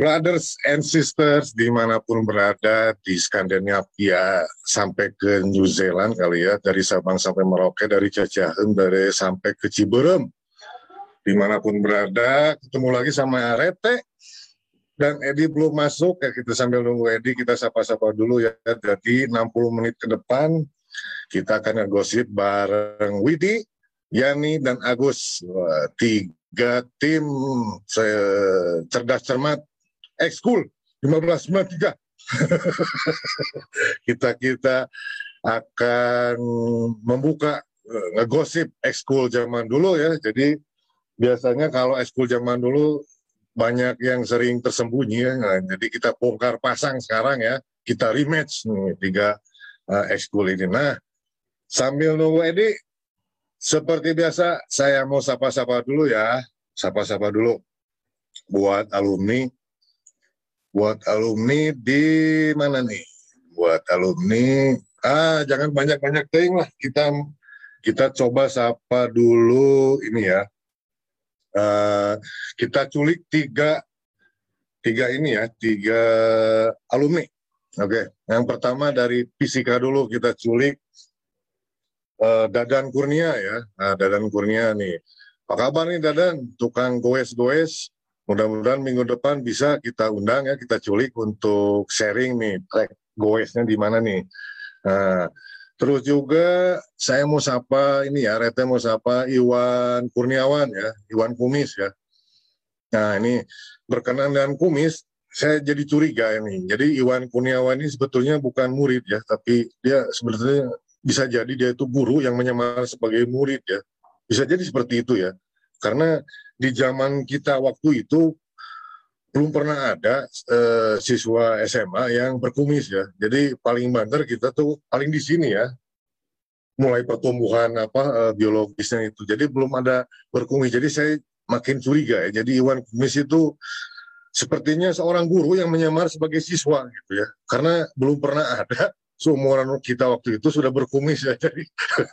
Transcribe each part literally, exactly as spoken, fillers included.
brothers and sisters dimanapun berada di Skandinavia sampai ke New Zealand kali ya, dari Sabang sampai Merauke, dari Cacahem dari sampai ke Ciberem, dimanapun berada, ketemu lagi sama Rete dan Edi belum masuk ya, kita sambil nunggu Edi kita sapa-sapa dulu ya. Jadi enam puluh menit ke depan kita akan ngegosip bareng Widi, Yani dan Agus. Wah, tiga tim cerdas cermat ekskul lima belas sembilan tiga. kita kita akan membuka uh, ngegosip ekskul zaman dulu ya. Jadi biasanya kalau ekskul zaman dulu banyak yang sering tersembunyi ya. Nah, jadi kita bongkar pasang sekarang ya. Kita rematch nih tiga uh, ekskul ini. Nah, sambil nunggu Edi, seperti biasa saya mau sapa-sapa dulu ya. Sapa-sapa dulu buat alumni. Buat alumni di mana nih? Buat alumni, ah jangan banyak-banyak ting lah. Kita kita coba sapa dulu ini ya. Uh, kita culik tiga tiga ini ya, tiga alumni. Oke, yang pertama dari Fisika dulu kita culik uh, Dadan Kurnia ya. Nah, Dadan Kurnia nih. Apa kabar nih Dadan? Tukang goes-goes. Mudah-mudahan minggu depan bisa kita undang ya, kita culik untuk sharing nih track goesnya di mana nih. Nah, terus juga saya mau sapa ini ya, Rete mau sapa Iwan Kurniawan ya, Iwan Kumis ya. Nah ini berkenan dengan Kumis, saya jadi curiga ini. Jadi Iwan Kurniawan ini sebetulnya bukan murid ya, tapi dia sebetulnya bisa jadi dia itu guru yang menyamar sebagai murid ya. Bisa jadi seperti itu ya. Karena di zaman kita waktu itu belum pernah ada uh, siswa S M A yang berkumis ya. Jadi paling banter kita tuh paling di sini ya. Mulai pertumbuhan apa uh, biologisnya itu. Jadi belum ada berkumis. Jadi saya makin curiga ya. Jadi Iwan Kumis itu sepertinya seorang guru yang menyamar sebagai siswa gitu ya. Karena belum pernah ada seumuran kita waktu itu sudah berkumis ya. Jadi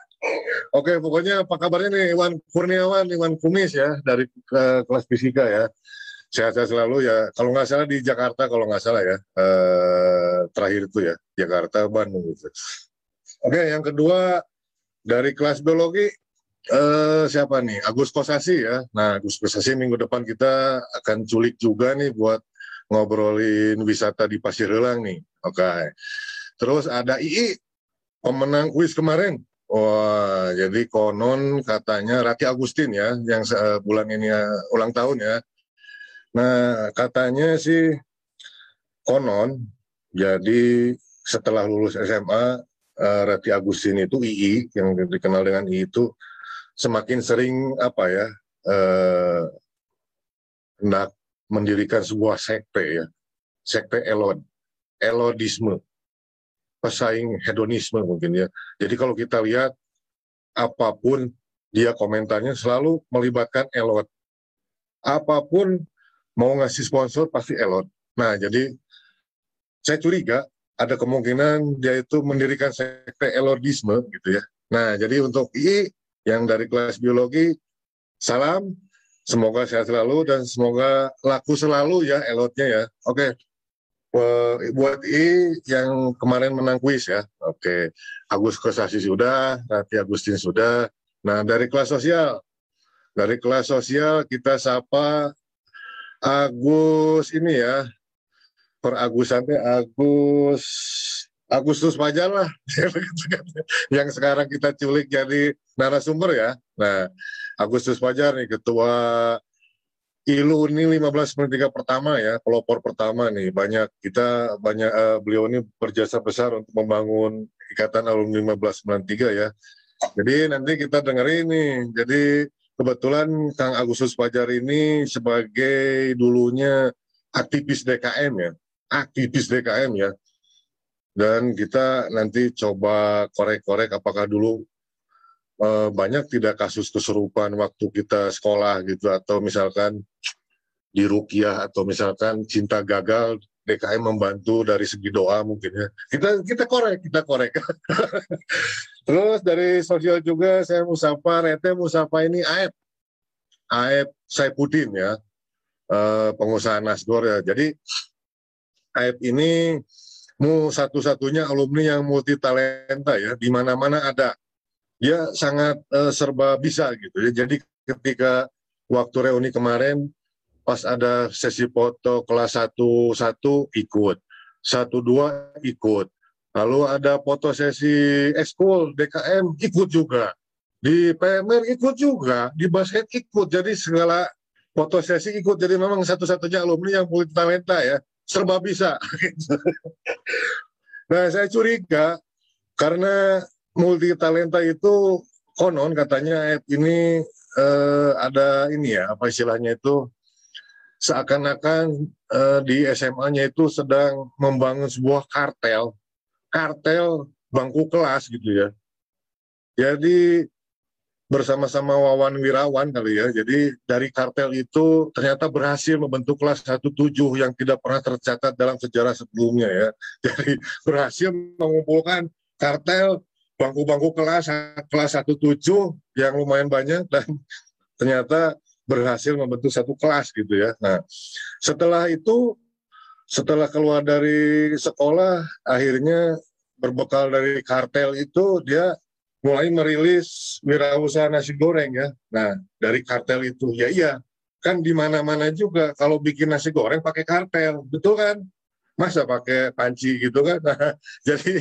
oke, pokoknya apa kabarnya nih Iwan Kurniawan, Iwan Kumis ya dari uh, kelas fisika ya. Sehat-sehat selalu ya. Kalau nggak salah di Jakarta, kalau nggak salah ya. Uh, terakhir itu ya, Jakarta, Bandung gitu. Oke, yang kedua dari kelas biologi uh, siapa nih? Agus Kosasi ya. Nah, Agus Kosasi minggu depan kita akan culik juga nih buat ngobrolin wisata di Pasir Helang nih. Oke. Terus ada I I, pemenang kuis kemarin. Wah, jadi konon katanya Rati Agustin ya, yang bulan ini ya, ulang tahun ya. Nah, katanya sih konon, jadi setelah lulus S M A, uh, Rati Agustin itu I I, yang dikenal dengan I I itu, semakin sering apa ya, uh, hendak mendirikan sebuah sekte ya, sekte elod, elodisme. Pesaing hedonisme mungkin ya. Jadi kalau kita lihat apapun dia komentarnya selalu melibatkan elot. Apapun mau ngasih sponsor pasti elot. Nah jadi saya curiga ada kemungkinan dia itu mendirikan sekte elodisme gitu ya. Nah jadi untuk I I yang dari kelas biologi, salam. Semoga sehat selalu dan semoga laku selalu ya elotnya ya. Oke. Buat I yang kemarin menang kuis ya, oke, Agus Kosasi sudah, Rati Agustin sudah. Nah dari kelas sosial, dari kelas sosial kita sapa Agus ini ya, per Agusannya Agus, Agustus Fajar lah, yang sekarang kita culik jadi narasumber ya. Nah Agustus Fajar nih ketua I L U ini lima belas sembilan tiga pertama ya, pelopor pertama nih, banyak kita banyak uh, beliau ini berjasa besar untuk membangun Ikatan Alumni lima belas sembilan tiga ya. Jadi nanti kita dengerin nih. Jadi kebetulan Kang Agustus Fajar ini sebagai dulunya aktivis D K M ya, aktivis D K M ya. Dan kita nanti coba korek-korek apakah dulu banyak tidak kasus kesurupan waktu kita sekolah gitu, atau misalkan di Rukiah, atau misalkan cinta gagal D K M membantu dari segi doa mungkin ya. Kita kita korek, kita korek. Terus dari sosial juga saya mau sapa Rete, mau sapa ini Aep. Aep Saipudin ya. uh, pengusaha Nasgor ya. Jadi A I P ini mu satu-satunya alumni yang multi talenta ya, di mana-mana ada. Dia sangat uh, serba bisa gitu ya. Jadi ketika waktu reuni kemarin pas ada sesi foto kelas satu satu ikut, satu dua ikut. Lalu ada foto sesi ekskul D K M ikut juga. Di P M R ikut juga, di basket ikut. Jadi segala foto sesi ikut. Jadi memang satu-satunya alumni yang multi talenta ya. Serba bisa. Nah, saya curiga karena multi talenta itu konon katanya ini eh, ada ini ya, apa istilahnya itu seakan-akan eh, di S M A-nya itu sedang membangun sebuah kartel, kartel bangku kelas gitu ya. Jadi bersama-sama Wawan Wirawan kali ya. Jadi dari kartel itu ternyata berhasil membentuk kelas satu tujuh yang tidak pernah tercatat dalam sejarah sebelumnya ya. Jadi berhasil mengumpulkan kartel bangku-bangku kelas kelas satu tujuh yang lumayan banyak dan ternyata berhasil membentuk satu kelas gitu ya. Nah, setelah itu setelah keluar dari sekolah akhirnya berbekal dari kartel itu dia mulai merilis wirausaha nasi goreng ya. Nah, dari kartel itu, ya iya, kan di mana-mana juga kalau bikin nasi goreng pakai kartel, betul kan? Masa pakai panci gitu kan? Nah, jadi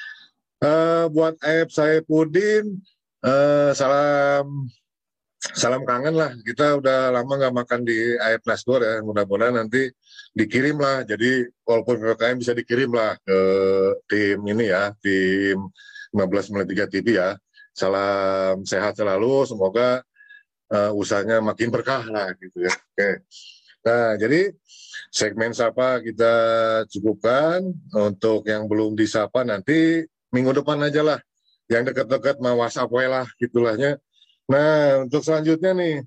uh, buat Aib Saifuddin, uh, salam salam kangen lah. Kita udah lama nggak makan di Aib Nasgor ya. Mudah-mudahan nanti dikirim lah. Jadi walaupun P P K M bisa dikirim lah ke tim ini ya, tim lima belas menit tiga T V ya. Salam sehat selalu, semoga uh, usahanya makin berkah lah gitu ya. Oke. Nah, jadi segmen sapa kita cukupkan. Untuk yang belum disapa nanti minggu depan aja lah. Yang dekat-dekat mau WhatsApp we lah gitulahnya. Nah, untuk selanjutnya nih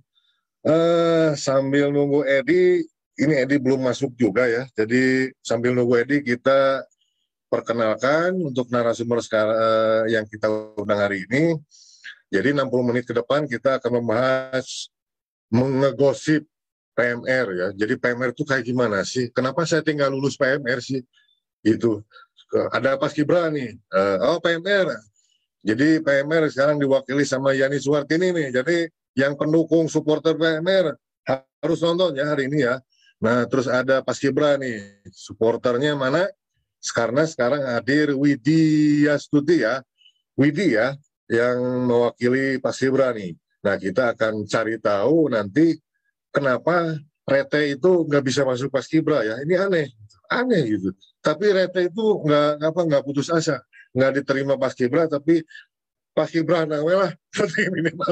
uh, sambil nunggu Edi, ini Edi belum masuk juga ya. Jadi sambil nunggu Edi kita perkenalkan untuk narasumber sekarang uh, yang kita undang hari ini. Jadi enam puluh menit ke depan kita akan membahas mengegosip P M R ya. Jadi P M R itu kayak gimana sih? Kenapa saya tinggal lulus P M R sih? Itu ada Paskibra nih. Uh, oh P M R. Jadi P M R sekarang diwakili sama Yani Suwartini nih. Jadi yang pendukung supporter P M R harus nonton ya hari ini ya. Nah terus ada Paskibra nih. Supporternya mana? Karena sekarang hadir Widya Stuti ya, Widi ya, yang mewakili Paskibra nih. Nah kita akan cari tahu nanti kenapa Rete itu nggak bisa masuk Paskibra ya. Ini aneh, aneh gitu. Tapi Rete itu nggak apa nggak putus asa, nggak diterima Paskibra, tapi Paskibra nawe lah, minimal.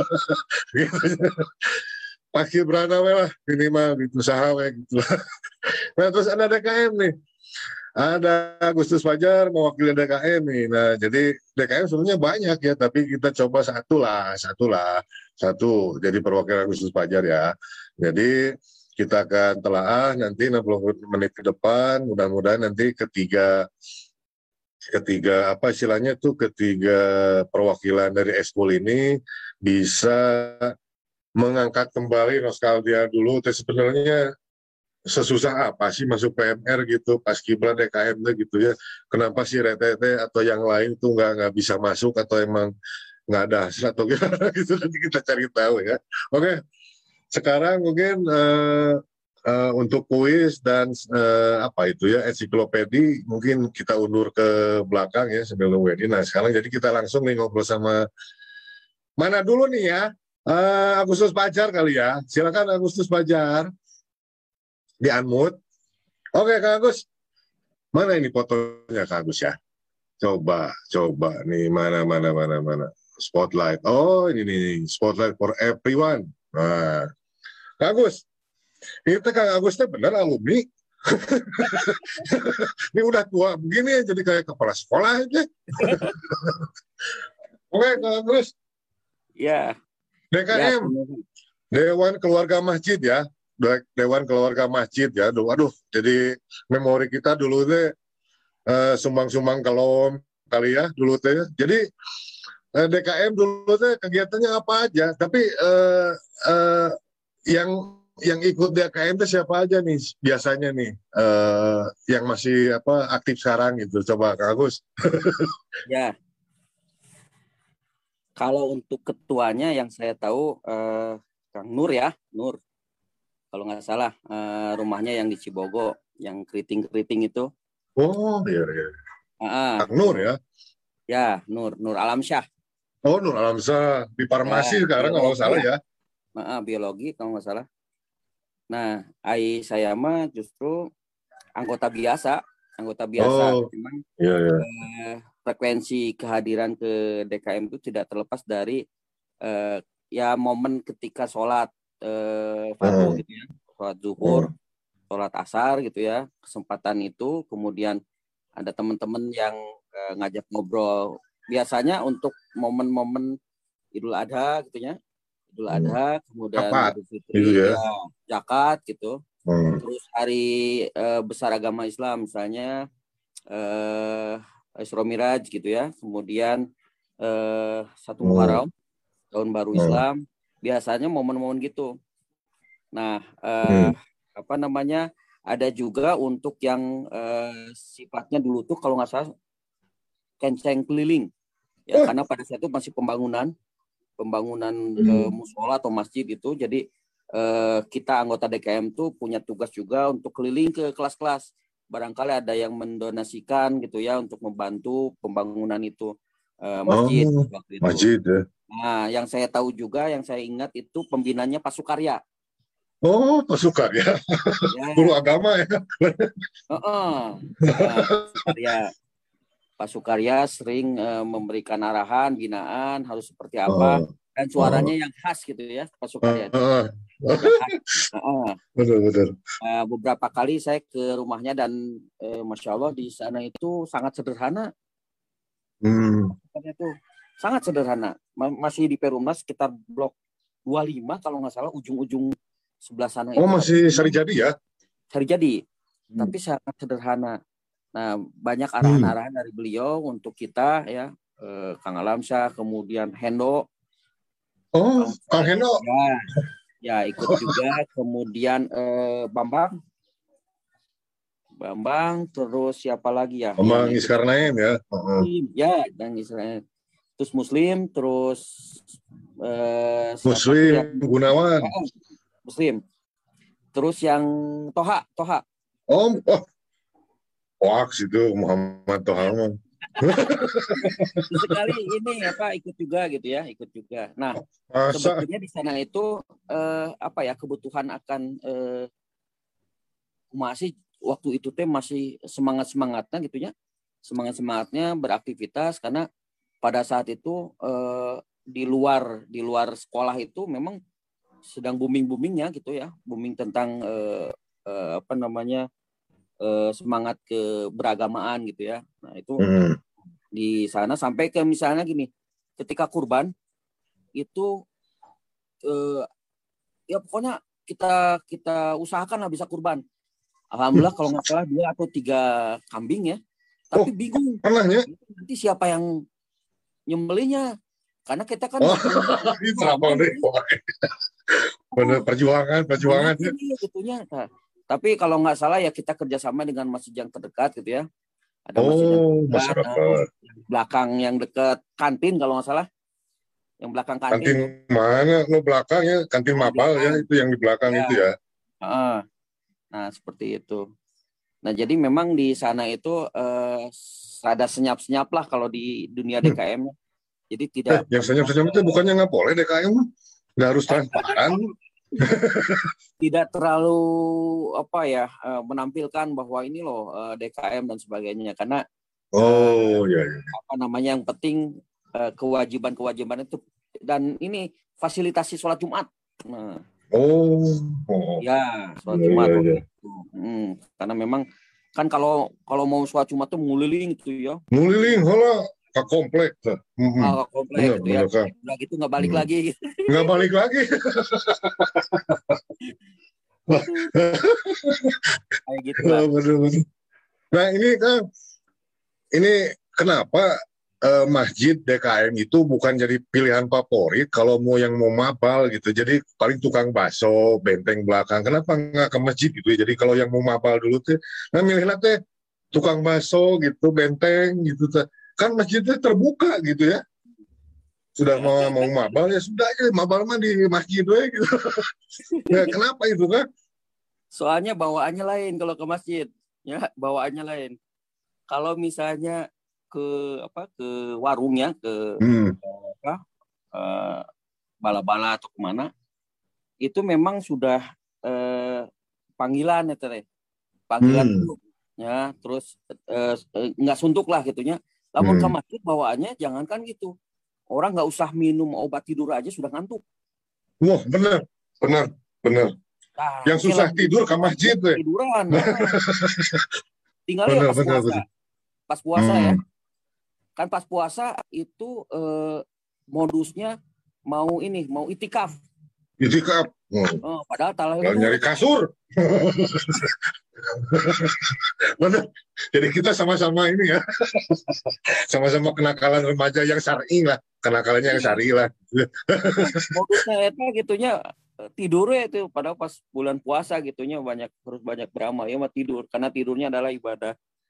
Paskibra nawe lah minimal gitu, sahawe gitu. Nah terus ada D K M nih. Ada Agustus Fajar mewakili D K M nih. Nah, jadi D K M sebenarnya banyak ya, tapi kita coba satu lah, satu lah, satu. Jadi perwakilan Agustus Fajar ya. Jadi kita akan telaah nanti enam puluh menit ke depan. Mudah-mudahan nanti ketiga, ketiga apa istilahnya tuh ketiga perwakilan dari ekskul ini bisa mengangkat kembali nostalgia dulu. Tapi sebenarnya sesusah apa sih masuk P M R gitu, Paskibra D K M gitu ya. Kenapa sih Retete atau yang lain tuh nggak nggak bisa masuk atau emang nggak ada hasil atau gimana gitu, nanti kita cari tahu ya. Oke, sekarang mungkin uh, uh, untuk kuis dan uh, apa itu ya ensiklopedi mungkin kita undur ke belakang ya sebelum wedding. Nah sekarang jadi kita langsung nih ngobrol sama mana dulu nih ya, uh, Agustus Fajar kali ya. Silakan Agustus Fajar. Di unmute. Oke Kak Agus, mana ini fotonya Kak Agus ya? Coba, coba nih mana mana mana mana. Spotlight. Oh ini nih spotlight for everyone. Nah, Kak Agus, itu Kak Agusnya bener alumni. Ini udah tua begini jadi kayak kepala sekolah aja. Oke Kak Agus. Ya. D K M, ya. Dewan Keluarga Masjid ya. Dewan Keluarga Masjid ya, aduh, aduh jadi memori kita dulu teh uh, sumbang-sumbang kelom kali ya dulu teh. Jadi uh, D K M dulu teh kegiatannya apa aja, tapi uh, uh, yang yang ikut D K M itu siapa aja nih biasanya nih eh, yang masih apa aktif sekarang gitu? Coba Kak Agus. Ya, kalau untuk ketuanya yang saya tahu eh, Kang Nur ya, Nur. Kalau nggak salah eh, rumahnya yang di Cibogo, yang keriting-keriting itu. Oh iya iya. Ah, Kak Nur Nur. ya. Ya, Nur, Nur Alamsyah. Oh Nur Alamsa di Ya, farmasi sekarang kalau nggak biologi salah ya. ya. Ah, biologi kalau nggak salah. Nah, ai saya mah justru anggota biasa, anggota biasa. Oh Cuman iya iya. eh, frekuensi kehadiran ke D K M itu tidak terlepas dari eh, ya momen ketika sholat eh, fardu Hmm, gitu ya, sholat zuhur, hmm, sholat asar gitu ya, kesempatan itu, kemudian ada teman-teman yang eh, ngajak ngobrol. Biasanya untuk momen-momen Idul Adha gitu ya, Idul hmm. Adha, kemudian Kapat Idul gitu Fitri, ya. ya zakat gitu. Hmm, Terus hari eh, besar agama Islam, misalnya eh, Isra Miraj gitu ya. Kemudian eh, satu hmm, Muharram, tahun baru hmm, Islam. Biasanya momen-momen gitu. Nah, eh, hmm. apa namanya? Ada juga untuk yang eh, sifatnya dulu tuh kalau nggak salah kenceng keliling ya, Wah, karena pada saat itu masih pembangunan pembangunan eh, hmm. musola atau masjid itu. Jadi eh, kita anggota D K M tuh punya tugas juga untuk keliling ke kelas-kelas. Barangkali ada yang mendonasikan gitu ya untuk membantu pembangunan itu eh, masjid Oh waktu itu. masjid ya. Nah, yang saya tahu juga, yang saya ingat itu pembinanya Pak Sukarya. Oh pasukan ya. Guru Ya, agama ya. uh -uh. Uh, Pak Sukarya. Pak Sukarya sering uh, memberikan arahan, binaan harus seperti apa, Oh, dan suaranya oh, yang khas gitu ya, Pak Sukarya itu oh. yang khas. Uh -uh. Betul betul. Uh, beberapa kali saya ke rumahnya dan uh, masya Allah di sana itu sangat sederhana, Hmm. itu sangat sederhana. Masih di Perumnas sekitar blok dua puluh lima kalau nggak salah, ujung-ujung sebelah sana Oh itu ada masih sari jadi ya. cari jadi, Hmm. tapi sangat sederhana. Nah, banyak Hmm. arahan-arahan dari beliau untuk kita ya, eh, Kang Alamsyah, kemudian Hendo, Oh kalau Kang saya Hendo. ya, ya ikut juga, kemudian eh, Bambang, Bambang, terus siapa lagi ya yang Bambang ikut Iskarnain ya. Oh. Muslim, ya, dan Israel, terus Muslim, terus eh, siapa tuh Muslim yang Gunawan. oh, Muslim, terus yang Toha, Toha. Om, oh, hoax itu Muhammad Toha. Sekali ini apa ikut juga gitu ya, ikut juga. Nah, Masa? sebetulnya di sana itu eh, apa ya, kebutuhan akan eh, masih waktu itu teh masih semangat semangatnya gitu ya, semangat semangatnya beraktivitas, karena pada saat itu eh, di luar di luar sekolah itu memang sedang booming boomingnya gitu ya, booming tentang eh, eh, apa namanya eh, semangat keberagamaan gitu ya. Nah itu Hmm. di sana sampai ke misalnya gini, ketika kurban itu eh, ya pokoknya kita kita usahakan lah bisa kurban. Alhamdulillah kalau nggak salah dua atau tiga kambing ya, Oh, tapi bingung anaknya? nanti siapa yang nyembelinya, karena kita kan Oh, nggak punya itu apa pengalaman nih? gitu. Bener Oh, perjuangan, gimana perjuangan ya. ini gitunya. Nah, tapi kalau nggak salah ya kita kerjasama dengan masjid yang terdekat gitu ya. Ada masjid yang Oh, terdekat, eh, masyarakat. belakang yang dekat kantin kalau nggak salah, yang belakang kantin Kantin tuh. mana? Lo belakang ya? Kantin Oh, Mapal ya? belakang. Itu yang di belakang Ya. itu ya? Uh, nah, seperti itu. Nah, jadi memang di sana itu eh, ada senyap-senyap lah kalau di dunia Hmm. D K M. Jadi Eh, tidak yang pernah senyum-senyum itu bukannya nggak boleh D K M? Nggak harus transparan. tidak terlalu apa ya eh, menampilkan bahwa ini loh eh, D K M dan sebagainya, karena eh, Oh, ya, ya. apa namanya yang penting eh, kewajiban-kewajiban itu, dan ini fasilitasi sholat Jumat. Nah, Oh, oh, ya sholat iya, Jumat iya, waktu iya. itu. Hmm, karena memang kan kalau kalau mau sholat Jumat tuh nguliling gitu ya, Nguliling, hola, ke komplek. Hmm, ah, komplek bener, gitu ya, bener kan? udah gitu nggak balik Hmm. lagi. Nggak balik lagi. Kayak gitulah. Bener, bener. Nah ini kan, ini kenapa? eh, masjid D K M itu bukan jadi pilihan favorit kalau mau yang mau mapal gitu. Jadi paling tukang bakso, benteng belakang. Kenapa nggak ke masjid gitu ya? Jadi kalau yang mau mapal dulu tuh, nah milihnya teh tukang bakso gitu, benteng gitu. Teh. Kan masjidnya terbuka gitu ya. Sudah mau mau mabal ya sudah aja mabal mah di masjid we gitu. Ya kenapa itu kan? Soalnya bawaannya lain kalau ke masjid, ya bawaannya lain. Kalau misalnya ke apa ke warungnya ke Hmm. apa eh, bala-bala atau kemana itu memang sudah eh, panggilan ya Tere. Panggilan Hmm. dulu ya terus eh, eh, nggak suntuk lah gitunya. Namun ke Hmm. masjid bawaannya jangankan gitu. Orang nggak usah minum obat tidur aja sudah ngantuk. Wah benar, benar, benar. Nah, Yang oke susah lah tidur ke masjid we. tiduran. Nah. Tinggal ya Benar, pas benar, puasa. benar. Pas puasa ya. Hmm. Kan pas puasa itu eh, modusnya mau ini, mau itikaf. Itikaf. Hmm. Oh, padahal talal Kalau itu nyari kasur. Benar. Jadi kita sama-sama ini ya. Sama-sama kenakalan remaja yang syar'i lah. Kenakalannya yang syar'i lah. modusnya itu gitunya tidur ya itu padahal pas bulan puasa gitunya banyak harus banyak beramal ya mah tidur karena tidurnya adalah ibadah.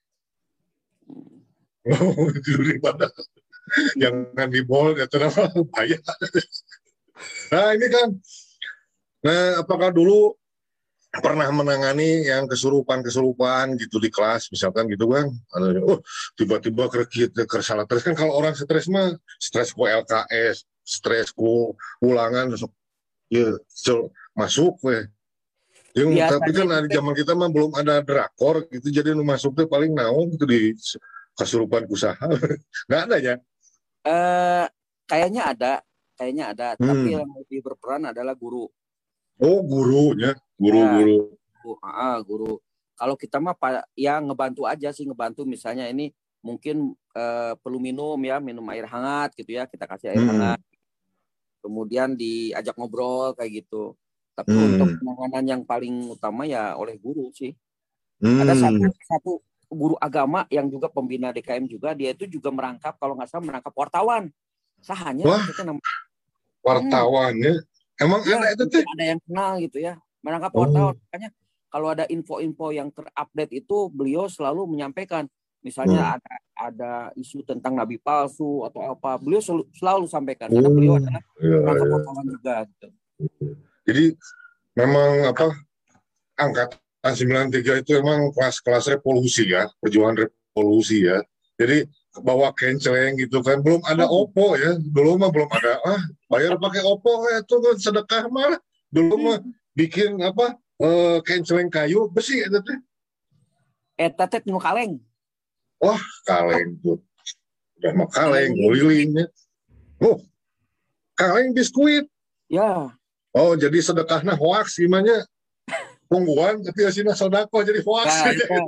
Oh, tidur di mana? Jangan di mall, ya kenapa bahaya. Nah ini kan, nah apakah dulu pernah menangani yang kesurupan-kesurupan gitu di kelas, misalkan gitu kan? Oh tiba-tiba kerkit, kersalah stres kan kalau orang stres mah stres ku L K S, stres ku ulangan, ya so, masuk weh. Yang tapi Biasanya kan itu di zaman kita mah belum ada drakor gitu, jadi nu masuknya paling naon gitu di kesurupan usaha. Nggak ada ya? eh, kayaknya ada, kayaknya ada, tapi Hmm. yang lebih berperan adalah guru. Oh gurunya, Ya, guru-guru. guru. Ah, guru. Kalau kita mah pa- ya ngebantu aja sih ngebantu misalnya ini mungkin eh, perlu minum ya minum air hangat gitu ya kita kasih air Hmm. hangat kemudian diajak ngobrol kayak gitu. Tapi untuk Hmm. penanganan yang paling utama ya oleh guru sih. Ada Hmm. satu satu guru agama yang juga pembina D K M juga dia itu juga merangkap kalau nggak salah merangkap wartawan. Sahanya Wah, itu nama. Hmm, wartawannya. Emang ya ada itu mungkin teh? ada yang kenal gitu ya. Merangkap wartawan. Oh. Makanya kalau ada info-info yang terupdate itu beliau selalu menyampaikan. Hmm. Misalnya ada ada isu tentang nabi palsu atau apa, beliau selalu, selalu sampaikan karena beliau Oh, adalah iya, perangkap iya. wartawan juga. Gitu. Jadi memang apa angkatan sembilan tiga itu emang kelas-kelas revolusi ya, perjuangan revolusi ya. Jadi bawa kenceleng gitu kan, belum ada Oh, Oppo ya, dulu mah belum ada, ah bayar pakai Oppo ya, itu kan sedekah malah. Dulu mah bikin apa, eh, kenceleng kayu besi itu teh. eta teh nu kaleng. Wah kaleng tuh, udah mah kaleng, Kaleng biskuit. lilingnya. Oh kaleng biskuit. Ya. Oh jadi sedekahnya hoax gimana? Pungguan tapi asina sodako jadi hoax. Ya, itu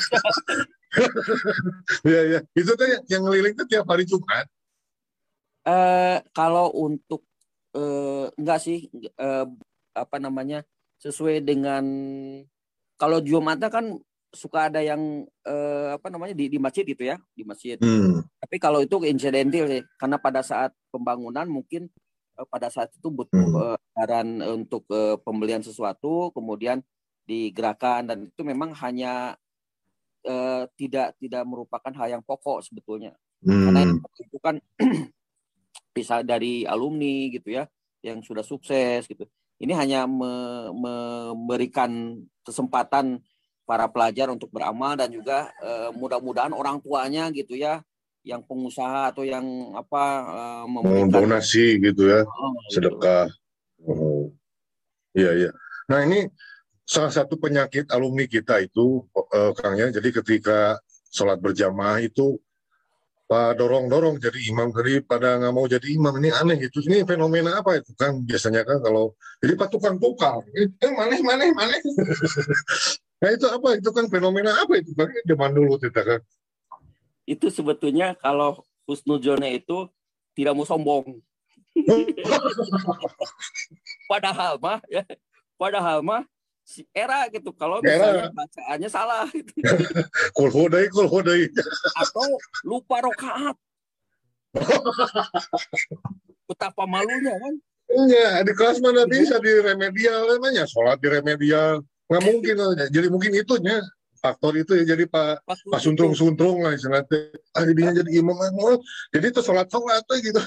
Iya iya. Itu tuh yang ngeliling tuh tiap hari Jumat. eh, kalau untuk eh, enggak sih eh, apa namanya sesuai dengan kalau Jumatnya kan suka ada yang eh, apa namanya di, di masjid gitu ya di masjid. Hmm. Tapi kalau itu insidentil sih karena pada saat pembangunan mungkin eh, pada saat itu butuh Hmm. eh, anggaran untuk eh, pembelian sesuatu kemudian digerakkan dan itu memang hanya eh, tidak tidak merupakan hal yang pokok sebetulnya. Karena yang Hmm. itu kan bisa dari alumni gitu ya yang sudah sukses gitu. Ini hanya me- memberikan kesempatan para pelajar untuk beramal dan juga eh, mudah-mudahan orang tuanya gitu ya yang pengusaha atau yang apa eh, Mau memberikan donasi gitu ya, oh, gitu. sedekah. Oh. Iya iya. Nah ini salah satu penyakit alumni kita itu, eh, Kang ya. Jadi ketika sholat berjamaah itu Pak dorong-dorong jadi imam tadi pada nggak mau jadi imam ini aneh gitu. Ini fenomena apa itu kan biasanya kan kalau jadi pak tukang-tukang, eh maneh maneh maneh. Nah itu apa itu kan fenomena apa itu kan zaman dulu kita kan. Itu sebetulnya kalau husnuzonnya itu tidak mau sombong. Padahal mah ya, padahal mah si era gitu kalau misalnya Era bacaannya salah gitu. kul hodai kul hodai. Atau lupa rokaat Betapa malunya kan. Enggak, di kelas mana bisa di remedial namanya, sholat di remedial. Nggak mungkin. Jadi mungkin itunya, faktor itu ya, jadi Pak Waktu Pak itu Suntrung-Suntrung lah istilahnya. Ah, jadinya jadi imam. Oh, jadi itu sholat-sholat gitu.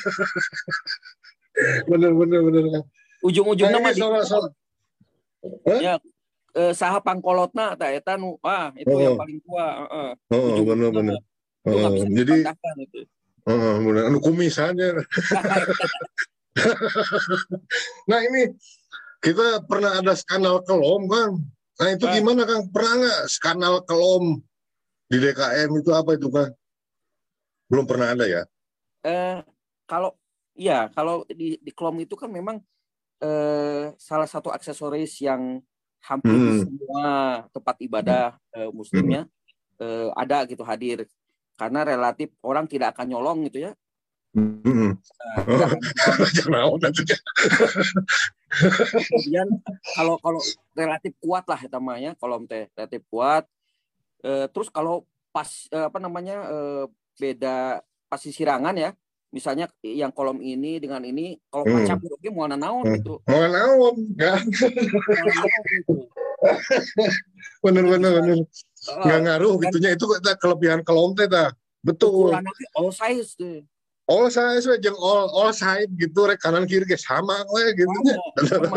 Bener, bener, bener. Nah ujung-ujungnya ini mah di sholat-sholat. ya eh, saha pangkolotna tak eta nu ah itu yang Oh, paling tua heeh. oh, bener, Ujung-ujungnya bener. mah itu nggak Oh, bisa jadi, dibantahkan itu. oh, bener. Anu kumisannya. Nah ini kita pernah ada skandal kelom, Kang. Nah itu Ah, gimana, Kang? Pernah nggak skandal kelom di D K M itu apa itu, Kang? Belum pernah ada ya? eh, kalau ya kalau di di Klom itu kan memang eh, salah satu aksesoris yang hampir di Hmm. semua tempat ibadah eh, Hmm. muslimnya eh, ada gitu hadir karena relatif orang tidak akan nyolong gitu ya. Hmm. Nah, tidak akan nyolong. Jangan nanti. Kemudian kalau kalau relatif kuat lah namanya kolom teh relatif kuat. Eh, terus kalau pas eh, apa namanya eh, beda pas sirangan ya, misalnya yang kolom ini dengan ini kalau Hmm. pacak buruknya mau naon Hmm. gitu, Mau naon, kan? mau naon gitu. Bener, Jadi bener, bisa bener. Nggak uh, ngaruh dan gitunya, itu kita kelebihan kelom teh dah. Betul. ukuran lagi all size tuh. All size we jeung all all side gitu, rek kanan kiri ge sama we gitunya. Sama, sama.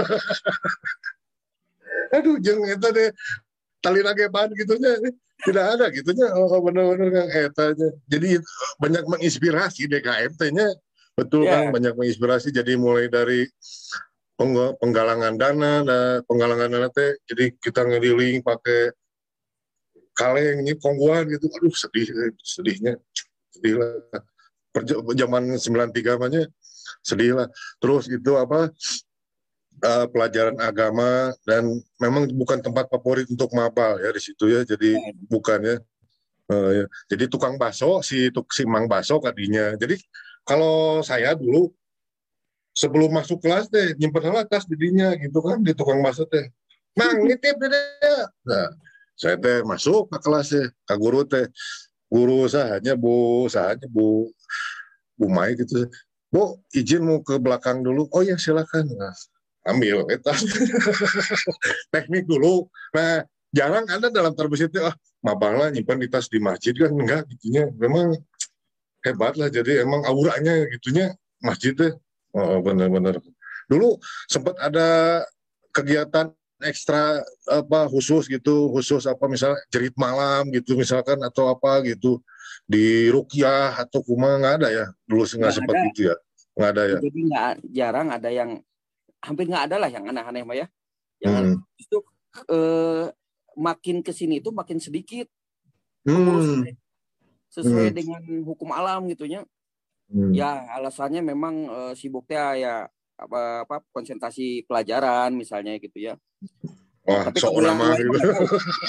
Aduh, jeung eta deh tali nageban gitunya. Tidak ada gitunya. Oh, bener-bener Kang etanya. Jadi banyak menginspirasi D K M T-nya. Betul Kang, Ya, banyak menginspirasi. Jadi mulai dari pengg- penggalangan dana, nah, penggalangan dana teh jadi kita ngeliling pakai kaleng ini kongguan gitu. Aduh, sedih sedihnya. Sedih lah. Perja- Zaman sembilan tiga namanya sedih lah. Terus itu apa? eh, pelajaran agama dan memang bukan tempat favorit untuk mapal ya di situ ya. Jadi bukan ya. Eh, ya. Jadi tukang bakso si tuk si Mang Bakso tadinya. Jadi kalau saya dulu sebelum masuk kelas teh nyimpen lah tas didinya gitu kan di tukang bakso teh. Mang nitip deh. Nah, saya teh masuk ke kelas teh, ke guru teh. Guru sahanya Bu, sahanya Bu Bu Mai gitu. Bu, izin mau ke belakang dulu. Oh ya silakan. Nah, ambil itu teknik dulu. Nah, jarang ada dalam terbes itu ah mapalnya nyimpan di tas di masjid kan enggak gitunya. Memang hebat lah, jadi emang auranya gitunya masjidnya. Oh, benar-benar. Dulu sempat ada kegiatan ekstra apa khusus gitu, khusus apa misalnya jerit malam gitu misalkan atau apa gitu di Rukyah atau Kuma nggak ada ya dulu nggak nggak sempat ada. gitu ya, nggak ada ya. Jadi nggak jarang ada yang hampir nggak ada lah yang aneh-aneh mah ya. Yang aneh. Hmm. Justru eh, makin kesini itu makin sedikit pengurus Hmm. sesuai Hmm. dengan hukum alam gitunya. Hmm. Ya alasannya memang uh, sibuknya ya apa apa konsentrasi pelajaran misalnya gitu ya. Wah, Tapi kalau seorang yang mah lain gitu. mah nggak tahu.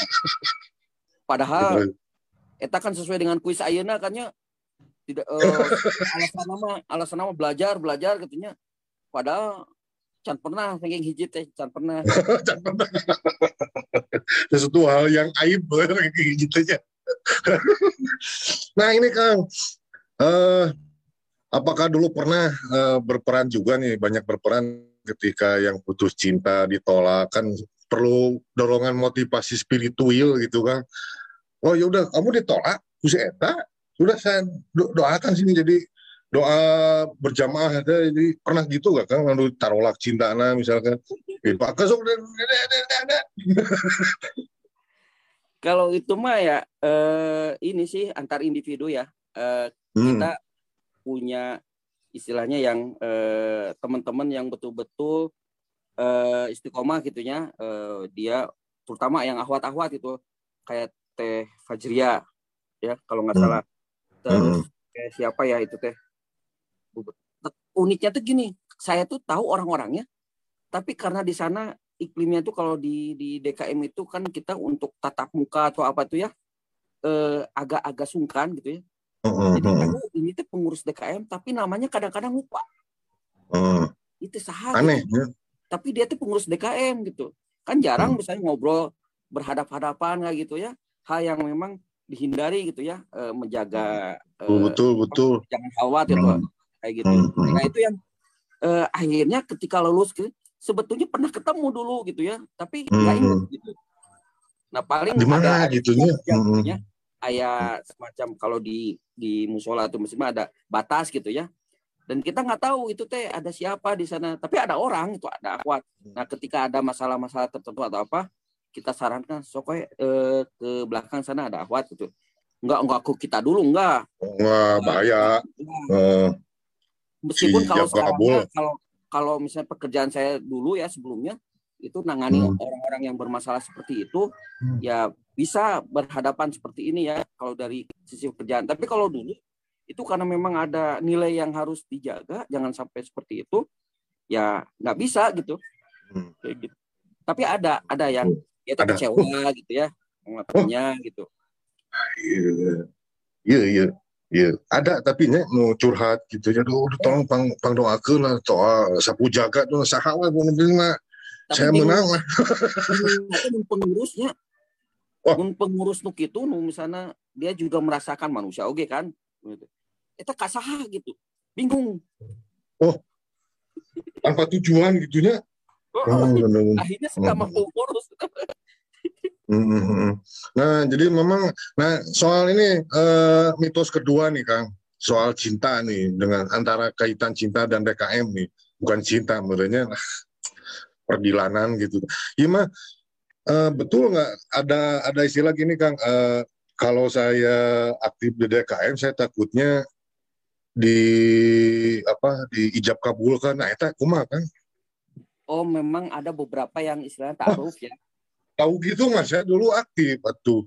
Padahal eta kan sesuai dengan kuis ayeuna kan ya tidak uh, alasan nama alasan nama belajar belajar gitunya. Padahal can pernah saking hiji teh can pernah. Sesuatu hal yang aib gitu ya. Nah ini Kang, eh, apakah dulu pernah eh, berperan juga nih, banyak berperan ketika yang putus cinta ditolak kan perlu dorongan motivasi spiritual gitu kan. Oh ya udah kamu ditolak, ku si eta, udah saya do- doakan sini jadi doa berjamaah ada. Jadi pernah gitu gak Kang lalu tarolak cintana misalkan. Eh, Pak Kesok, Kalau itu mah ya eh, ini sih antar individu ya. Eh, hmm. kita punya istilahnya yang eh, teman-teman yang betul-betul eh, istiqomah gitunya. Eh, dia terutama yang ahwat-ahwat itu kayak Teh Fajria ya kalau nggak Hmm. salah. Terus Hmm. kayak siapa ya itu Teh. Uniknya tuh gini, saya tuh tahu orang-orangnya, tapi karena di sana iklimnya tuh kalau di di D K M itu kan kita untuk tatap muka atau apa tuh ya eh, agak-agak sungkan gitu ya. Hmm. Jadi Hmm. tahu ini tuh pengurus D K M tapi namanya kadang-kadang lupa. Hmm. Itu sah Aneh gitu. ya. Tapi dia tuh pengurus D K M gitu. Kan jarang Hmm. misalnya ngobrol berhadap-hadapan kayak gitu ya. Hal yang memang dihindari gitu ya, uh, menjaga uh, betul betul jangan khawatir hmm. tuh kayak gitu. Hmm. Nah itu yang uh, akhirnya ketika lulus sebetulnya pernah ketemu dulu gitu ya, tapi nggak hmm. ingat gitu. Nah paling dimana ada gitunya ya, ayat semacam kalau di di musola atau masjid ada batas gitu ya, dan kita nggak tahu itu teh ada siapa di sana, tapi ada orang itu ada akhwat. Nah ketika ada masalah-masalah tertentu atau apa, kita sarankan sokoi eh, ke belakang sana ada akhwat gitu. Nggak nggak aku kita dulu nggak. Nggak bahaya. Uh, Meskipun si kalau sekarang kalau kalau misalnya pekerjaan saya dulu ya sebelumnya itu nangani hmm. orang-orang yang bermasalah seperti itu, hmm. ya bisa berhadapan seperti ini ya kalau dari sisi pekerjaan. Tapi kalau dulu itu karena memang ada nilai yang harus dijaga, jangan sampai seperti itu, ya nggak bisa gitu. Hmm. Kayak gitu. Tapi ada ada yang ya kecewa oh. gitu ya, ngakunya oh. gitu. Iya, iya, iya. Iya, ada tapi nya mau curhat gitu ya, aduh tolong pang pang doakeun lah soal sapu jaga tuh saha we mun mah saya menang lah. Itu pengurusnya. Oh. Mun pengurus nu kitu nu misalnya dia juga merasakan manusia oge kan. Eta kasaha gitu. Bingung. Oh. Tanpa tujuan gitunya. Oh, oh, akhirnya suka mau urus. Nah, jadi memang, nah soal ini uh, mitos kedua nih Kang, soal cinta nih dengan antara kaitan cinta dan D K M nih, bukan cinta, menurutnya perdilanan gitu. Iya mah uh, betul nggak ada ada istilah gini Kang, uh, kalau saya aktif di D K M saya takutnya di apa di ijab kabulkan, nah itu kumaha Kang? Oh memang ada beberapa yang istilahnya ta'aruf oh. ya. Tahu gitu mas, saya dulu aktif atuh.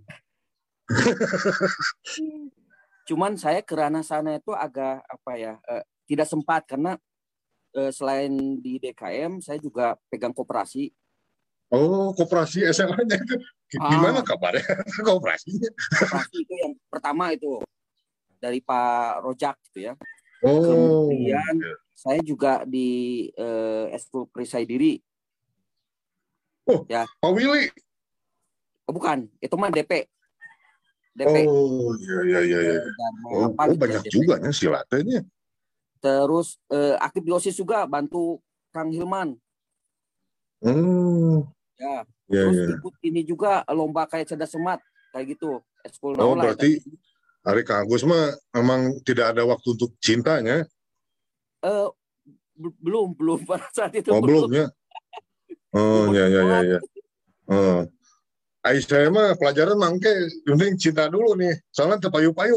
Cuman saya ke ranah sana itu agak apa ya, eh, tidak sempat karena eh, selain di D K M saya juga pegang koperasi. Oh koperasi S L A-nya itu gimana ah. kabarnya kooperasinya? Koperasi itu yang pertama itu dari Pak Rojak gitu ya. Oh. Kemudian yeah. saya juga di eh, Eskul Perisai Diri. Oh, ya. Pak Willy. Oh, bukan, itu mah D P. D P. Oh, iya iya iya. Oh, oh gitu banyak ya, juga nih silatnya. Terus eh, aktif di OSIS juga, bantu Kang Hilman. Hmm. Ya. Ya Terus ya. ikut ini juga lomba kayak cerdas semat kayak gitu. Eskul oh, Naula, berarti ya, Hari Kang Agus mah memang tidak ada waktu untuk cintanya? Eh, belum belum pada saat itu. Oh, belum ya. Oh ya ya ya ya. Oh. Aisyah mah pelajaran mangke mending cinta dulu nih. Soalnya terpayu-payu.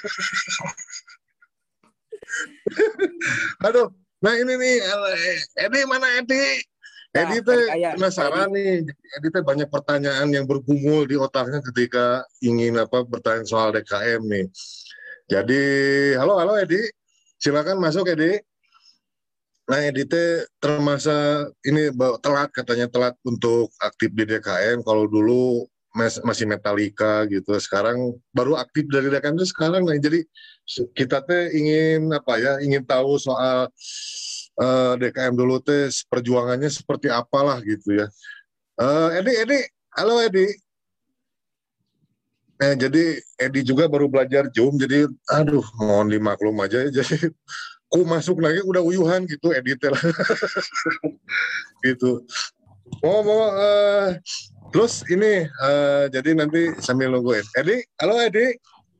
Aduh, nah ini nih Edi mana Edi? Nah, Edi teh penasaran nih. Edi teh banyak pertanyaan yang bergumul di otaknya ketika ingin apa bertanya soal D K M nih. Jadi, halo halo Edi. Silakan masuk Edi. Nah, Edi teh termasuk ini telat katanya telat untuk aktif di D K M. Kalau dulu mas, masih Metallica gitu, sekarang baru aktif dari D K M itu sekarang. Nah, jadi kita teh ingin apa ya? Ingin tahu soal uh, D K M dulu teh perjuangannya seperti apalah gitu ya. Uh, Edi, Edi, halo Edi. Eh, jadi Edi juga baru belajar Zoom, jadi aduh mohon dimaklum aja ya. Jadi ku masuk lagi udah uyuhan gitu edit lah. Gitu. Oh, mau uh, terus ini uh, jadi nanti sambil nungguin. Edi, halo Edi.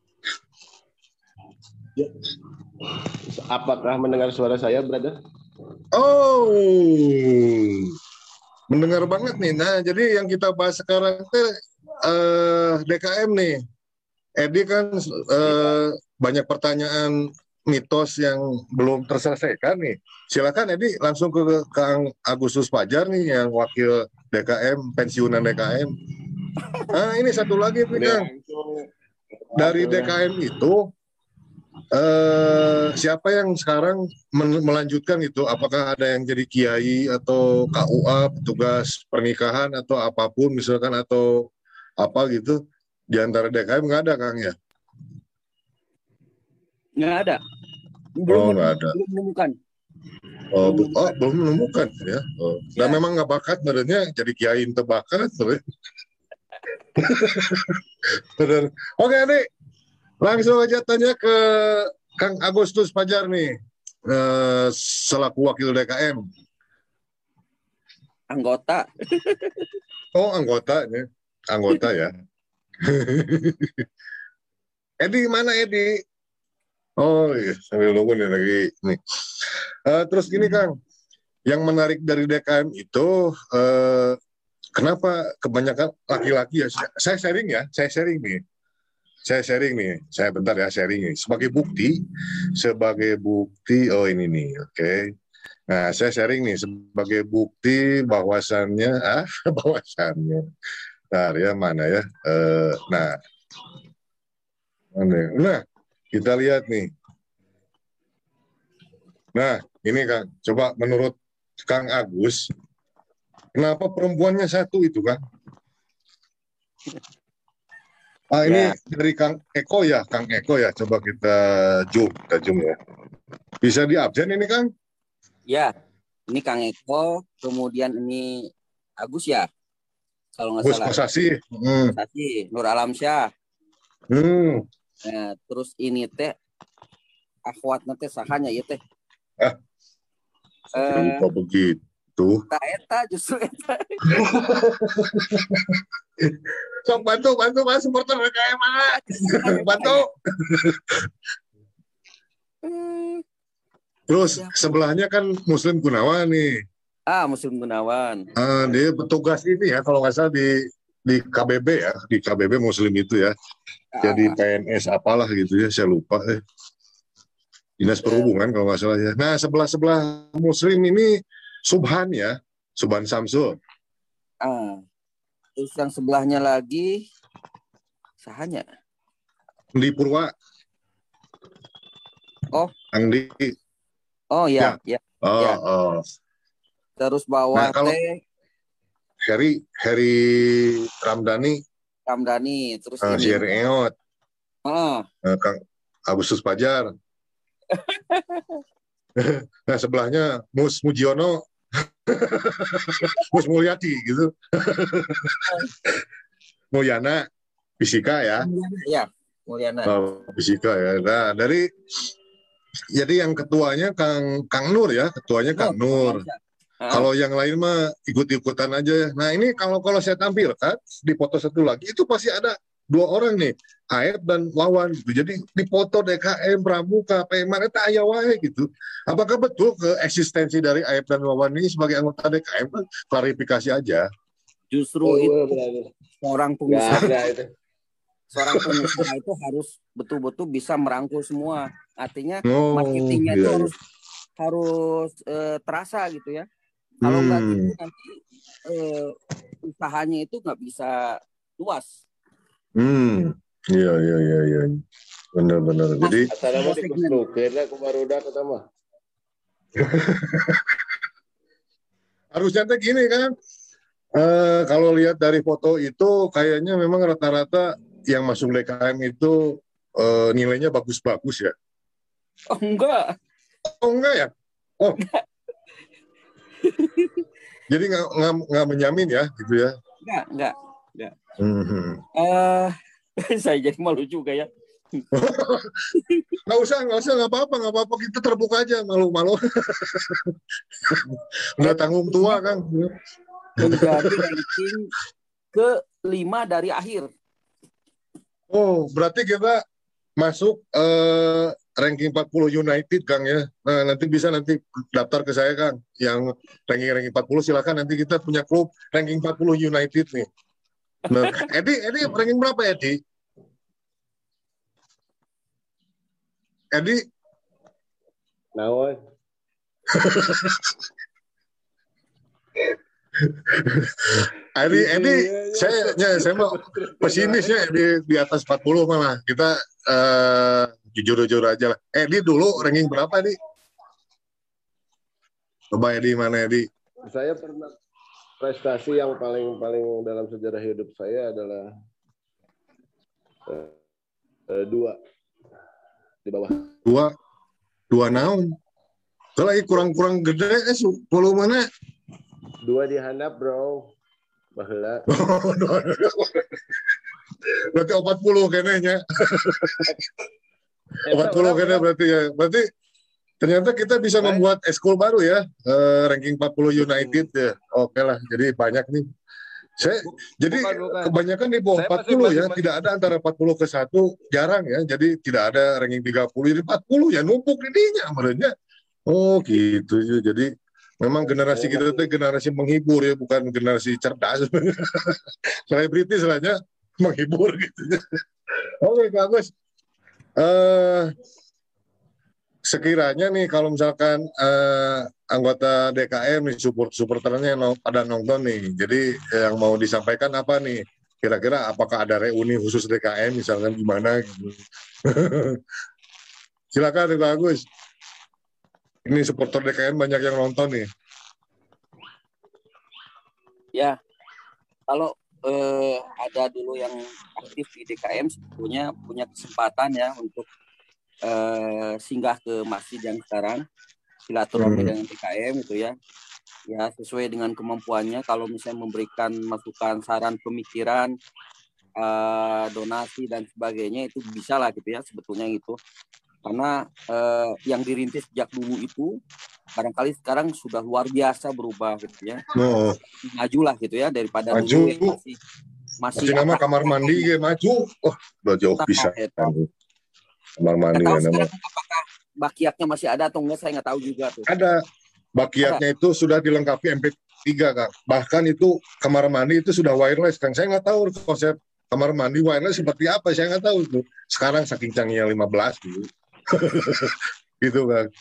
Ya. Apakah mendengar suara saya, brother? Oh, mendengar banget nih. Nah, jadi yang kita bahas sekarang itu uh, D K M nih. Edi kan uh, banyak pertanyaan mitos yang belum terselesaikan nih. Silakan Edi langsung ke Kang Agustus Fajar nih yang wakil D K M, pensiunan D K M. Nah ini satu lagi nih Kang. Dari D K M itu eh, siapa yang sekarang melanjutkan itu? Apakah ada yang jadi kiai atau K U A, petugas pernikahan atau apapun misalkan atau apa gitu? Di antara D K M nggak ada Kang ya? Nggak ada. Belum, oh nggak ada. Belum menemukan. Oh, belum, oh, belum menemukan ya. Oh. Dan ya. Memang nggak bakat, sebenarnya jadi kiai ente bakat. Bener. Oke nih, langsung aja tanya ke Kang Agustus Fajar nih, eh, selaku wakil D K M. Anggota. Oh anggota nih, anggota ya. Edi mana Edi? Oh iya, sambil nunggu nih lagi nih. Eh, terus gini Kang, yang menarik dari D K M itu eh, kenapa kebanyakan laki-laki ya? Saya sharing ya, saya sharing nih. Saya sharing nih, saya bentar ya sharing nih. Sebagai bukti, sebagai bukti, oh ini nih, oke. Okay. Nah, saya sharing nih sebagai bukti bahwasannya, ah, bahwasannya. Nah, ya mana ya? Uh, nah, nah, kita lihat nih. Nah, ini Kang, coba menurut Kang Agus, kenapa perempuannya satu itu Kang? Ah ini ya. Dari Kang Eko ya, Kang Eko ya. Coba kita zoom, kita zoom ya. Bisa di absen ini Kang? Ya, ini Kang Eko, kemudian ini Agus ya, kalau nggak salah. Kosasi. Hmm. Kosasi, Nur Alamsyah. Hmm. Nah, terus ini teh akhwatna teh sahanya ya teh. Ah. Eh, lupa begitu. Eta eta justru eta. Sok bantu, bantu mas supporter D K M bantu. Terus sebelahnya kan Muslim Gunawan nih. Ah, Muslim Gunawan. Ah, dia petugas ini ya, kalau nggak salah di di K B B ya, di K B B Muslim itu ya. Ah. Jadi P N S apalah gitu ya, saya lupa. Eh. Dinas Perhubungan kalau nggak salah ya. Nah sebelah-sebelah Muslim ini Subhan ya, Subhan Samsul. Ah. Terus yang sebelahnya lagi sahanya Andi Purwa. Oh. Andi. Oh ya, ya. ya. Oh, ya. oh. Terus bawah nah, kalau teh Heri Heri Ramdhani. Ramdhani, terus uh, ini. Si Heri Eot. Oh. Uh, Kang Agustus Fajar. Nah sebelahnya Mus Mujiono. Mus Mulyadi gitu. Mulyana Fisika ya. Ya, Mulyana. Oh, Fisika ya. Nah, dari jadi yang ketuanya Kang Kang Nur ya, ketuanya Kang oh, Nur. Uh. Kalau yang lain mah ikut-ikutan aja ya. Nah, ini kalau kalau saya tampilkan di foto satu lagi itu pasti ada dua orang nih, Aep dan Wawan gitu. Jadi di foto D K M, Pramuka, P M R itu aya wae gitu. Apakah betul ke eksistensi dari Aep dan Wawan ini sebagai anggota D K M? Klarifikasi aja. Justru oh, itu benar. Seorang pengusaha ya, itu. Seorang pengusaha itu harus betul-betul bisa merangkul semua. Artinya oh, marketingnya iya. itu harus harus eh, terasa gitu ya. Kalau nggak hmm. gitu nanti eh, usahanya itu nggak bisa luas. Hmm, iya iya iya iya, benar-benar. Jadi acara mau dikusrukeun lah ku barudak eta mah. Harusnya tuh gini kan, uh, kalau lihat dari foto itu kayaknya memang rata-rata yang masuk D K M itu uh, nilainya bagus-bagus ya. Oh enggak. Oh enggak ya. Oh. Jadi nggak nggak menjamin ya, gitu ya? Enggak enggak. Ya. Mm-hmm. Uh, saya jadi malu juga ya. Nggak usah, nggak usah, nggak apa-apa, nggak apa-apa, kita terbuka aja, malu-malu. Udah tanggung tua kan. Menjadi ranking ke lima dari akhir. Oh, berarti kita masuk uh, ranking empat puluh United Kang ya. Nah, nanti bisa nanti daftar ke saya Kang. Yang ranking-ranking empat puluh silakan, nanti kita punya klub ranking empat puluh United nih. Nah, Edi, Edi ranking berapa Edi? Edi? Naon? Edi, Edi, saya, ya, saya mau pesimisnya di, di atas empat puluh malah. Kita uh, jujur-jujur aja lah. Edi dulu ranking berapa Edi? Coba Edi, mana Edi? Saya pernah prestasi yang paling paling dalam sejarah hidup saya adalah uh, uh, dua di bawah dua dua naon kalau kurang-kurang gede eh volumenya dua di handap bro Baheula. Berarti empat puluh kayaknya. empat puluh kayaknya berarti ya. Berarti ternyata kita bisa membuat eskul baru ya. Uh, ranking empat puluh United ya. Oke lah, jadi banyak nih. Saya jadi bukan, bukan. Kebanyakan di bawah empat puluh ya, masih, tidak ada antara empat puluh ke satu, jarang ya. Jadi tidak ada ranking tiga puluh, jadi empat puluh ya numpuk ininya menurutnya. Oh gitu ya. Jadi memang generasi kita itu generasi menghibur ya, bukan generasi cerdas. Selebriti selanya menghibur gitu ya. Oke Kak Agus. Uh, sekiranya nih kalau misalkan uh, anggota D K M nih support supporternya yang pada nonton nih, jadi yang mau disampaikan apa nih? Kira-kira apakah ada reuni khusus D K M misalkan gimana gitu? Silakan Pak Agus. Ini supporter D K M banyak yang nonton nih. Ya, kalau eh, ada dulu yang aktif di D K M sebetulnya punya kesempatan ya untuk Uh, singgah ke masjid yang sekarang silaturahmi hmm. dengan D K M itu ya ya sesuai dengan kemampuannya, kalau misalnya memberikan masukan, saran, pemikiran, uh, donasi dan sebagainya itu bisa lah gitu ya sebetulnya gitu, karena uh, yang dirintis sejak dulu itu barangkali sekarang sudah luar biasa berubah gitu ya. Oh. Maju lah gitu ya daripada maju. Dulu yang masih masih nama kamar mandi ya maju. Oh udah jauh bisa kamar mandi ya nama. Apakah bakiaknya masih ada atau enggak, saya nggak tahu juga tuh. Ada. Bakiaknya ada. Itu sudah dilengkapi M P tiga Kang. Bahkan itu kamar mandi itu sudah wireless Kang. Saya nggak tahu konsep kamar mandi wireless seperti apa, saya nggak tahu tuh. Sekarang saking canggihnya lima belas dulu. Gitu Kang.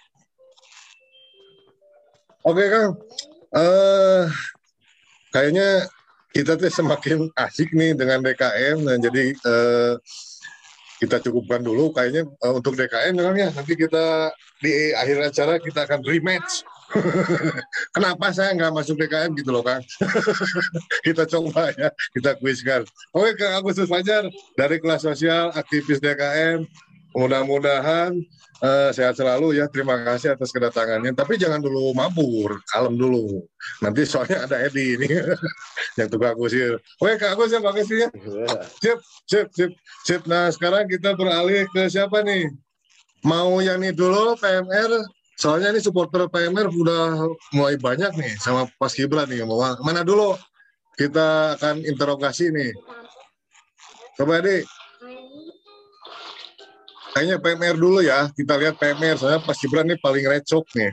Oke Kang. Uh, kayaknya kita tuh semakin asik nih dengan D K M, dan jadi uh, kita cukupkan dulu kayaknya uh, untuk D K M ya. Nanti kita di akhir acara kita akan rematch. Kenapa saya nggak masuk D K M gitu loh Kang. Kita coba ya, kita kuiskan. Oke Kang Agustus Fajar dari kelas sosial aktivis D K M. Mudah-mudahan uh, sehat selalu ya. Terima kasih atas kedatangannya. Tapi jangan dulu mabur, kalem dulu. Nanti soalnya ada Edi ini yang tukang kusir. Oke Kak Agus ya, makasih ya. Sip, sip, sip, sip. Nah sekarang kita beralih ke siapa nih? Mau Yani dulu P M R. Soalnya ini supporter P M R udah mulai banyak nih sama Pas Kibran nih. Mana dulu? Kita akan interogasi nih. Coba Edi. Kayaknya P M R dulu ya, kita lihat P M R, soalnya Pas Gibran nih paling recok nih.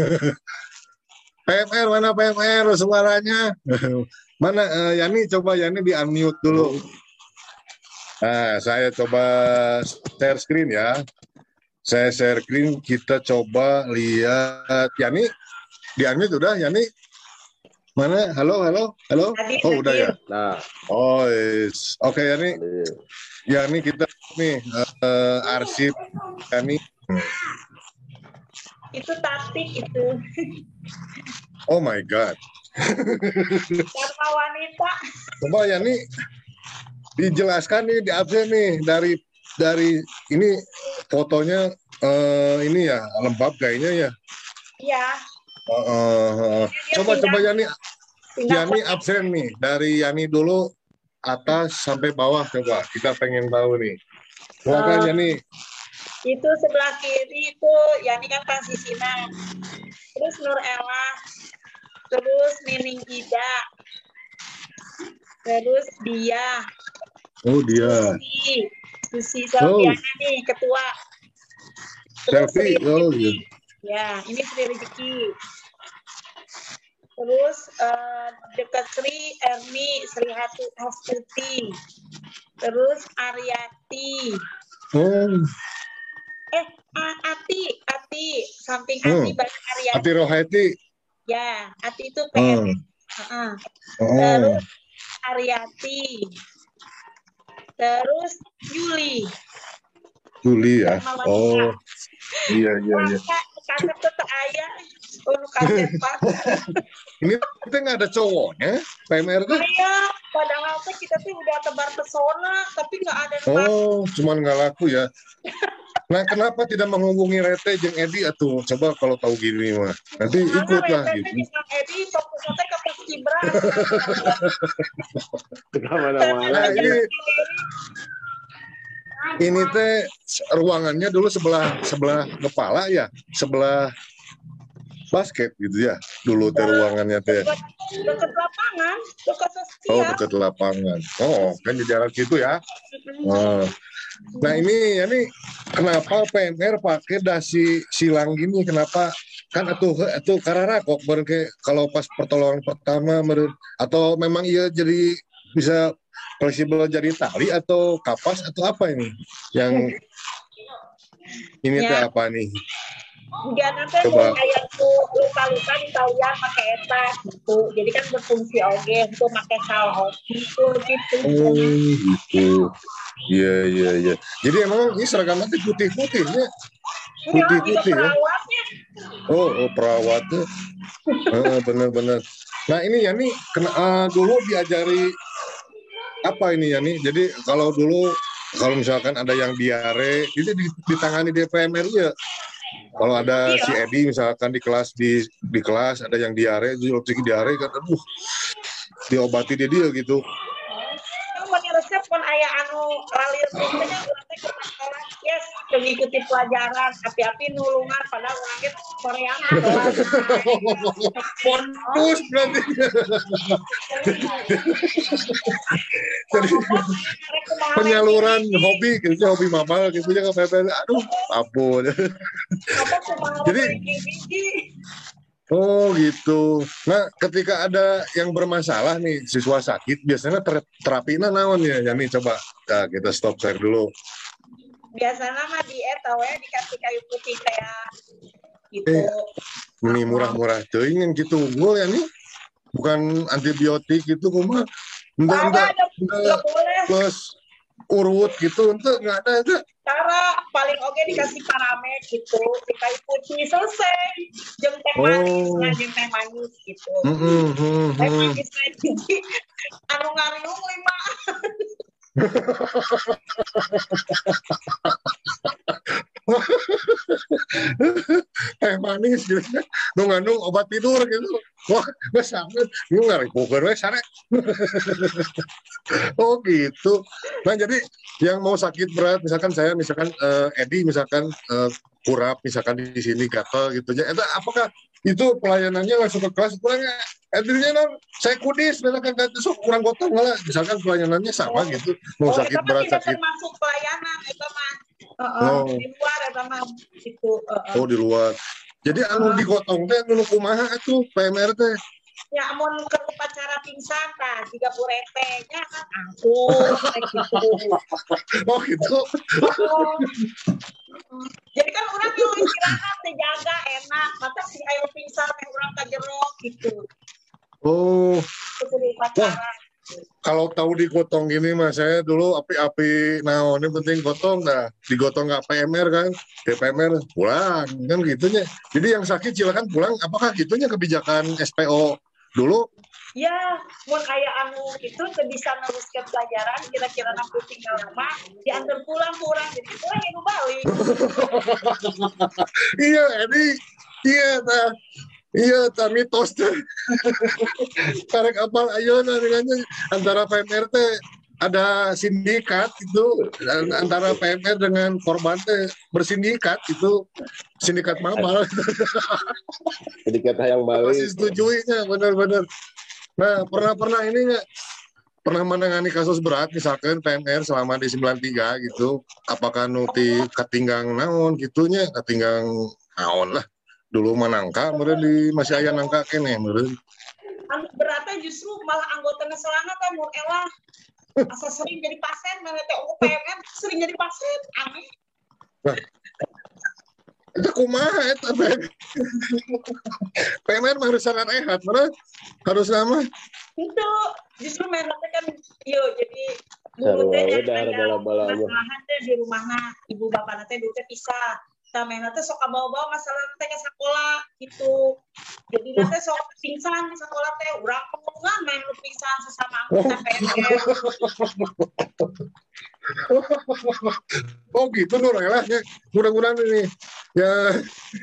P M R, mana P M R suaranya? Mana uh, Yani, coba Yani di unmute dulu. Nah, saya coba share screen ya. Saya share screen, kita coba lihat Yani, di unmute udah Yani? Mana? Halo, halo, halo? Oh udah ya. Nah, oh yes. Oke okay, Yani. Yani kita nih uh, arsip kami itu taktik itu. Oh my god. Karena wanita. Coba ya nih dijelaskan nih di absen nih dari dari ini fotonya uh, ini ya lembab kayaknya ya. Iya. Uh, uh, uh. Coba coba ya nih Yani absen nih dari Yani dulu atas sampai bawah, coba kita pengen tahu nih. Silakan uh, Yani. Itu sebelah kiri itu Yani kan Transisina, terus Nur Ella, terus Nining Ida, terus dia. Oh dia. Susi, Susi Selviana oh. nih ketua. Selfie, oh iya. Ya, ini Sri Rezeki. Terus uh, dekat Sri Erni, Sri Hastuti, terus Aryati, hmm. eh Ati, Ati, samping Ati hmm. banyak Aryati. Ati Rohati. Ya, Ati itu P M. Hmm. Uh-uh. Oh. Terus Aryati, terus Yuli. Yuli ya. Oh. Iya, iya, iya. Kasep tetap ayah. Oh, kasep Pak. Ini kita nggak ada cowoknya, P M R tuh. Iya, padahal tuh kita tuh udah tebar pesona, tapi nggak ada yang Oh, cuman nggak laku ya. Nah, kenapa tidak menghubungi Rete jeung Edi atuh? Coba kalau tahu gini mah. Nanti ikut lah gitu. Bisa Edi fokusnya ke Paskibra. Kemana-mana. Nah, ini ini teh ruangannya dulu sebelah sebelah kepala ya, sebelah basket gitu ya. Dulu teh ruangannya teh. Dekat lapangan, dekat sosial. Oh, dekat lapangan. Oh, kan di jarak situ ya. Oh. Nah, ini ya nih kenapa P M R pakai dasi silang gini? Kenapa? Kan atuh atuh karena kok berke kalau pas pertolongan pertama meren, atau memang iya jadi bisa fleksibel jadi tali atau kapas atau apa ini? Yang ini teh Ya. apa nih? Dia nanti Coba. kayak tuh luka-luka di tauyan pakai eta gitu. Jadi kan berfungsi oke untuk pakai salho gitu gitu. Oh, gitu. Iya, iya, iya. Jadi emang ini seragamnya tuh putih-putihnya. Ini orang juga Putih-putih ya. perawatnya. Oh, oh perawatnya. Eh, bener-bener. Nah ini ya nih kena, uh, dulu diajari apa ini ya nih. Jadi kalau dulu kalau misalkan ada yang diare, itu ditangani di P M R ya. Kalau ada Iya. si Edi misalkan di kelas di di kelas ada yang diare, jadi waktu diare kan, aduh, diobati dia dia gitu. Kan punya resep pun ayah anu lalir biasanya urang teh ke sekolah yes mengikuti pelajaran api-api nulungan padahal urang Korea mah Bonus berarti. Jadi penyaluran hobi gitu, hobi mama gitu ya ke P M R. Aduh, ampun. Jadi oh gitu. Nah, ketika ada yang bermasalah nih, siswa sakit, biasanya ter terapinya naon ya? Ya nih coba nah, kita stop share dulu. biasanya mah di eta we dikasih kayu putih kayak gitu. Eh, Ini murah-murah teuing yang gitu unggul ya nih. Bukan antibiotik gitu kumaha. Enggak, Ada enggak, ada enggak nggak boleh. plus urut gitu, enggak enggak ada ada. Cara paling oke dikasih paramet gitu, si kayu putih selesai. Jeung teh Oh. manis, nah jeung teh manis gitu. Heeh, heeh, Teh heeh. manis teh hiji anu ngariung lima. Teh manis gitu. Nu ngandung obat tidur gitu. Wah, geus sangat. Ieu ngaripukeun we sare. Oh gitu. Nah jadi yang mau sakit berat, misalkan saya, misalkan eh, Edi, misalkan eh, kurap, misalkan di sini gatel gitu. Ya, itu apakah itu pelayanannya langsung ke kelas? Kurangnya Edinya non, saya kudis, misalkan sok kurang gotong malah, misalkan pelayanannya sama gitu. Mau Oh, sakit itu mah berat tidak sakit. termasuk pelayanan itu mah. Heeh, Oh. di luar eta mah gitu. heeh. Oh di luar. Jadi anu digotong teh anu kumaha atuh P M R teh. Ya amun ke upacara pingsan tah tiga puluh retenya kan angkut kayak gitu. Oh gitu. Oh. Jadi kan orang yang istirahat dijaga enak, mata si ayo pingsan teh urang ka jero gitu. Oh, Itu di upacara. kalau tahu digotong gini mah saya dulu api-api naon ini penting gotong dah. Digotong nggak P M R kan? Ke P M R pulang kan gitunya. Jadi yang sakit silakan pulang. Apakah gitunya kebijakan S P O dulu? Ya, mun aya anu itu teu bisa neruskeun pelajaran kira-kira nanti tinggal lama diantar pulang ke urang jadi urang yang balik. Iya, ini iya tah. Iya, tah mitos teh. Karek apal ayeuna dengan antara P M R teh ada sindikat itu antara P M R dengan korban teh bersindikat itu sindikat mabal. Jadi kata yang balik. Masih setujuinya benar-benar. Nah, pernah-pernah ini nggak pernah menangani kasus berat misalkan P M R selama di sembilan puluh tiga gitu, apakah nuti ketinggang naon gitunya, ketinggang naon lah. Dulu manangka, meureun di masih aya nangka keneh meureun. Anu beratnya justru malah anggotanya selana teh mun elah asa sering jadi pasien mana teh oh P M R sering jadi pasien aneh. Nah, itu kumaha eta P M R mah harus sangat rehat, mana harus nama. Itu justru memang teh kan yo jadi dulu teh Sarua we yang dahar aya bala-bala mah. masalahan teh di rumahna ibu bapana teh dulu teh pisah. Tamena teh sok bawa-bawa masalah teh ke sekolah gitu. Jadi nanti sok pingsan di sekolah teh urang pengungan main lu pingsan sesama anggota P M R. Oh gitu Nur ya. Mudah-mudahan ini ya.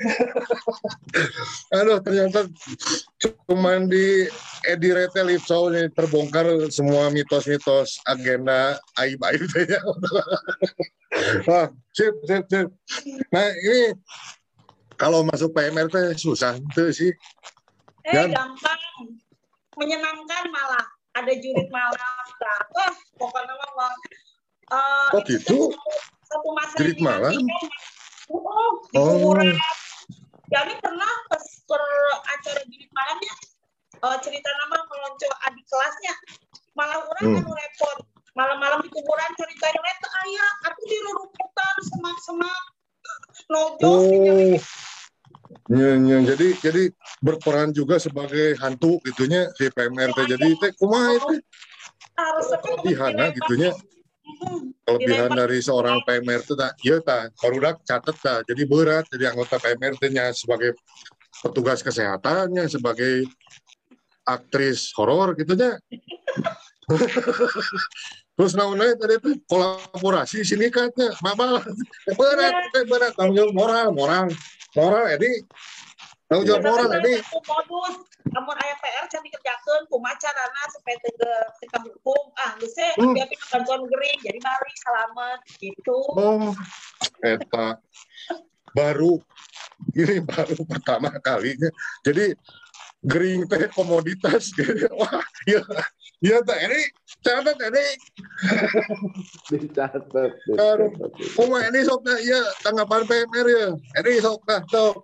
Aduh ternyata cuman di Edi Retail Show ini terbongkar semua mitos-mitos agenda aib-aib ya. Wah, sip, sip, sip. Nah ini kalau masuk P M R teh susah tuh sih. Eh Dan, gampang, menyenangkan malah. Ada jurit malam, wah pokoknya mah. Uh, oh gitu? Satu masa jurit malam? Oh, di kuburan. Oh. Jadi pernah pas per acara jurit malamnya, uh, cerita nama meluncur adik kelasnya, malah orang hmm. yang repot. Malam-malam di kuburan ceritanya itu ayah, aku di rumputan semak-semak nojos. Oh. Ya, ya, jadi jadi berperan juga sebagai hantu gitunya di P M R T. Jadi teh kumaha itu? Kelebihan nah gitunya. Kelebihan dari seorang P M R T tak ieu tah barudak catet tah. Jadi berat jadi anggota P M R T-nya sebagai petugas kesehatannya, sebagai aktris horor gitunya. Terus naonnya tadi itu kolaborasi sindikatnya, mabal berat, ya. berat tanggung jawab moral, moral, moral, Edi, tanggung jawab moral, Edi. Modus, namun ayah P R can dikerjakan, kumaca rana supaya tegak hukum, ah, lu sih, hmm. biar bantuan gering, jadi balik selamat, gitu. Oh, eta baru, ini baru pertama kalinya, jadi gering teh komoditas, gitu. Wah, iya, iya teh, ini catat ini. Dicatat. Kuma ini soknya, iya tanggapan P M R ya, ini soknya, sok.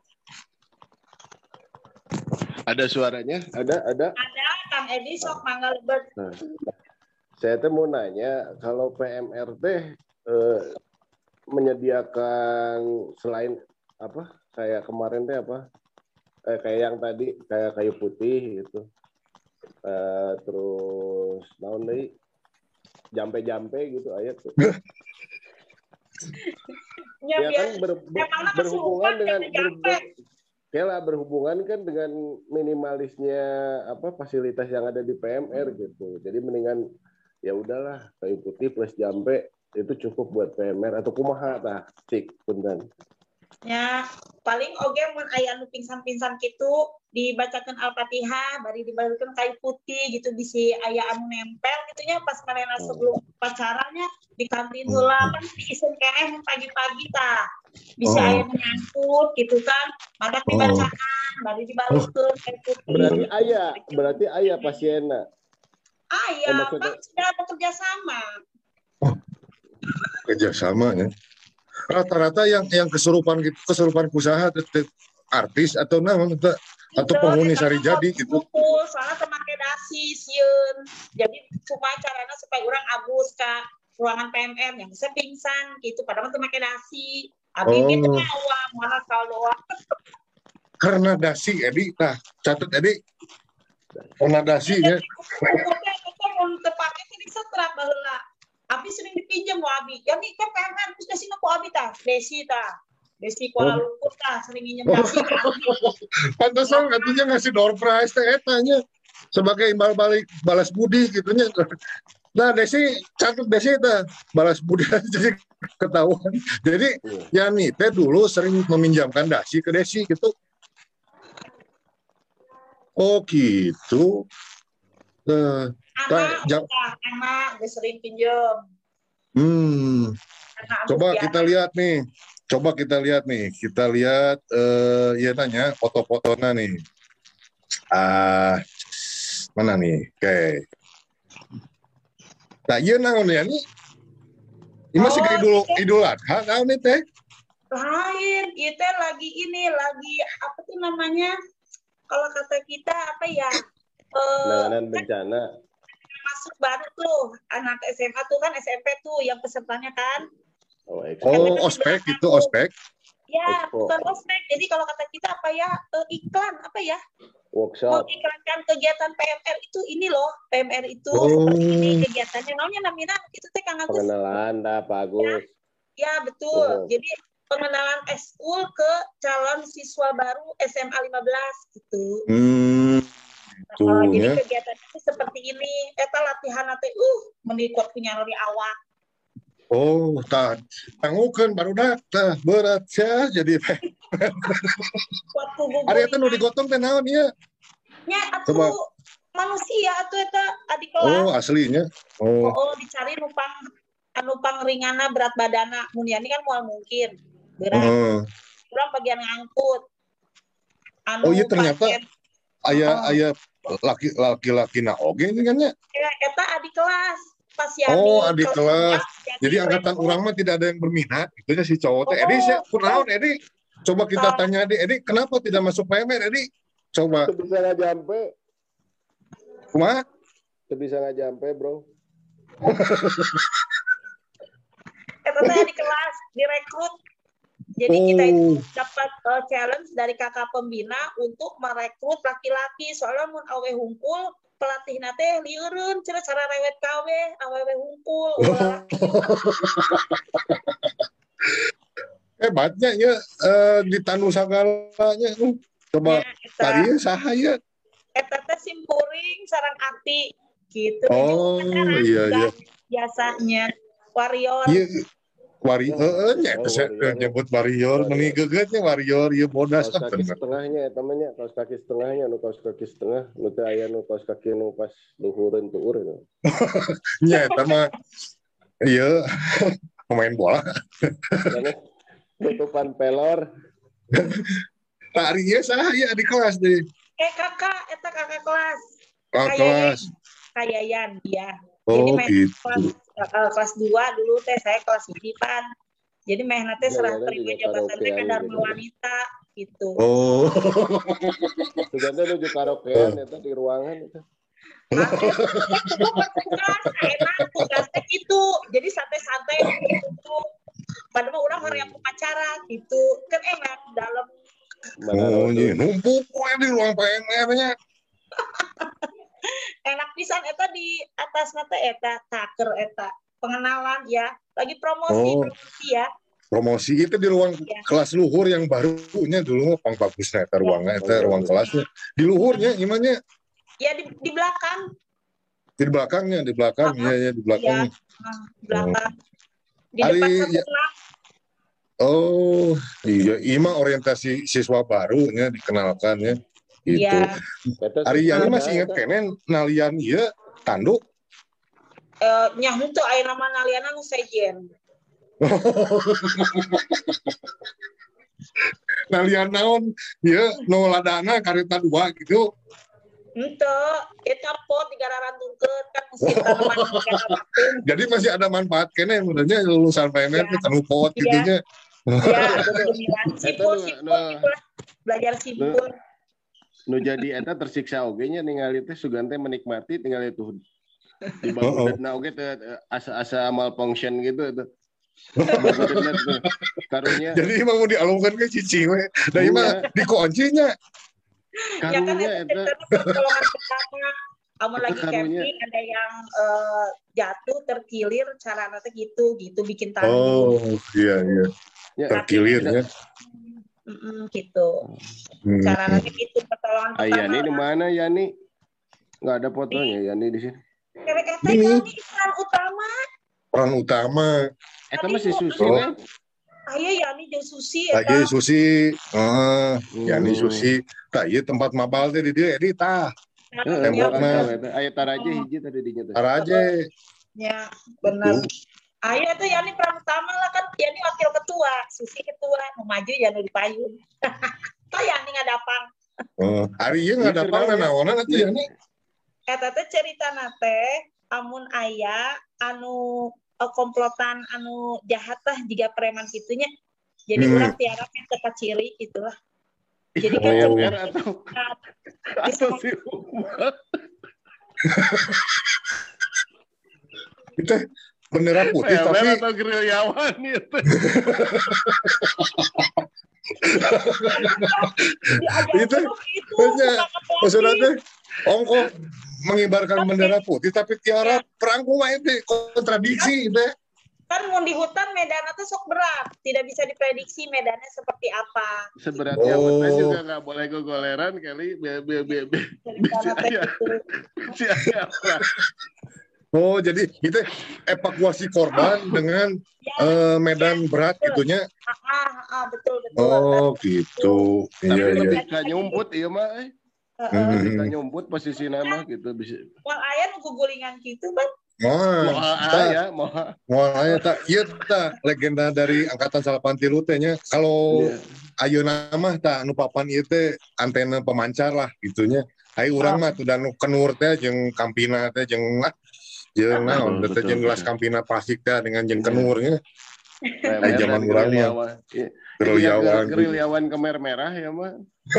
Ada suaranya? Ada, ada. Ada, Kang Edi sok mangga lebat. Nah, saya tuh mau nanya, kalau P M R teh eh, menyediakan selain apa? Kayak kemarin teh apa? Eh, kayak yang tadi kayak kayu putih gitu, uh, terus naon deui jampe-jampe gitu ayat tuh. Ya, ya kan ber, ber, berhubungan dengan ber, ber, ya lah, berhubungan kan dengan minimalisnya apa fasilitas yang ada di P M R gitu. Jadi mendingan ya udahlah kayu putih plus jampe itu cukup buat P M R atau kumaha tah cik punten. Ya, paling oge mun aya anu pingsan-pingsan kitu dibacakeun Al-Fatihah, bari dibalukeun kayu putih gitu bisi aya anu nempel gitu nya pas manehna sebelum upacaranya di kantin heula kan diisin keneh pagi-pagi tah. Bisa oh. aya nyangkut gitu kan, madak dibacakan, oh. bari dibalukeun kayu putih. Berarti aya, berarti aya pasienna. Aya, oh, kan sudah bekerja sama. Oh. Kerja sama ya. Rata-rata yang yang kesurupan gitu, kesurupan usaha artis atau naon atau penghuni sari jadi gitu. Soalnya temake dasi sieun. Jadi cuma caranya supaya orang abus ke ruangan P M R yang bisa pingsan gitu padahal temake dasi. Abi oh. gitu awa mana kalau doa. Karena dasi Edi tah catat Edi. Karena dasi ya. Mun tepake teh disetrap baheula. Abi sering dipinjam mau Abi. Yang ini kan P M R terus desi ku Abi tah, Desi tah. Desi Kuala Lumpur tah sering pinjam dasi ke Abi. Pantesan katanya ngasih door prize teh etanya sebagai imbal balik balas budi gitunya. Nah, Desi catat Desi tah balas budi jadi ketahuan. Jadi ya nih teh dulu sering meminjamkan dasi ke Desi gitu. Oh gitu. Nah, anak, jam... anak, gue sering pinjam. Hmm, coba kita lihat nih, coba kita lihat nih, kita lihat, uh, ya tanya foto-fotonya nih. Ah, mana nih? Oke. Okay. Nah, iya naon ya nih? Ini masih oh, idul idul adha naon nih teh? Lain, itu lagi ini, lagi apa tuh namanya? Kalau kata kita apa ya? Penanganan bencana. Masuk baru tuh anak S M A tuh kan S M P tuh yang pesertanya kan. Oh, oh ospek itu ospek. Ya, bukan ospek. Jadi kalau kata kita apa ya uh, iklan apa ya? Workshop. Mengiklankan kegiatan P M R itu ini loh P M R itu oh. seperti ini kegiatannya. Namanya namanya itu teh Kang Agus. Pengenalan dah Pak Agus. Ya, ya betul. Oh. Jadi pengenalan eskul ke calon siswa baru S M A lima belas gitu. Hmm, itu Uh, jadi ya. kegiatan itu seperti ini. Eta latihan nanti uh menikot punya dari awak. Oh, tak tangguhkeun baru tah berat ya jadi. Buat kubu Ari eta nu digotong teh naon ieu? nya Coba. atuh manusia atuh eta adik Oh, kelas. aslinya. Oh. Oh, dicari nupang anu pangringana berat badana. Mun yani kan moal mungkin berat. Heeh. Kurang bagian ngangkut. Anu Oh iya ternyata pasien, aya uh-uh. aya laki laki-laki na oge ini kan ya. Ya, eta adik kelas pas Yani. Oh, adik kelas. Yani Jadi angkatan rekod. orang mah tidak ada yang berminat. Itunya si cowok teh. Oh, Edi, saya oh. kunaon Edi? Coba kita Ah. tanya Edi, Edi kenapa tidak masuk P M R Edi? Coba. Itu bisa nggak jampe, Kumaha? itu bisa nggak jampe bro. Eta teh adik kelas direkrut. Jadi kita itu Oh. dapat uh, challenge dari kakak pembina untuk merekrut laki-laki. Soalnya mun awe hungkul pelatih nate lieureun cara cara rewet kawe awewe hungkul. Hebatnya ya eh, di Tanu Sagalanya. Uh, coba Ya, eta tadi saha ya? eta teh simpuring sarang ati gitu. Oh, Jadi, iya, kan iya. biasanya warrior. Iya. Warrior, heeh nya Oh, saya warrior. nyebut warrior, Warrior. meni gegetnya warrior, ieu bodas Kaos ah kaki bener. setengahnya eta mah nya, kaos kaki setengahnya nu kaos kaki setengah, nu teh aya nu kaos kaki nu pas luhureun tuur itu. Nya eta mah ieu pemain bola. Karena tutupan pelor. Tari ieu saha ieu di kelas deh. Eh kakak, eta kakak kelas. Kelas Kayayan. kelas. Kayayan dia. Jadi Oh main gitu. kelas uh, kelas dua dulu teh saya kelas hijipan. Jadi main teh Ya, serah ya, terima juga jabatan teh karaokean kadar gitu. wanita gitu. Oh. Suganda nuju karaokean eta di ruangan eta. Nah, itu tugas enak tugasnya gitu. Jadi santai-santai gitu. Padahal orang orang yang upacara gitu. Kan enak dalam Oh, iya, numpuk we di ruang P M R-nya. enak pisan eta di atas nate eta taker eta pengenalan ya. Lagi promosi Oh. promosi ya. Promosi itu di ruang Ya. kelas luhur yang barunya dulu pang bagusnya eta ruangnya eta Ya. ruang kelasnya. Di luhurnya gimana? Ya di, di belakang. Di belakangnya, di belakang, Uh-huh. iya ya di belakang. Nah, di belakang. Di Hari- depan ya. sekolah. Oh, iya, ima orientasi siswa baru ya dikenalkan ya. Gitu. Iya. Eta Ari Yani siswa masih ingat eta. kenen nalian ieu tanduk. Eh, nyah henteu aya nama naliana nu sejen. Nalian naon ieu nu ladana kareta dua gitu. Henteu, eta pot digararantungkeun kan musim tanaman kana waktu. Jadi masih ada manfaat kene sebenarnya lulusan P M R Ya. tanu pot Iya. gitu nya. Ya, Eta tuh- pemilihan eta simpul tuh, simpul nah. gitu lah. Belajar simpul. Nu jadi eta tersiksa oge nya ningali teh Sugante menikmati tinggal itu di Oh, oh. bagudetna oge teh asa-asa malfunction gitu eta. Bagudetna teh karunya Jadi emang mau dialungkan ke cici we. Da Iya. mah dikuncinya. Ya kan karunya eta eta pertolongan pertama. Amun Eta lagi karunya. camping ada yang eh, jatuh terkilir cara nanti gitu gitu bikin Oh, tanggung. iya iya. ya, Terkilirnya. Mm-mm, gitu. Hmm. Cara nanti gitu pertolongan Ah, pertama. Yani di mana Yani? Nggak ada fotonya Yani di sini. Kerek eta Ini. ini peran utama. Peran utama. Eta Tadi masih mau- Susi Oh. we. Aya Yani jeung Susi eta. Lagi Susi. Ah, Hmm. Yani Susi. Tah ieu tempat mabal teh di dieu Edi tah. Heeh, Tembokna. belakang tahu eta. Aya taraje hiji tadi dinya teh. Araje. Ya, benar. Ayo itu Yani peran utama lah kan Yani wakil ketua, Susi ketua, mau maju Yani di payung. Toh Yani ngadapang. Oh, hari ieu ngadapang Iya, naonan atuh Yani. Eta teh cerita nate amun aya anu eh, komplotan anu jahat lah jika preman gitunya. Jadi Hmm. orang tiara teka ciri itulah. Jadi kan Oh. P M R atau atau si Umar. Kita bendera putih P M R tapi atau gerilyawan itu. Itu, maksudnya- maksudnya teh ongko mengibarkan bendera putih tapi tiara perang kumaha itu kontradiksi itu. Kan mau di hutan medan itu sok berat, tidak bisa diprediksi medannya seperti apa. Sebenarnya Oh. hutan juga nggak boleh gogoleran kali. Be be be be. Si Daripada ayah, itu. si ayah lah. Oh, jadi itu evakuasi korban dengan Ya, eh, medan berat gitunya. ah, ah, ah, betul betul. Oh, gitu. Tapi Iya, iya. lebih ke nyumput iya mah. Eh. Heeh. Lebih ke Hmm. nyumput posisi nama gitu bisa. Wah, ayah nunggu gulingan gitu, Bang. Wah, Moha tak, ayah, moha. wah, ya, tak, iya tak, legenda dari angkatan salapan tilu teh nya. Kalau Iya. ayeuna mah tak anu papan ieu teh antena pemancar lah gitunya. Ai urang mah tuh dan kenur teh jeung kampina teh jeung ah jeung naon Betul, teh betul, jeung gelas betul. kampina plastik teh dengan jeung Iya. kenurnya. Premer Ai zaman dan urang mah gerilyawan. Iya. gerilyawan. Gerilyawan kemer merah ya mah.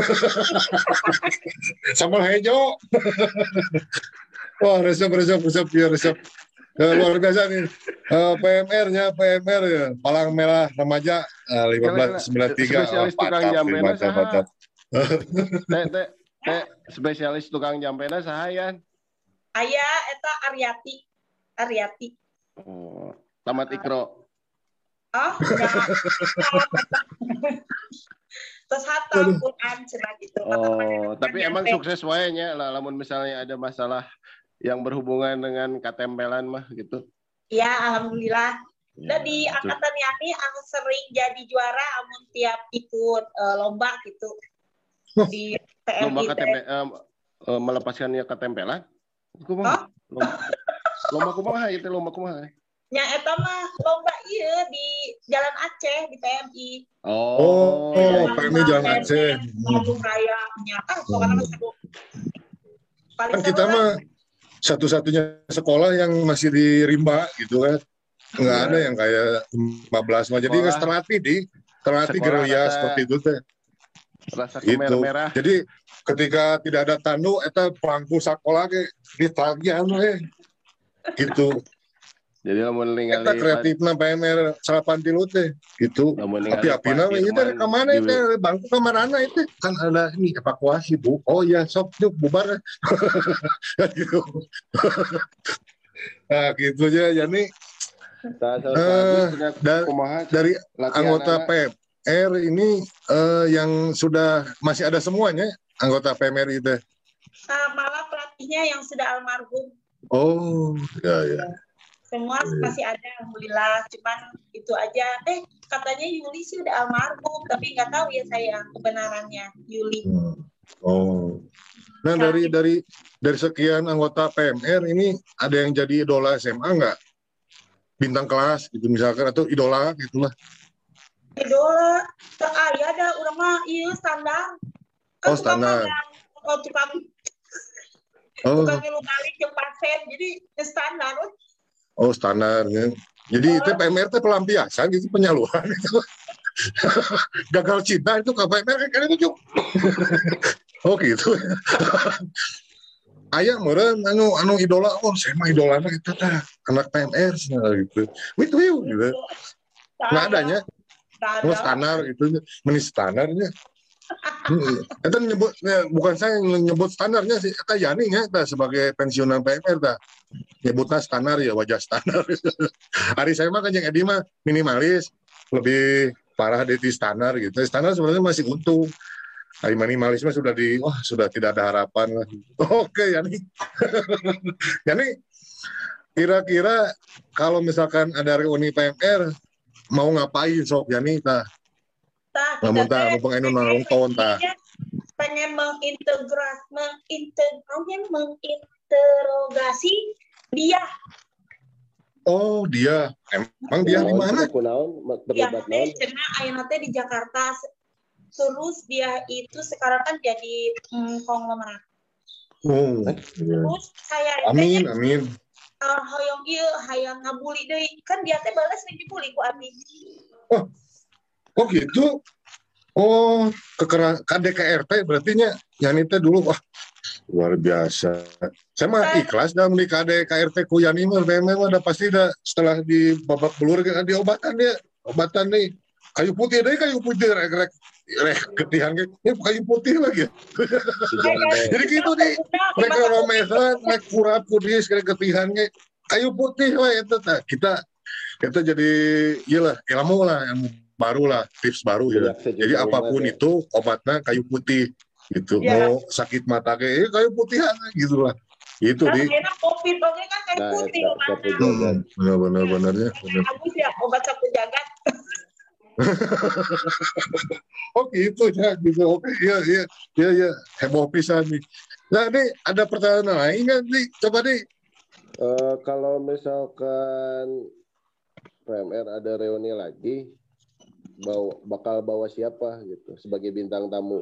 Sambal hejo. Wah, resep resep resep ya resep. Eh, luar biasa nih. Eh, P M R-nya P M R ya. Palang Merah Remaja eh, lima belas sembilan puluh tiga. Spesialis Oh, tukang mantap, jampena mantap, saha? mantap. Teh teh teh spesialis tukang jampena sahayan. Ayah eta Aryati. Aryati. Oh, tamat ikro. Oh, enggak. Terus hatam Quran cenah gitu. Oh, tapi emang sukses wae nya lah lamun misalnya ada masalah yang berhubungan dengan katempelan mah gitu. Ya, alhamdulillah. Ya, Dan di itu. angkatan Yani aku sering jadi juara amun tiap ikut eh, lomba gitu. Di T M I. Lomba katempe eh, eh, melepaskannya katempelan. Oh? Kumaha? Lomba, lomba kumaha itu lomba kumaha? Nya eta mah lomba ieu di Jalan Aceh di P M I. Oh, Oh, iya, P M I Jalan Aceh. Bandung Raya nya. Ah, pokoknya mah seru. Paling Kan seru kita kan? mah satu-satunya sekolah yang masih di rimba gitu kan. Nggak Iya. ada yang kayak lima belas mah. Jadi Sekolah. nggak terlatih di terlatih Sekolah gerilya rasa- seperti itu teh. rasa Gitu. kemer merah. Jadi ketika tidak ada tandu, eta pangku sakola ke ditagihan we. Gitu. Jadi lamun Eta ningali kreatifna P M R salapan tilu teh. Gitu. lamun Tapi ningali apina Pak we itu Dirman ke mana di- itu bangku ke mana itu kan ada ini evakuasi Bu. Oh iya sok yuk bubar. Kan gitu. Nah, gitu aja ya nih Tah, salah Eh, bagus dengan da- kumaha dari latihan anggota anak. P M R ini eh, yang sudah masih ada semuanya anggota P M R itu. Ah, malah pelatihnya yang sudah almarhum. Oh, ya ya. Semua masih ada alhamdulillah. Cuman itu aja. Eh, katanya Yuli sih udah almarhum, tapi nggak tahu ya saya kebenarannya Yuli. Hmm. Oh. Nah, dari dari dari sekian anggota P M R ini ada yang jadi idola S M A nggak? Bintang kelas gitu misalkan atau idola gitulah. Idola, tak ayah ada orang mah iya standar. Kan Oh, standar. tukang magang, oh, tukang Oh, tukang ngilu balik jeung pasien, jadi ya standar. oh standar ya. Jadi itu P M R itu pelampiasan gitu penyaluran itu. Gagal cinta itu ke P M R kan itu. Oh gitu. Ayah meureun anu anu idola, oh saya mah idolana itu tah anak P M R nah, gitu. Witu gitu. Nggak adanya. Nggak Oh ada. standar itu meni standarnya. Itu nyebut ya, bukan saya yang nyebut standarnya sih, kata Yani ya, ta, sebagai pensiunan P M R ta. Nyebutnya standar ya wajah standar. Hari saya mah kan yang Edi mah minimalis, lebih parah dari standar gitu. Standar sebenarnya masih untung. Hari minimalisme sudah di, wah sudah tidak ada harapan lah. Oke Yani. Yani, kira-kira kalau misalkan ada reuni P M R, mau ngapain sok Yani ta? Tah, Namun kita ta, teh mumpung anu pengen- nalong tahun ta. pengen mengintegras mengintegrasi menginterogasi dia Oh dia, emang dia di mana? Kunaon, yang terlibat teh naon? cenah ayeuna teh di Jakarta. Terus dia itu sekarang kan jadi hmm, konglomerat. Oh, iya. Terus saya Amin, teh amin. uh, hoyong ieu hayang ngabuli deui. Kan dia teh balas dibully ku abdi. Oh gitu. Oh, kekeras K D K R T berarti nya Yani teh dulu wah luar biasa. Saya mah ikhlas dah di K D K R T ku Yani mah memang udah pasti dah setelah di babak belur kan di obatan dia, obatan nih. Kayu putih deh, kayu putih rek rek rek ketihan ge. Ini kayu putih lagi. Jadi gitu nih. Mereka romesan, rek pura pudis rek ketihan ge. Kayu putih we eta tah. Kita Kita jadi iyalah ilmu lah, ilmu baru lah, tips baru ya. Jadi apapun ya. Itu obatnya kayu putih gitu. Ya. Mau sakit mata kayak eh, kayu putih aja gitu lah. Itu di. Karena covid oke kan kayu nah, putih hmm, benar-benar benarnya. Aku sih obat sapu jagat. Oh gitu ya gitu. Oke iya iya iya iya heboh pisan nih. Nah ini ada pertanyaan lain nggak nih? Coba nih. Uh, kalau misalkan P M R ada reuni lagi, bawa, bakal bawa siapa gitu sebagai bintang tamu?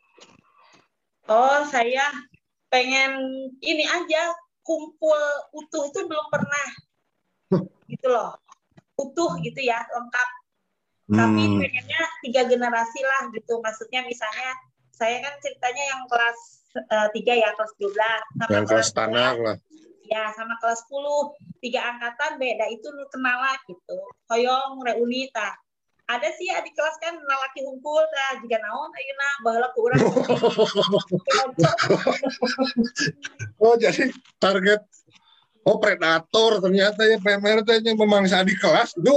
Oh saya pengen ini aja kumpul utuh itu belum pernah gitu loh, utuh gitu ya lengkap. Hmm. Tapi pengennya tiga generasi lah gitu, maksudnya misalnya saya kan ceritanya yang kelas uh, tiga ya kelas dua belas sama yang kelas tanah lah ya sama kelas sepuluh tiga angkatan beda itu lu kenal lah gitu hoyong reuni tah ada sih adik kelas kan laki hungkul tah jika naon ayeuna baheula ku urang oh jadi target oh predator ternyata ya P M R teh yang memangsa adik kelas itu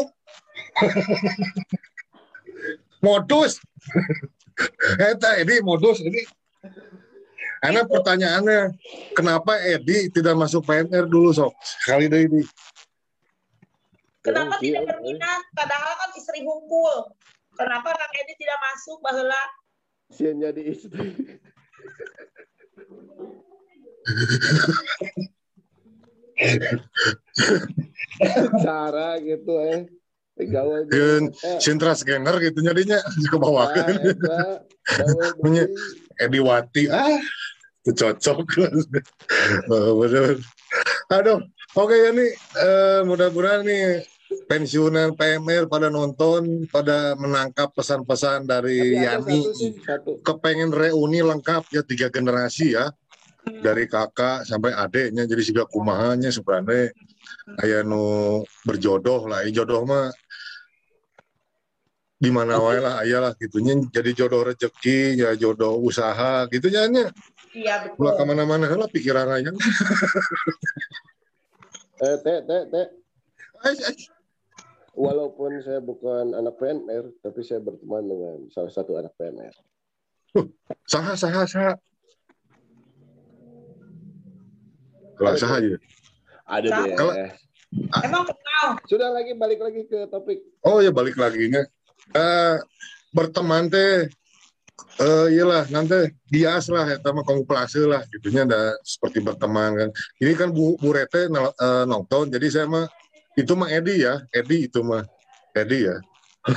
modus eta ini modus ini. Karena pertanyaannya, kenapa Edi tidak masuk P M R dulu sok? Sekali deh ini. Kenapa tidak berminat? Padahal kan istri hungkul. Kenapa Kang Edi tidak masuk baheula? Sian jadi istri. Cara gitu eh. Gaul Sintra scanner gitu jadinya ke bawah kan. Punya Edi Wati ah itu cocok. Oh, bener. Aduh, oke ya nih uh, mudah-mudahan nih pensiunan P M R pada nonton, pada menangkap pesan-pesan dari Yani. Kepengen reuni lengkap ya tiga generasi ya. Dari kakak sampai adeknya jadi juga kumahanya sebenarnya aya nu berjodoh lah, jodoh mah di mana wae lah ayalah gitunya jadi jodoh rezeki ya jodoh usaha gitu ya nya. Iya betul. Ulah ke mana-mana lah pikiran aja. eh teh teh teh. Walaupun saya bukan anak P M R tapi saya berteman dengan salah satu anak P M R. Uh, saha saha saha. Kelas saha aja. Ada deh. Kalau emang kenal. Sudah lagi balik lagi ke topik. Oh ya balik lagi nya. Uh, berteman teh uh, iyalah nanti bias lah ya sama kamuflase lah gitunya ada seperti berteman kan. Ini kan Bu Bu Rete uh, nonton jadi saya mah itu mah Edi ya, Edi itu mah Edi ya.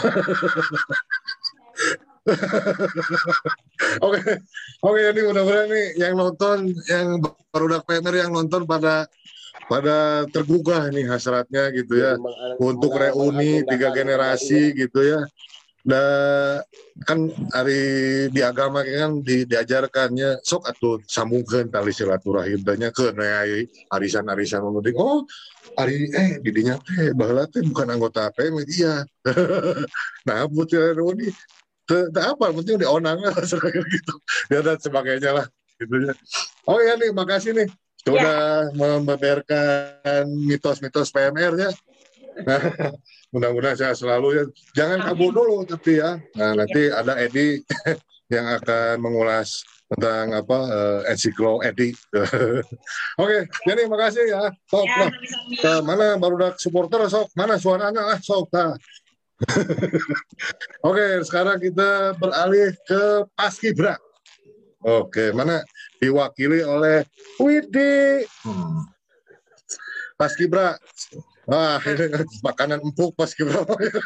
Oke, oke ini mudah-mudahan nih yang nonton, yang barudak P M R yang nonton pada pada tergugah nih hasratnya gitu ya, ya untuk reuni tiga generasi ya. Gitu ya. Dan kan hari di agama kan di, diajarkannya sok atuh sambungkeun tali silaturahim tanya ke arisan-arisan penting. Oh, hari eh didinya teh baheula teh bukan anggota P M R iya. Nah, butuh reuni Te, te apa penting dionang lah gitu ya dan sebagainya lah gitu ya. Oh ya nih makasih nih sudah ya. Membeberkan mitos-mitos P M R ya. Nah, mudah-mudahan saya selalu ya jangan kabur dulu tapi ya nah nanti ya. Ada Edi yang akan mengulas tentang apa uh, ensiklo Edi. Oke jadi makasih ya sok ya, nah, mana barudak supporter sok mana suaranya lah sok nah. Oke, sekarang kita beralih ke Paskibra. Oke, mana diwakili oleh Widi. Hmm. Paskibra. Wah, ini makanan empuk Paskibra.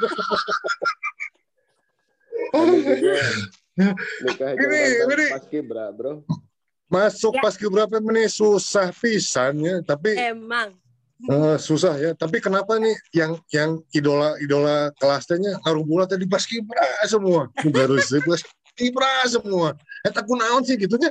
ini, ini Paskibra, bro. Masuk ya. Paskibra ini susah pisannya, tapi emang. Uh, susah ya, tapi kenapa nih yang yang idola idola kelasnya ngarumpula tadi Paskibra semua, harus Paskibra semua. Eta kunaon sih gitunya?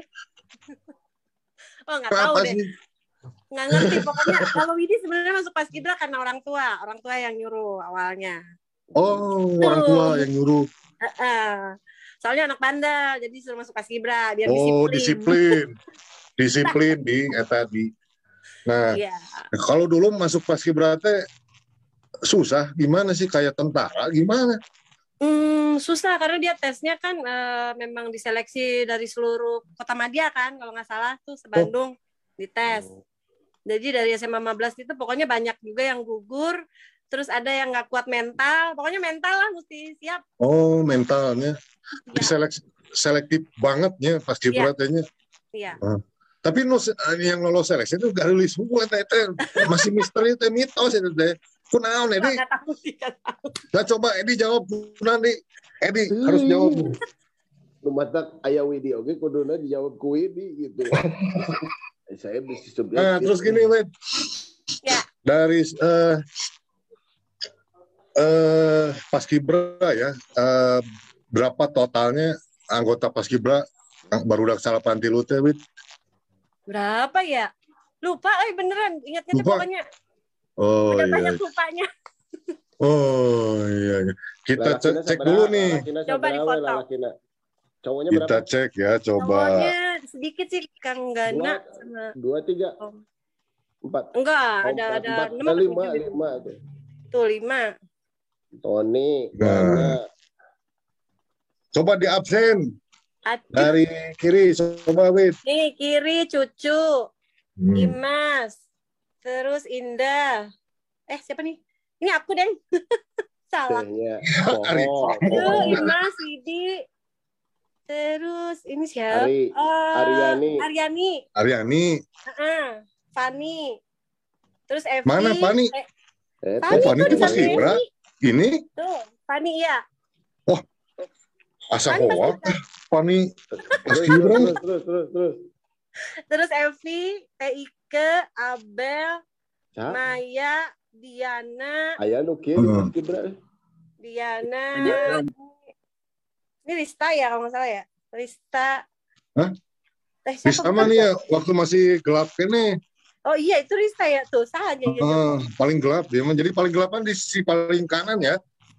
Oh nggak tahu deh, nggak ngerti pokoknya. Kalau Widi sebenarnya masuk Paskibra karena orang tua, orang tua yang nyuruh awalnya. Oh uh. orang tua yang nyuruh. Uh, uh. Soalnya anak bandel, jadi suruh masuk Paskibra biar oh, disiplin. disiplin, disiplin di eta di. Nah, yeah. Kalau dulu masuk Paskibra teh susah gimana sih kayak tentara gimana? Hmm, susah karena dia tesnya kan eh, memang diseleksi dari seluruh kota Madia kan, kalau nggak salah tuh se-Bandung dites. Jadi dari S M A lima belas itu pokoknya banyak juga yang gugur, terus ada yang nggak kuat mental, pokoknya mental lah mesti siap. Oh, mentalnya Ya, diseleksi selektif bangetnya pas Iya. kibratnya. iya. Tapi no, yang lolos seleksi itu gak rilis semua teh teh masih misteri teh mitos itu teh. Kunaon Edi? Nggak tahu sih, nggak tahu. Nah coba Edi jawab nanti. Edi harus jawab. Nu matak aya Widi oge kuduna dijawab ku Widi gitu. Saya bisa subjektif. Nah, terus gini, Wed. Ya. Dari eh eh Paskibra ya, eh, berapa totalnya anggota Paskibra baru udah salah panti lu teh, Wed? Berapa ya? Lupa, eh beneran. Ingat-ingat Lupa? pokoknya. Oh Udah iya. banyak lupanya. Oh iya. iya. Kita cek, cek dulu nih. Coba difoto. Cowoknya Kita berapa? cek ya, coba. Cowoknya sedikit sih, Kang Gana sama Dua, tiga, Oh. empat. Enggak, Oh, ada empat, ada empat. enam Ada atau lima, tujuh gitu. lima tuh. Tuh lima. Tony, Nah. Gana, Coba di absen Aduh, dari kiri, coba Wid. nih kiri Cucu, Hmm. Imas, terus Indah. Eh siapa nih? Ini aku deng. Salah. tehnya, Ari. Pohon, Tuh Pohon, Imas, Widi. Terus ini siapa? Ari, Eh, Aryani. Aryani. Aryani. Heeh. Fanny. Terus Evi. Mana Fani? Eh, Eh, Oh, Fanny Fani tuh itu di Paskibra. samping Evi. Ini Tuh, Fanny iya. asa Fani hoak. Paskibra. Fani terus, Paskibra. terus, terus, terus, terus. Terus Evi, Teike, Abel, Cak, Maya, Diana, aya nu kieu Hmm. di Paskibra. Diana. Banyak. Ini Rista ya kalau nggak salah ya. Rista. Hah? Eh, siapa Bisa mah bukan? nih ya, waktu masih gelap kene. Oh iya itu Rista ya tuh. Salah aja. Ya, Ah, paling gelap dia. Jadi paling gelapan di sisi paling kanan ya.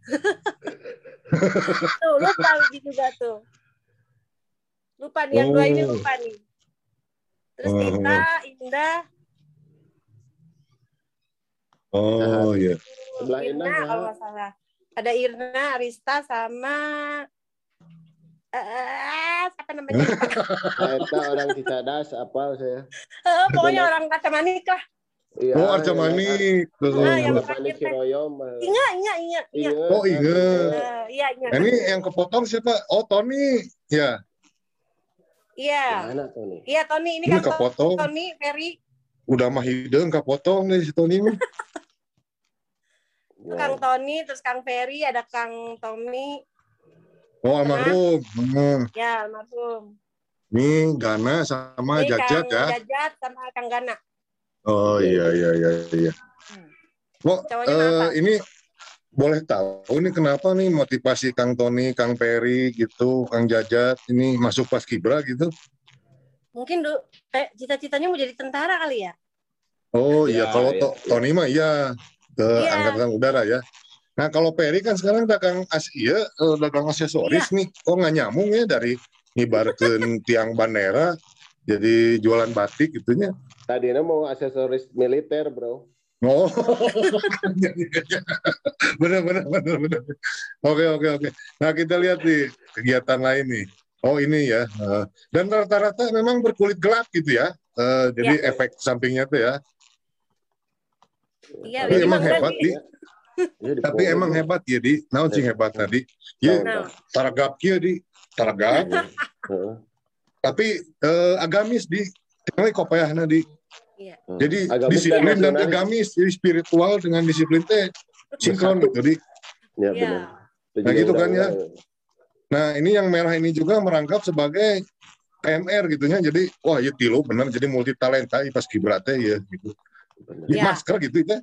Tuh lupa Widi juga tuh. Lupa nih yang dua ini Oh. lupa nih. Terus Oh. Tita, Indah, Oh iya. Sebelah Irna Indah, kalau nggak salah. Ada Irna, Rista sama eh siapa namanya? Eta orang Cicadas apa saya? Eh, pokoknya orang Kacamanik lah. Iya. Oh Arjamani. Ah, yang Yang terakhir, panik Ciroyom. Ingat, ingat, ingat, ingat. Ingat. Oh ingat. Eh, iya ingat. Nah, ini yang kepotong siapa? Oh Tony. Ya. Iya. Mana tuh nih? Iya Tony ini Ini kan kepotong. Tony Ferry, Udah mah hideung kepotong nih si Tony mah. Kang Tony, terus Kang Ferry, ada Kang Tommy, Oh almarhum. Hmm. ya almarhum. Nih Gana sama Ini Jajat Kang ya. Jajat sama Kang Gana. Oh iya iya iya iya. Hmm. Bo, Cowoknya eh, apa? ini boleh tahu ini kenapa nih motivasi Kang Tony, Kang Ferry gitu, Kang Jajat ini masuk Paskibra gitu? Mungkin dulu eh, cita-citanya mau jadi tentara kali ya? Oh iya, Ya, kalau ya, To- ya. Tony mah iya ke Iya. Angkatan Udara ya. Nah kalau Ferry kan sekarang dagang as iya, eh, dagang aksesoris Iya. nih. Oh nggak nyambung ya dari ngibarkeun tiang bandera jadi jualan batik gitunya. Tadinya mau aksesoris militer, bro. Oh, benar benar benar benar. Oke oke oke. Nah kita lihat nih kegiatan lain nih. Oh ini ya. eh, Dan rata-rata memang berkulit gelap gitu ya. Eh, jadi Ya. efek sampingnya tuh ya. Iya, Tapi Widi emang mah enggak hebat sih. di. Iya, di Tapi Polo emang juga. hebat ya di. Naon sih hebat tadi. Ya Nah, taragap kieu di. Taragap. Heeh. Tapi eh, agamis di. Tinggal kopayahna di. iya. Jadi Agamis disiplin dan nasionalis. agamis. Jadi spiritual dengan disiplin teh sinkron gitu di. Ya, Iya. benar. Itu Nah, juga gitu kan ya. undang-undang. Nah ini yang merah ini juga merangkap sebagai P M R gitu ya. Jadi wah ya tilu bener jadi multi talenta pas Kibratnya ya gitu. Benar. Di Ya. masker gitu ya.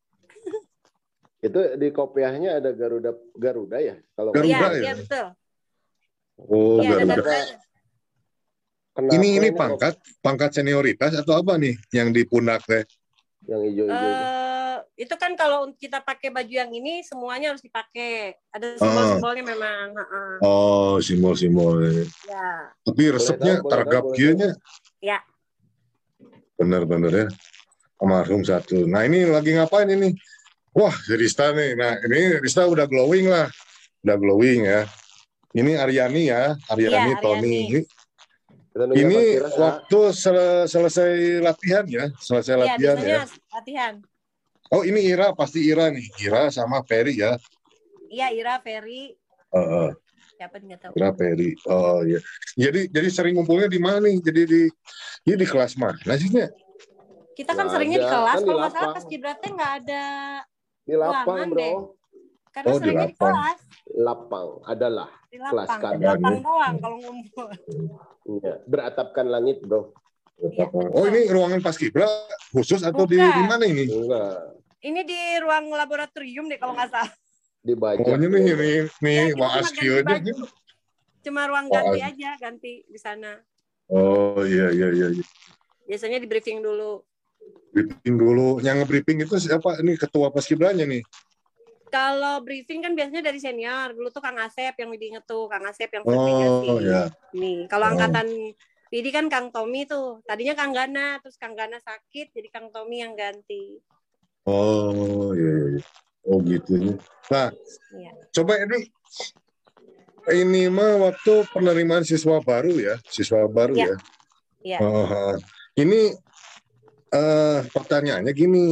Itu di kopiahnya ada Garuda Garuda ya? Kalau Garuda Iya, ya? iya betul. Oh Iya, ada Garuda. Garudanya. kenapa Ini ini kopi pangkat pangkat senioritas atau apa nih yang di pundak teh? yang hijau-hijau itu? Eh, itu kan kalau kita pakai baju yang ini semuanya harus dipakai. Ada Ah. simbol-simbolnya memang. heeh. Oh simbol-simbol. Ya. Tapi resepnya tahu, boleh targap tahu, boleh kieunya. Ya. Bener-bener ya. Almarhum satu. Nah ini lagi ngapain ini? Wah, Rista nih. Nah, ini Rista udah glowing lah. Udah glowing ya. Ini Aryani ya, Aryani, Iya, Tony. Aryani. Ini, Kita nunggu ini Mas Kiras, ah. waktu sel- selesai latihan ya, selesai Iya, latihan biasanya ya. latihan. Oh, ini Ira, pasti Ira nih. Ira sama Ferry ya. Iya, Ira, Ferry. Uh, Siapa nggak tahu. Ira, Ferry. Oh iya. Jadi jadi sering ngumpulnya di mana nih? Jadi di ini di kelas mana sih ya? Kita kan Nggak seringnya di ada, kelas, kan di kalau nggak salah lapang. pas kibratnya nggak ada Di lapang, ruangan bro. deh. Karena Oh, di seringnya di lapang. kelas, Lapang adalah di kelas lapang, di kadang. lapang doang kalau ngumpul. Iya, beratapkan langit, bro. Iya, Oh, betul. ini ruangan paskibra khusus atau di, Bukan. di mana ini? Enggak, Ini di ruang laboratorium deh kalau nggak salah. dibajak. Oh, ini nih, bro. ini, nih, Iya, kita wah cuma ganti askionya baju. gitu. Cuma ruang Oh, ganti as- aja, ganti di sana. Oh, iya, iya, iya. iya. Biasanya di briefing dulu. Briefing dulu. Yang nge-briefing itu siapa? Ini ketua paskibranya nih. Kalau briefing kan biasanya dari senior. Dulu tuh Kang Asep yang Widi inget tuh, Kang Asep yang sering ngasih. Oh, ya. Nih, kalau Oh. angkatan Widi kan Kang Tommy tuh. Tadinya Kang Gana, terus Kang Gana sakit, jadi Kang Tommy yang ganti. Oh, iya, iya. iya. Oh, gitu. Nah, Iya. coba ini ini mah waktu penerimaan siswa baru ya, siswa baru Iya. ya. Iya. Oh, ini eh pertanyaannya gini,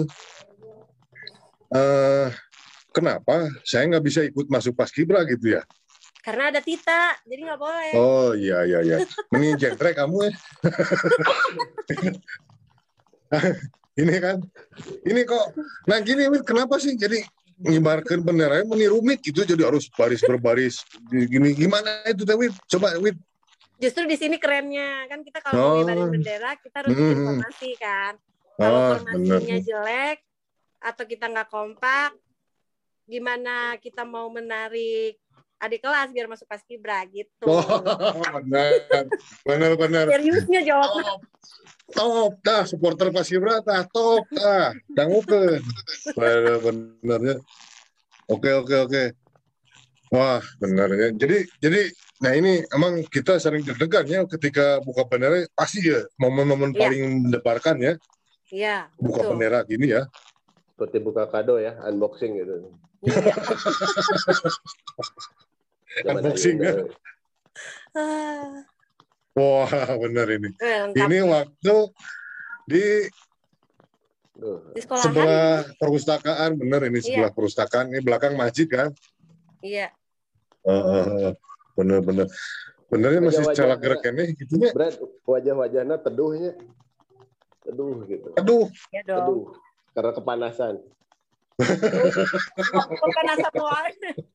eh kenapa saya nggak bisa ikut masuk paskibra gitu ya? Karena ada Tita, jadi nggak boleh. Oh iya iya iya. Mending jentrek kamu ya. Ini kan, ini kok, nah gini Wid, kenapa sih jadi ngibarkan benderanya meni rumit gitu, jadi harus baris berbaris gini, gimana itu Teh Wid? Coba Wid. Justru di sini kerennya kan kita kalau Oh. mau ngibarin bendera kita harus bikin Hmm. formasi kan. Kalau Ah, formasinya bener. jelek atau kita nggak kompak, gimana kita mau menarik adik kelas biar masuk paskibra gitu. Oh, benar, benar, benar. Seriusnya jawabnya. Top, top, dah supporter paskibra, dah top, dah, dangukeun. Benar, benernya. Oke, oke, oke. Wah, benarnya. Jadi, jadi, nah ini emang kita sering deg-degan ya ketika buka bendera, pasti ya momen-momen Iya. paling mendebarkan ya, Iya, buka betul. bendera gini ya. Seperti buka kado ya, unboxing gitu. Iya. Zaman Unboxing, Ayunda. ya. Ah, Wah, benar ini. eh, lengkap. Ini waktu di Duh, Di sekolahan. sebelah perpustakaan, bener ini sebelah perpustakaan, ini belakang masjid kan. Iya. Uh, bener bener benernya masih Wajah-wajah- celak gerekannya gitu ya. berat wajah-wajahnya teduhnya. Teduh gitu. Aduh, Ya dong. Teduh. Karena kepanasan. Bukan asap luar.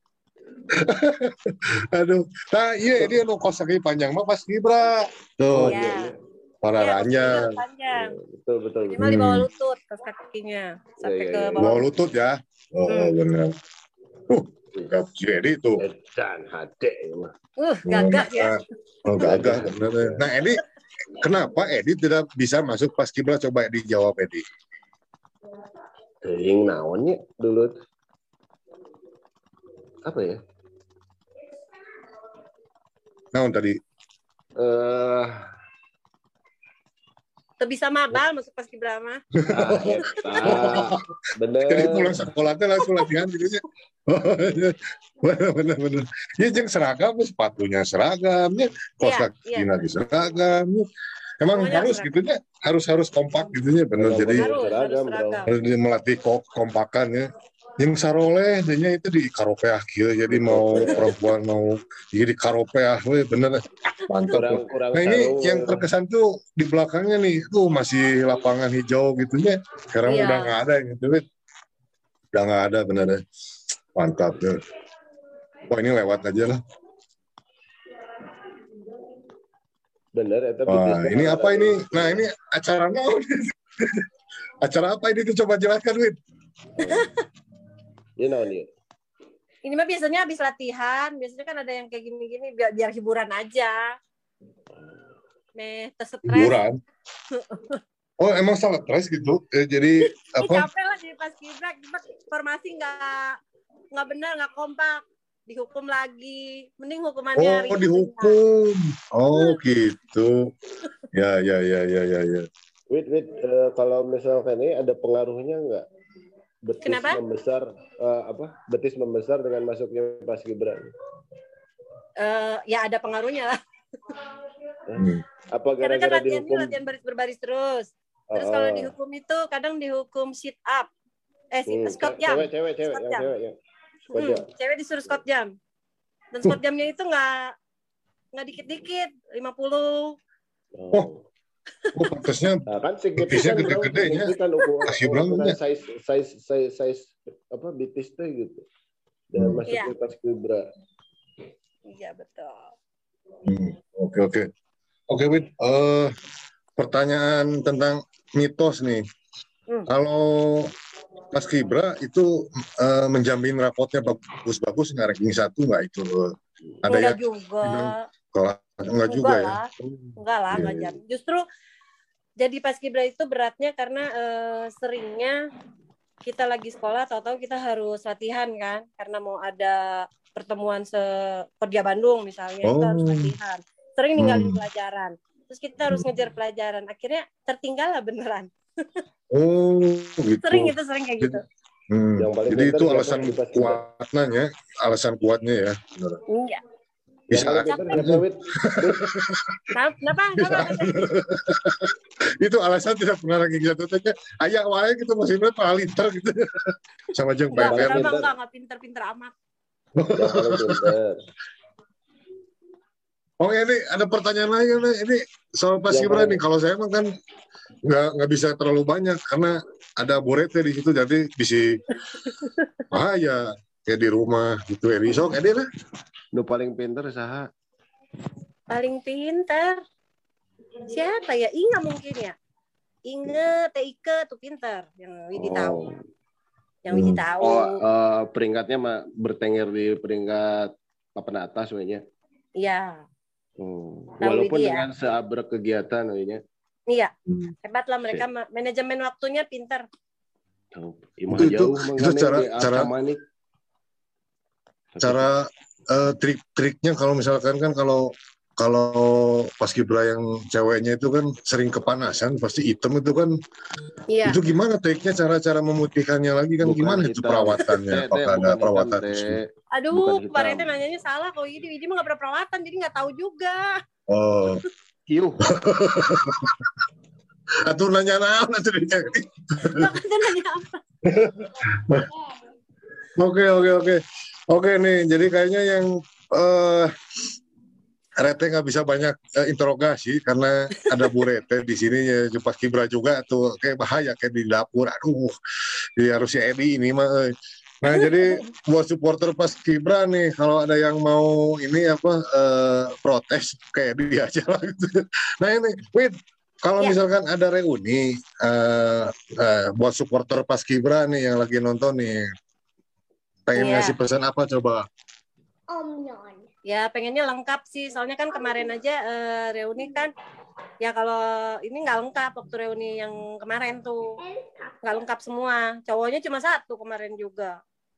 aduh. Nah iya dia nu kos kaki panjang mah pas Gibra. Tuh, Iya. para Iya, ranjang. maksudnya panjang. Betul betul. Minimal di bawah Hmm. lutut kaos kakinya sampai Iya, ke iya, iya. bawah. Bawah lutut ya. Oh, Hmm. bener. Uh, gak jadi tuh. Dan hade ya mah. Uh, gagah ya. Oh, gagah bener. Nah, Edi, kenapa Edi tidak bisa masuk pas Kibra? Coba dijawab Edi. Teuing naonnya dulu. Apa ya? Nah, tadi. Eh, Tuh bisa mabal masuk pas kibra mah. ah, eta. Bener. Jadi pulang sekolah teh langsung latihan gitu ya. Bener bener bener. Ya jeung seragam sepatunya seragamnya, kos Iya, kaki iya. lagi seragam. Emang Semuanya harus seragam. gitu ya, harus harus kompak gitu ya bener. Bener, Jadi bener. Harus, harus seragam, bro. seragam. harus di- melatih ko- kompakan ya. Yang saroleh denya itu di karopeah kieu, jadi mau perempuan mau jadi di karopeah we bener. Mantap. Kurang kurang Nah ini sarung. yang terkesan tuh di belakangnya nih, tuh masih lapangan hijau gitu ya. Sekarang Iya. udah nggak ada yang gitu, Wit. Udah nggak ada bener ya. Mantap ya. Wah ini lewat aja lah. Bener eta Wah bisnisnya ini ada apa di- ini? Nah ini acara naon? Acara apa ini tuh coba jelaskan, Wit. Ini naon ieu? Ini mah biasanya habis latihan, biasanya kan ada yang kayak gini-gini biar, biar hiburan aja. Meh, terstres. Hiburan. Oh emang salah stres gitu? Eh, jadi Ih, apa? capek lah jadi pas kibra, kita formasi nggak nggak benar, nggak kompak, dihukum lagi. Mending hukumannya Oh ringan. dihukum. Oh gitu. Ya ya ya ya ya ya. Wait, wait, eh, kalau misalkan ini ada pengaruhnya nggak betis Kenapa? membesar uh, apa? Betis membesar dengan masuknya Paskibra. Uh, ya ada pengaruhnya lah. Hmm. Apa Karena kan gara-gara latihannya dihukum? latihan baris berbaris terus. Terus Oh, kalau oh. dihukum itu kadang dihukum sit up. Eh, sit, Hmm, squat jam. Cewek, cewek, cewek, Squat yang jam. cewek ya. Squat Hmm, jam. cewek disuruh squat jam. Dan squat jamnya itu nggak nggak dikit-dikit, lima puluh. Oh. Oh, pantasnya Nah, kan betisnya signifikan bro, gede-gedenya. signifikan ukuran, Paskibra ukuran enggak? size size size size apa bitis teh gitu. Dan Hmm. masuknya Iya. Paskibra. Iya betul. Hmm, Oke oke oke Wid. Eh, pertanyaan tentang mitos nih. Hmm. Kalau Paskibra itu eh, menjamin rapotnya bagus-bagus nggak ranking satu nggak itu? Ada Enggak yang juga. kalau enggak juga Enggak ya? lah. Enggak lah, Iya, enggak iya. jam. Justru jadi paskibra itu beratnya karena eh, seringnya kita lagi sekolah, tahu-tahu kita harus latihan kan, karena mau ada pertemuan seperja Bandung misalnya, Oh. kita harus latihan. Sering ninggalin Hmm. pelajaran. Terus kita harus ngejar pelajaran. Akhirnya tertinggal lah beneran. Oh gitu. Sering itu sering kayak gitu. Hmm. Yang paling Jadi pintar itu siapa alasan di Paskibra? kuatnya, alasan kuatnya ya. Benar. Iya. Yang Bisa paling pintar siapa, Wid? Kenapa? Kenapa? Bisa. Itu alasan tidak pernah ranking satu tanya. Ayah awalnya gitu masih berat paling liter gitu. Sama jeng Enggak, P P R. pertama pintar. enggak, enggak pinter-pinter amat. Yang paling pintar. Oh ini ada pertanyaan lagi nih. Ini soal Paskibra Yang nih. Kalau saya mah kan nggak nggak bisa terlalu banyak karena ada burete di situ jadi bisa bahaya kayak di rumah gitu. Edi sok Edi lah. Nu paling pintar saha? Paling pinter. Siapa ya? Inga mungkin ya. Inge, Teike tuh pinter. Yang Widi tahu. Yang Widi Hmm. tahu. Oh, eh, peringkatnya mah bertengger di peringkat papan atas wehnya. Iya. Hmm. Tahu Walaupun Widi ya. dengan seabrek kegiatan wehnya. Iya. Hmm. Hebat lah mereka. ma- Manajemen waktunya pinter. Tahu. Imah Itu- itu- jauh itu mengenai cara- di cara- Alkamanik. Tapi- Cara eh, trik-triknya kalau misalkan kan kalau kalau Paskibra yang ceweknya itu kan sering kepanasan pasti hitam itu kan Iya. itu gimana triknya cara-cara memutihkannya lagi kan Bukan gimana itu hitam. perawatannya Teh, teh, apakah ada bukan hitam, perawatan teh. khusus? Bukan Aduh, hitam. kemarin teh nanyanya salah. Kalau Widi, Widi mah nggak pernah perawatan, jadi nggak tahu juga. Oh, Hiu. atuh nanya naon atuh dia. Nggak kan nanya apa? Oke oke oke oke nih jadi kayaknya yang eh Rete nggak bisa banyak eh, interogasi karena ada Bu Rete di sini ya Paskibra juga tuh kayak bahaya kayak di dapur aduh jadi harus si Edi ini mah eh. Nah jadi buat supporter Paskibra nih kalau ada yang mau ini apa eh, protes kayak Edi aja lah gitu. Nah ini Wid kalau Ya. misalkan ada reuni eh, eh, buat supporter Paskibra nih yang lagi nonton nih pengen Iya. ngasih pesan apa coba? Ya pengennya lengkap sih, soalnya kan kemarin aja eh, reuni kan, ya kalau ini nggak lengkap waktu reuni yang kemarin tuh, nggak lengkap semua, cowoknya cuma satu kemarin juga.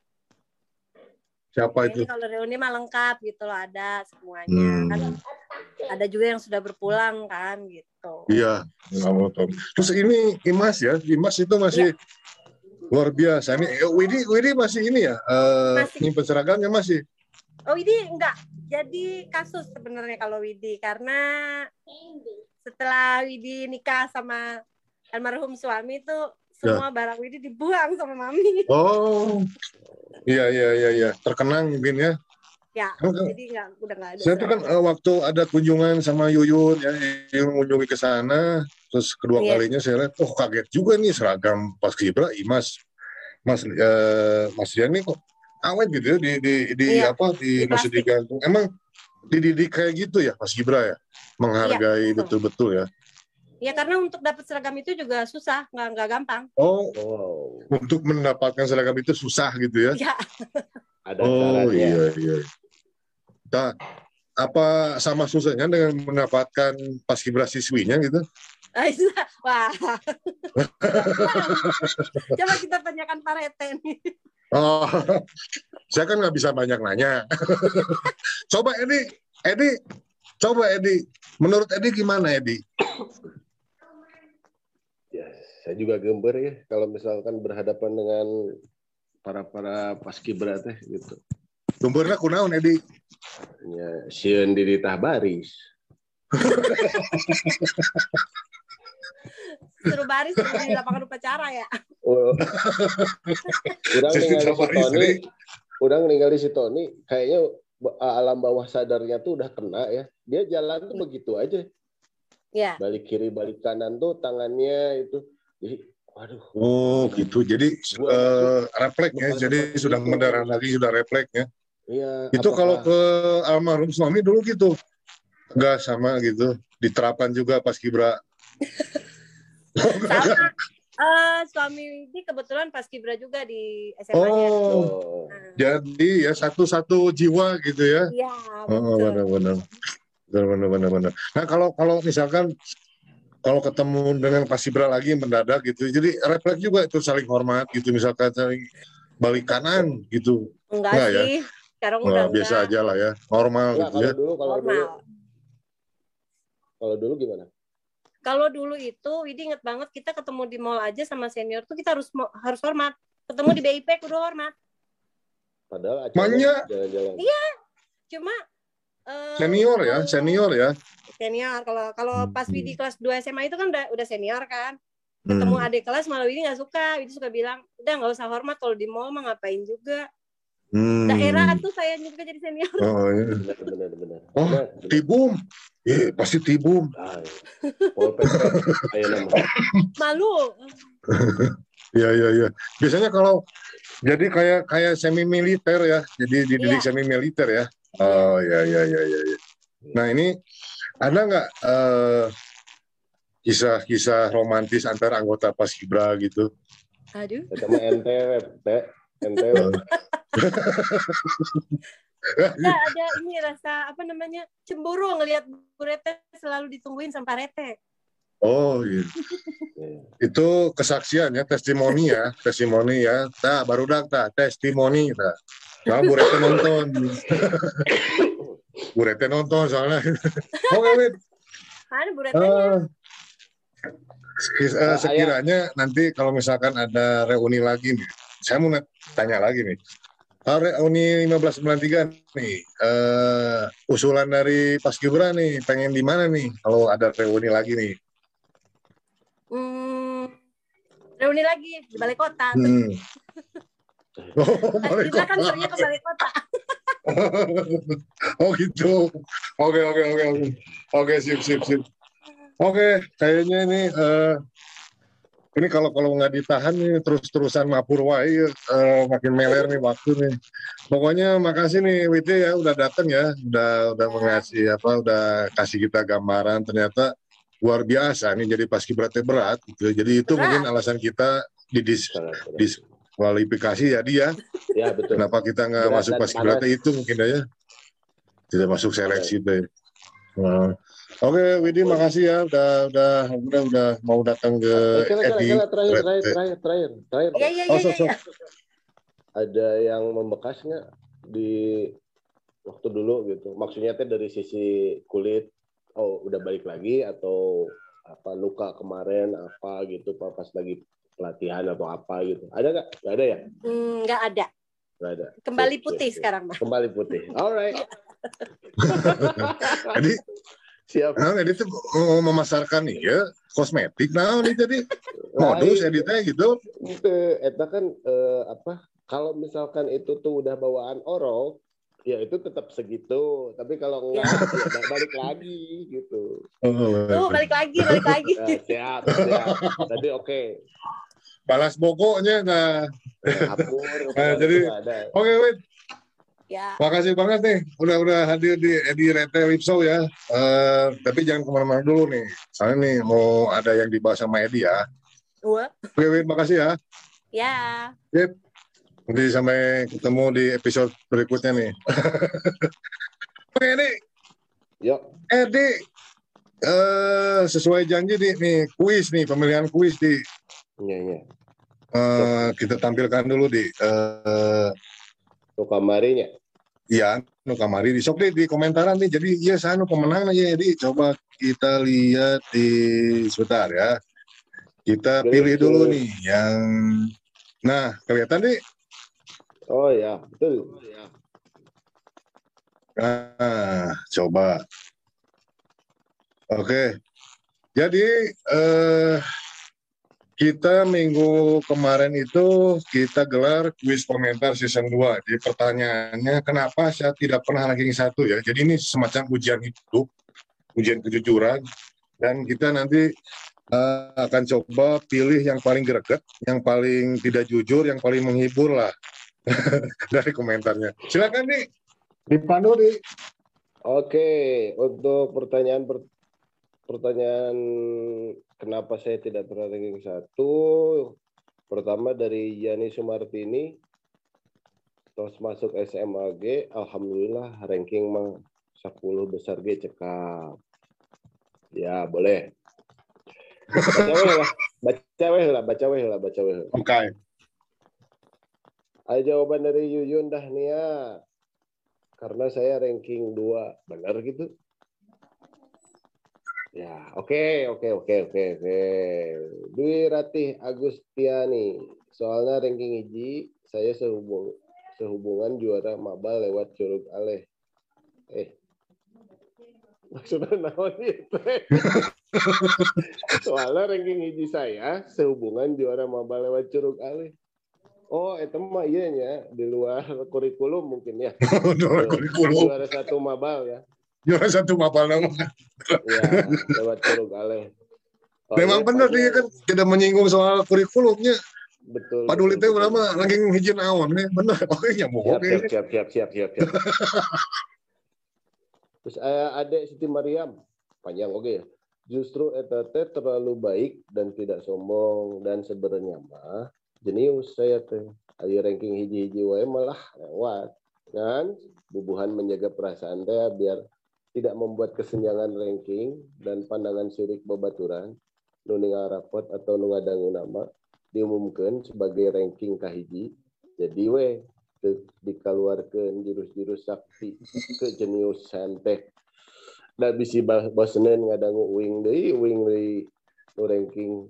Siapa Ini itu? kalau reuni mah lengkap gitu loh, ada semuanya. Hmm. Kan ada juga yang sudah berpulang kan gitu. Iya, nggak mau tahu. Terus ini Imas ya, Imas itu masih luar biasa. Ini eh, Widi, Widi masih ini ya, eh, Masih. nyimpen seragamnya masih. Oh Widi enggak jadi kasus sebenarnya kalau Widi, karena setelah Widi nikah sama almarhum suami itu semua barang Widi dibuang sama mami. Oh, iya iya iya iya, terkenang mungkin ya. Ya, Kan- jadi enggak udah enggak ada. Saya tuh kan eh, waktu ada kunjungan sama Yuyun ya, Yuyun mengunjungi ke sana, terus kedua Iya. kalinya saya lihat, oh kaget juga nih seragam Paskibra, Imas, Mas eh, Mas Yani kok awet gitu ya di di, di Iya, apa di, di masih plastik. digantung. Emang dididik kayak gitu ya Paskibra ya, menghargai Iya, betul. betul-betul ya. Ya karena untuk dapat seragam itu juga susah, nggak nggak gampang. Oh, Wow. untuk mendapatkan seragam itu susah gitu ya. Ya, Ada Oh syaratnya. iya iya. Nah, apa sama susahnya dengan mendapatkan Paskibra siswinya gitu? ah, itu- wah. Coba kita tanyakan Pak Rete nih. Oh, saya kan nggak bisa banyak nanya. Coba Edi, Edi, coba Edi. Menurut Edi gimana Edi? Ya, saya juga gember ya kalau misalkan berhadapan dengan para para paskibra teh gitu. Gemberna kunaon Edi? Ya, sieun di ditah baris. Suruh baris di lapangan upacara ya. Oh. Urang ningali si Tony, urang ningali si Tony kayaknya alam bawah sadarnya tuh udah kena ya. Dia jalan tuh begitu aja. Ya. Balik kiri, balik kanan tuh tangannya itu. Jadi, waduh. Oh gitu. Jadi uh, refleksnya. Jadi sudah mendarah lagi, sudah refleksnya. Iya. Itu apakah... kalau ke almarhum suami dulu gitu. Enggak sama gitu. Diterapkan juga paskibra. Sama. Uh, suami ini kebetulan paskibra juga di S M A-nya. Oh. Nah. Jadi ya satu-satu jiwa gitu ya. Iya. Oh, benar-benar. Benar-benar. Nah kalau kalau misalkan kalau ketemu dengan paskibra lagi mendadak gitu, jadi refleks juga itu saling hormat gitu, misalkan saling balik kanan gitu. Enggak, enggak sih. Ya? Sekarang udah oh, biasa enggak. Aja lah ya, normal enggak, gitu kalau ya. Dulu, kalau normal. Dulu, kalau dulu gimana? Kalau dulu itu, Widi inget banget kita ketemu di mall aja sama senior tuh kita harus harus hormat. Ketemu di B I P kudu hormat. Padahal acaranya jalan-jalan. Iya, cuma uh, senior ya, senior ya. Senior. Kalau kalau pas Widi kelas dua S M A itu kan udah, udah senior kan. Ketemu hmm. adik kelas malah Widi nggak suka. Widi suka bilang, udah nggak usah hormat kalau di mall mah ngapain juga. Hmm. Daerah tuh saya juga jadi senior. Oh iya. Benar, benar. Oh, tibum. Eh, pasti tibum. Ah, iya. Malu. Iya, iya, iya. Biasanya kalau jadi kayak kayak semi militer ya. Jadi dididik yeah. semi militer ya. Oh, iya, iya, iya, iya. Nah, ini ada nggak uh, kisah-kisah romantis antar anggota paskibra gitu? Aduh. Sama ente, teh. Ente. Nggak ada ini rasa apa namanya cemburu ngelihat Bu Rete selalu ditungguin sama Pak Rete. Oh iya. Itu kesaksian ya, testimoni ya, testimoni ya. Nah, baru dak ta, testimoni ta. Nah, Bu Rete nonton. Bu Rete nonton soalnya. Oke, Wid. Mana Bu Retenya? Uh, uh, sekiranya nanti kalau misalkan ada reuni lagi nih, saya mau tanya lagi nih. Reuni lima belas sembilan tiga nih, uh, usulan dari Paskibra nih, pengen di mana nih kalau ada reuni lagi nih? Hmm, reuni lagi di balai kota. Hmm. Oh, balai kita kota. kan perginya ke balai kota. Oh gitu. Oke oke oke oke. Oke sip sip sip. Oke, kayaknya ini uh, ini kalau kalau nggak ditahan nih terus-terusan mapur wae uh, makin meler nih waktu nih. Pokoknya makasih nih Widi ya udah datang ya, udah udah mengasih apa, udah kasih kita gambaran ternyata luar biasa nih jadi paskibra teh berat gitu. Jadi itu berat. Mungkin alasan kita didis diskualifikasi ya dia. Ya betul. Kenapa kita nggak masuk paskibra teh itu mungkin aja tidak masuk seleksi teh. Nah. Oke, Widi, makasih ya, udah udah udah udah mau datang ke Edi. Terakhir, terakhir, terakhir, terakhir, terakhir. Iya, iya, iya. Ya. Ada yang membekas nggak di waktu dulu gitu? Maksudnya teh dari sisi kulit, oh udah balik lagi atau apa luka kemarin apa gitu, pas lagi pelatihan atau apa gitu? Ada nggak? Nggak ada ya? Hmm, nggak ada. Nggak ada. Kembali putih ya, sekarang, Mbak. Kembali putih. Alright. Jadi siap. Nah, ini tuh mau memasarkan nih ya kosmetik. Nah, ini jadi modus editnya gitu. Itu, itu kan eh, apa? Kalau misalkan itu tuh udah bawaan orok, ya itu tetap segitu. Tapi kalau enggak, ya balik lagi gitu. Oh, tuh balik lagi, balik lagi. Ya, siap, siap. Tadi oke. Okay. Balas pokoknya nah. Hapur, nah jadi, oke okay, Wid. Ya. Makasih banget nih, udah udah hadir di Edi Rete Live Show ya. Uh, tapi jangan kemana-mana dulu nih, soalnya nih mau ada yang dibahas sama Edi ya. Wah. Oke, Wid, makasih ya. Ya. Yep. Nanti sampai ketemu di episode berikutnya nih. Oke, Edi. Yuk. Edi, uh, sesuai janji nih, nih kuis nih, pemilihan kuis di. Iya iya. Uh, kita tampilkan dulu di. Uh, Nu kamarinya. Iya, nu kamari di sok deh di komentaran nih. Jadi iya saya nu pemenang aja jadi coba kita lihat di sebentar ya. Kita Pilih, pilih dulu pilih. nih yang, nah kelihatan nih. Oh ya, betul. Nah, coba. Oke, jadi eh, kita minggu kemarin itu kita gelar kuis komentar season dua. Jadi pertanyaannya, kenapa saya tidak pernah ranking satu ya? Jadi ini semacam ujian hidup, ujian kejujuran. Dan kita nanti uh, akan coba pilih yang paling greget, yang paling tidak jujur, yang paling menghibur lah dari komentarnya. Silakan nih, dipandu nih. Oke, untuk pertanyaan per, pertanyaan kenapa saya tidak pernah ranking satu, pertama dari Yani Sumartini, terus masuk S M A G, alhamdulillah ranking mah sepuluh besar G cekap. Ya boleh. Baca weh lah, baca weh lah, baca weh lah, baca weh. Oke. Okay. Ayo jawaban dari Yuyun dah nih ya. Karena saya ranking dua, benar gitu? Ya, oke, okay, oke, okay, oke, okay, oke, okay, oke. Okay. Dwi Ratih Agustiani, soalnya ranking hiji, saya sehubung, sehubungan juara mabal lewat Curug Aleh. Eh, maksudnya naon itu? Soalnya ranking hiji saya sehubungan juara mabal lewat Curug Aleh. Oh, itu mah iya ya, di luar kurikulum mungkin ya. Di luar kurikulum. Juara satu mabal ya. Juara satu mabal nama. Ya, lewat Curug Aleh. Oh, memang ya, benar dia kan tidak menyinggung soal kurikulumnya. Betul. Paduli teh betul, ulama ranking hiji naon nih, benar. Oke, nyambung. Siap, Oke. siap, siap, siap, siap, siap, siap. Terus uh, adek Siti Mariam, panjang oke ya. Justru eta teh terlalu baik dan tidak sombong dan sebenarnya mah jenius saya teh. Ayo ranking hiji-hiji wae malah lewat. Kan bubuhan menjaga perasaan teh biar tidak membuat kesenjangan ranking dan pandangan sirik babaturan nu ningal rapot atau nu ngadangu nama diumumkan sebagai ranking kahiji. Jadi we dikeluarkan jurus-jurus sakti ke jeniusan teh. Da bisi boseneun ngadangu wing deui, wing deui nu ranking.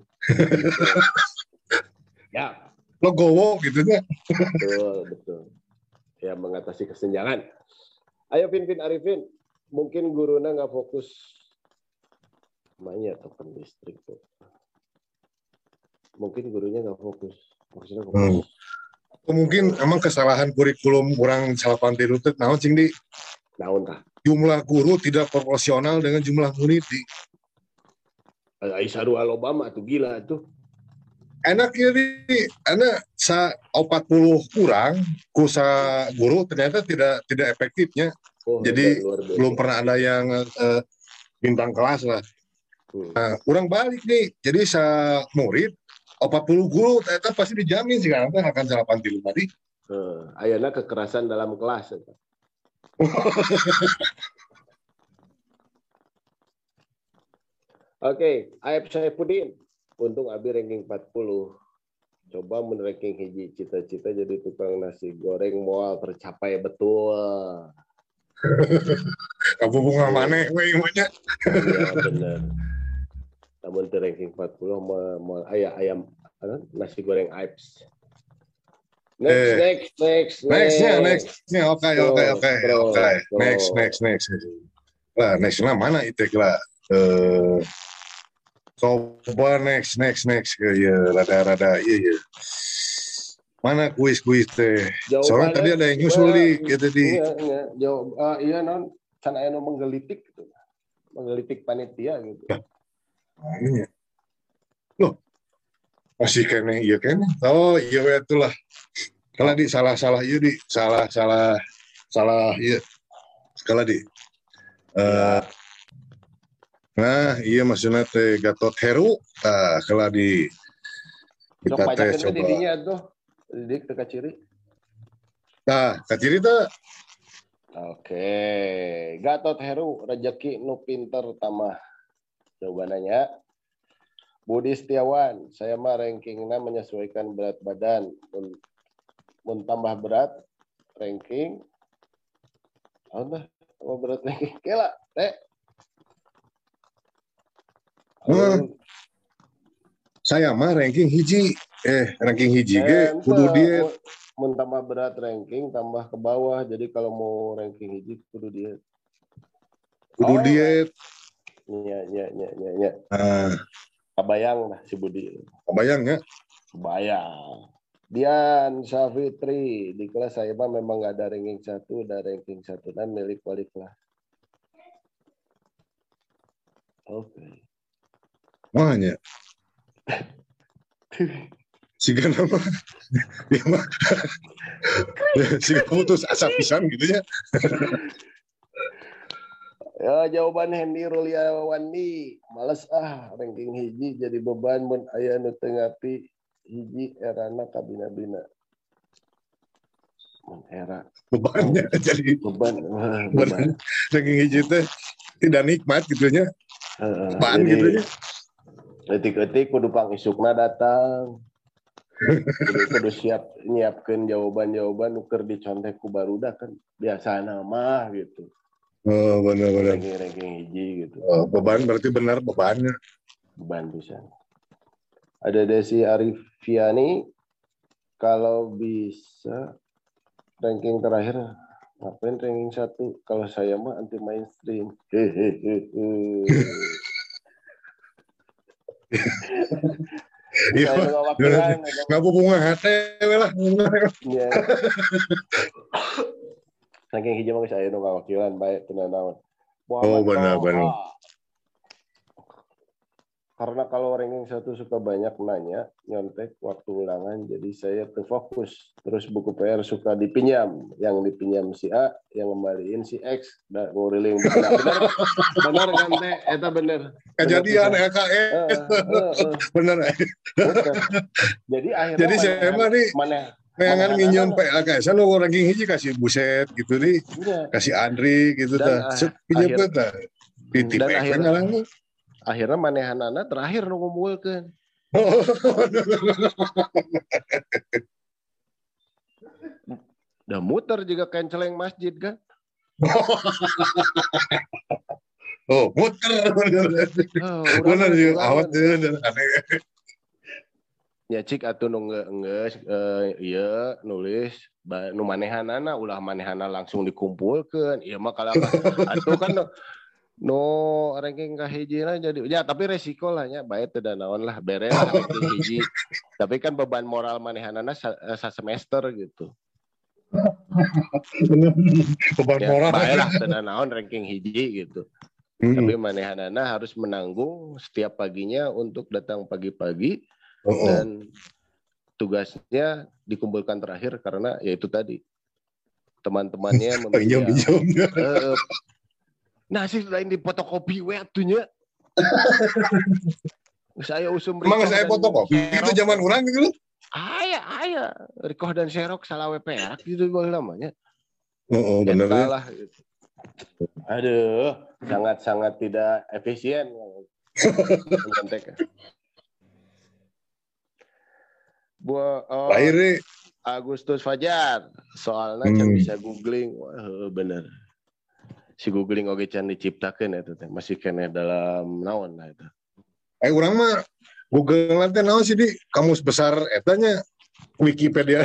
Ya. Logowo gitu nya. Betul, betul. Ya mengatasi kesenjangan. Ayo Vin-Vin Arifin, mungkin guruna nggak fokus. Namanya token listrik tuh. Mungkin gurunya nggak fokus. Maksudnya fokus. Hmm. Atau mungkin emang kesalahan kurikulum kurang salapan tilu teh naon cing di? Naon tah? Jumlah guru tidak proporsional dengan jumlah murid di. Aisyah Alobama tuh gila tuh. Enak ya di, enak sa empat puluh kurang kusa guru ternyata tidak tidak efektifnya. Oh, jadi belum pernah ada yang uh, bintang kelas lah. Hmm. Nah, kurang balik nih. Jadi sa murid empat puluh guru ternyata pasti dijamin sih kan akan salapan tilu tadi. Uh, ayana kekerasan dalam kelas. Oke, okay, Aib Saifuddin. Untung Abi ranking empat puluh. Coba men ranking hiji cita-cita jadi tukang nasi goreng moal tercapai betul. Kamu bunga maneh we nya. Iya benar. Namun di ranking empat puluh moal ayam ayam nasi goreng Aibs. Next, eh, next, next, nextnya, nextnya, oke, oke, oke, oke, next, next, next. Lah, nextnya mana itu lah? Eh, coba next, next, next, ya, rada-rada, iya, iya. Mana kuis-kuis teh? Soalnya tadi ada yang nyusul di, gitu di. Iya, iya, jawab, uh, iya non, kan anu menggelitik, gitu. Menggelitik panitia gitu. Nah, iya. Loh, masih kene, iya kene. Oh, iya itulah. Kalau di salah-salah iya di salah-salah salah iya. Sekali di. Uh, nah, iya maksudnya teh Gatot Heru. Nah, kalau di kita teh coba. Didinya tuh, didik teh kaciri. Nah, kaciri tuh. Oke, Gatot Heru rezeki nu pinter tamah. Coba nanya. Budi Setiawan, saya mah rankingnya menyesuaikan berat badan. Mun tambah berat ranking apa tambah berat ranking kela teh hmm. Saya mah ranking hiji, eh ranking hiji ge kudu diet. Mau tambah berat ranking, tambah ke bawah. Jadi kalau mau ranking hiji kudu diet. Kudu oh, diet. Iya, iya, iya, iya, iya. Nah, kebayang lah si Budi. Kebayang ya? Kebayang. Dian Safitri di kelas saya mah memang nggak ada ranking satu, ada ranking satu dan milik wali kelas. Oke. Okay. Makanya. Siga nama dia mah siga putus asa pisan gitu ya. Ya jawaban Hendy Ruliawandi males ah ranking hiji jadi beban mun aya nu teu ngapi hiji erana kabina-bina. Mun era bebannya oh, jadi beban beban, beban. Ranking hiji teh tidak nikmat gitu nya. Heeh. Uh, gitu ya. Etik-etik kudu pangisukna datang. kudu, kudu siap nyiapkeun jawaban-jawaban nuker dicontek ku barudak kan biasa nama gitu. Oh benar-benar. Ranking-ranking hiji gitu. Oh, beban berarti benar bebannya. Beban bisa. Ada Desi Arifiani kalau bisa ranking terakhir ngapain ranking satu kalau saya mah anti mainstream. Hehehe. Iya, nggak bunga hati lah. Iya. Saking hijau mah saya nggak wakilan baik tenan naon. Oh benar-benar. Karena kalau ranking satu suka banyak nanya, nyontek waktu ulangan, jadi saya terfokus. Terus buku P R suka dipinjam, yang dipinjam si A, yang ngembaliin si X, dan nguriling benar. Benar kan teh, eta bener. Kejadian L K S, uh, uh, uh. bener. Jadi akhirnya jadi saya mah nih, neangan nginjem P L K S, lo ranking hiji kasih Buset gitu nih, ya. Kasih Andri gitu dah, pinjam kita, titip X ngalang. Akhirnya manehanana terakhir nu ngumpulkeun. Udah muter juga kenceleng masjid kan. Oh, muter. Oh, benar juga awat dan aneh. Ya cik atuh nu geus uh, ieu nulis nu manehanana ulah manehana langsung dikumpulkeun. Ieu mah kalau atuh kan no ranking ka hiji lah jadi ya tapi resiko lah nya bae teu da naon lah bere lah ranking hiji tapi kan beban moral manehanana sa, sa semester gitu beban ya, moral bae lah teu da naon ranking hiji gitu hmm. Tapi manehanana harus menanggung setiap paginya untuk datang pagi-pagi oh, oh. Dan tugasnya dikumpulkan terakhir karena yaitu tadi teman-temannya meminjam uh, nah sih lain di fotokopi we atunya. Saya usum emang saya fotokopi itu zaman orang gitu. Aya aya Rikoh dan Serok salah W P A gitu namanya. Oh, oh benar ya. Gitu. Aduh, sangat-sangat tidak efisien. Buat oh, Agustus Fajar soalnya hmm. Can bisa googling. Wah, bener. Si googling oge can diciptakeun eta teh masih kena dalam naon lah eta. Eh urang mah Google teh naon sih di kamus besar eta nya Wikipedia.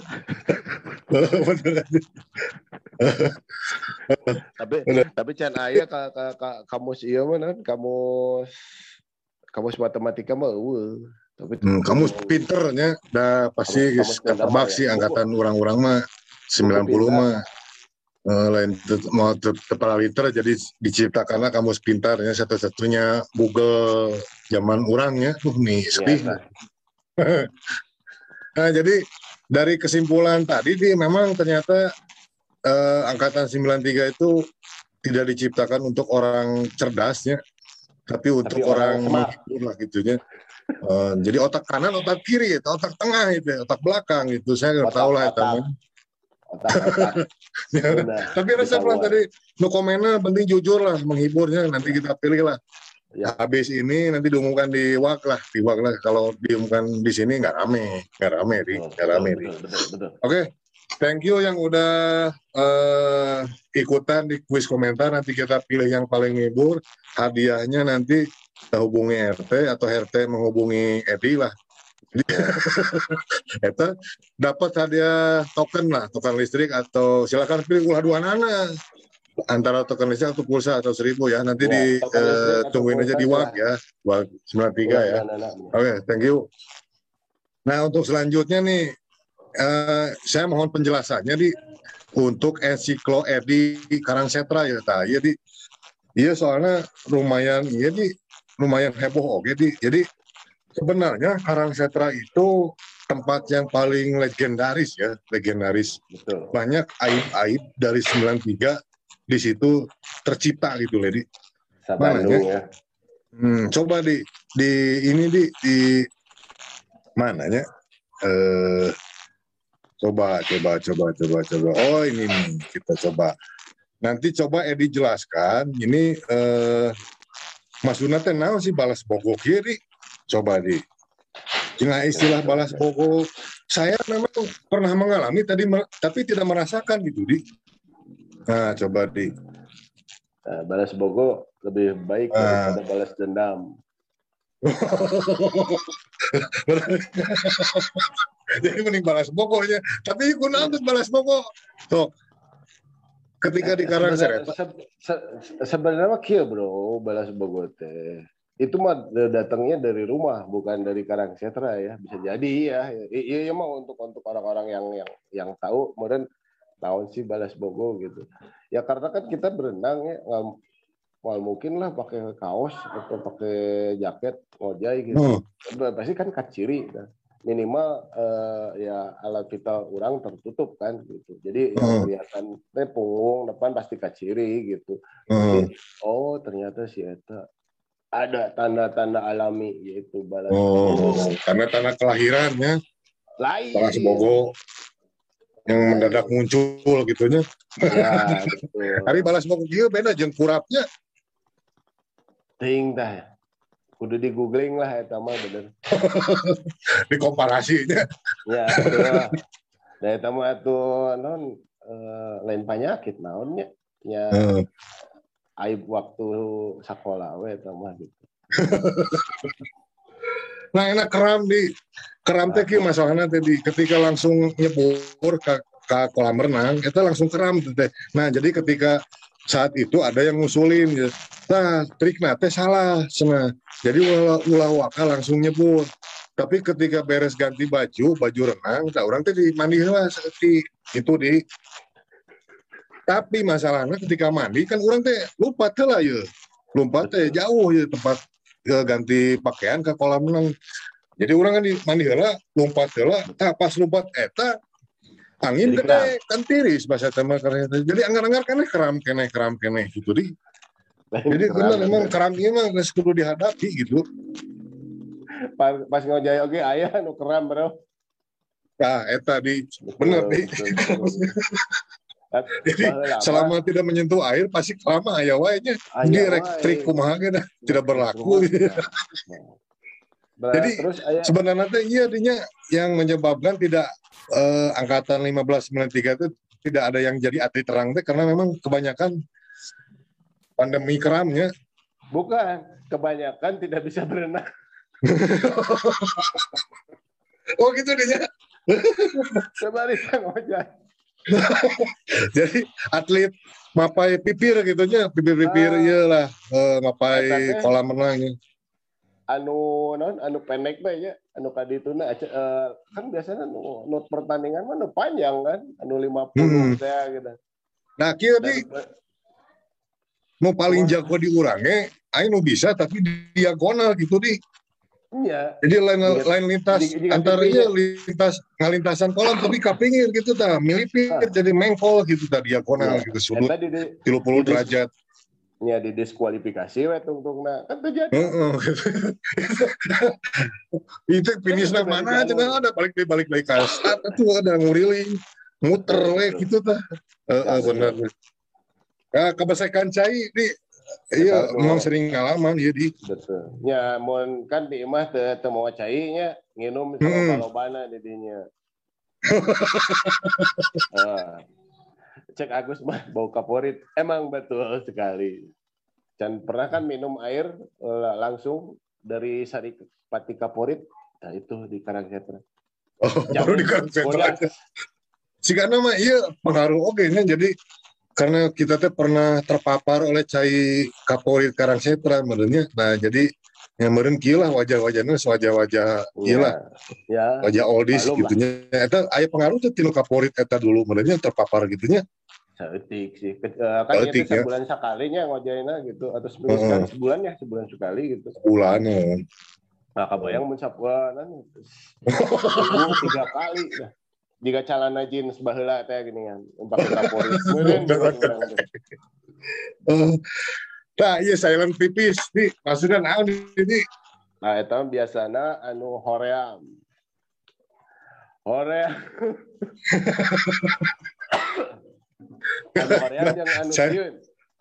tapi tapi can aya ka, ka, ka kamus ieu mah naon kamus kamus matematika mah eueuh. Tapi hmm, kamus pinternya da pasti geus ketebak sih angkatan urang-urang mah sembilan puluh mah. Uh, lain mau kepala liter jadi diciptakanlah kamus pintarnya satu-satunya Google zaman orangnya uh nih sedih. Ya, nah jadi dari kesimpulan tadi di memang ternyata uh, angkatan sembilan tiga itu tidak diciptakan untuk orang cerdasnya tapi untuk tapi orang menghibur lah gitunya. Uh, jadi otak kanan, otak kiri, otak tengah itu, otak belakang itu saya nggak tahu lah itu. Ya, tapi resep lah tadi no komennya penting jujur lah menghiburnya nanti kita pilih lah ya. Habis ini nanti diumumkan di wak lah di wak lah kalau diumumkan di sini nggak rame nggak rame di nggak rame di oke Thank you yang udah uh, ikutan di kuis komentar. Nanti kita pilih yang paling ngibur. Hadiahnya nanti kita hubungi R T atau R T menghubungi Edi lah. Itu dapat hadiah token lah, token listrik atau silakan pilih ulah dua nana antara token listrik atau pulsa atau seribu ya. Nanti ya, di uh, tungguin aja di W A G ya, W A G sembilan tiga ya. Oke, okay, thank you. Nah untuk selanjutnya nih. Uh, saya mohon penjelasannya di untuk ensikloedi Karangsetra ya ta. Jadi iya soalnya lumayan iya di lumayan heboh oke di. Jadi sebenarnya Karangsetra itu tempat yang paling legendaris ya, legendaris. Betul. Banyak aib-aib dari sembilan tiga di situ tercipta gitu Ledi. Mananya? Ya. Hmm, coba di di ini di di mananya? Eh Coba, coba, coba, coba, coba. Oh ini nih, kita coba. Nanti coba Edi jelaskan. Ini eh, Mas Una teh naon sih balas bogok kiri? Coba di. Cina istilah balas bogok. Saya memang pernah mengalami tadi, tapi tidak merasakan gitu di. Nah coba di. Nah, balas bogok lebih baik daripada nah. balas dendam. Jadi mending balas pokoknya. Tapi aku nanti balas pokok. Tuh. Ketika di Karangsetra. Se se sebenarnya kia bro, balas pokok teh. Itu mah datangnya dari rumah, bukan dari Karangsetra ya. Bisa jadi ya. Iya ya, mah untuk untuk orang-orang yang yang yang tahu, kemudian tahun sih balas pokok gitu. Ya karena kan kita berenang ya, mal mungkin lah pakai kaos atau pakai jaket ngojai gitu. Hmm. Pasti kan kaciri kan. Minimal uh, ya alat vital orang tertutup kan gitu. Jadi hmm. yang kelihatan teh punggung depan pasti kaciri gitu. Hmm. Jadi, oh ternyata si eta ada tanda-tanda alami yaitu balas. Oh, karena tanda kelahirannya. Lain. Balas bogo yang mendadak muncul gitunya. Ya, betul. Hari balas bogo kieu beda jeung kurapnya. Ting dah. Kudu di googling lah eta mah bener. Di komparasinya. Ya, betul. Da eta mah atuh non uh, lain penyakit naonnya. Ya. Hmm. Aib waktu sekolah we eta mah gitu. Nah, enak keram di keram teh kieu masalahna teh di ketika langsung nyebur ke ke kolam renang, eta langsung keram teh. Nah, jadi ketika saat itu ada yang ngusulin ya. Nah, trikna teh salah cenah. Jadi ulah, ulah waka langsung nyebur. Tapi ketika beres ganti baju, baju renang, tak orang teh di mandi heula seperti itu di. Tapi masalahnya ketika mandi kan orang teh lupa teh lah ya. Lompat teh jauh ya tempat ke ganti pakaian ke kolam renang. Jadi orang kan di mandi heula, lompat heula, tak pas lompat eta angin gede kan tiris bahasa tema karena jadi anggar-anggar kan keram kene keram kene gitu di. Jadi benar memang keram ini mah harus kudu dihadapi gitu. Pas, pas ngojay oke aya nu keram bro. Nah, eta di bener di. Jadi selama tidak menyentuh air pasti keram aya wae nya. Jadi trik kumaha ge tidak berlaku. Jadi terus, sebenarnya teh iya dinya yang menyebabkan tidak eh, angkatan lima belas sembilan tiga itu tidak ada yang jadi atlet terang teh karena memang kebanyakan pandemi keramnya. Bukan, kebanyakan tidak bisa berenang. Oh gitu dinya. Sebalikan aja. Jadi atlet mapai pipir gitunya, pipir-pipir ah, iyalah eh, mapai kolam renangnya. Anu non anu pendek bae nya anu kadituna uh, kan biasanya anu not pertandingan mah anu panjang kan anu lima puluh hmm. teh gitu. Nah kieu di mau paling jago di urangnya aing nu bisa tapi diagonal gitu di. Iya. Jadi lain lain lintas antara ieu lintas ngalintasan kolam tapi ka pinggir gitu tah milipir ah. jadi mengkol gitu tah diagonal ya. Gitu sudut tiga puluh derajat. Ya didiskualifikasi we tungtungna kan terjadi. Heeh. Itu finishna mana cenah ada balik deui balik deui ka start atuh ada nguriling muter we kitu tah. Heeh bener. Ya kabesekan cai di iya memang sering ngalaman ieu di. Betul. Ya mun kan di imah teu teu moal cai nya nginum salobana di dinya. Ah, cek Agus mah bau kaporit. Emang betul sekali. Dan pernah kan minum air eh, langsung dari Saripati Kaporit. Nah itu di Karangsetra. Oh, baru di Karangsetra. Si karena mah iya pengaruh oke nya jadi karena kita teh pernah terpapar oleh cai Kaporit Karangsetra menurutnya. Nah jadi yang meureun kieu lah wajah-wajahna wajah-wajah ieu lah. Ya. Wajah oldies gitunya. Eta aya pengaruh teh tinu Kaporit eta dulu menurutnya terpapar gitunya. Saeutik sih. Kan itu ya. Sebulan sekalinya ngojayna gitu atau sebulan uh, sekali sebulan ya, sebulan sekali gitu. Sebulan ya. Nah, kabayang mun sapuanan tiga kali dah. Jika calana jeans baheula teh gini kan, umpake Kaporit. Meureun urang. Nah, iya silent pipis nih, maksudnya naon ini? Nah, itu biasanya anu hoream. Hoream. Anu hoream yang anu sieun.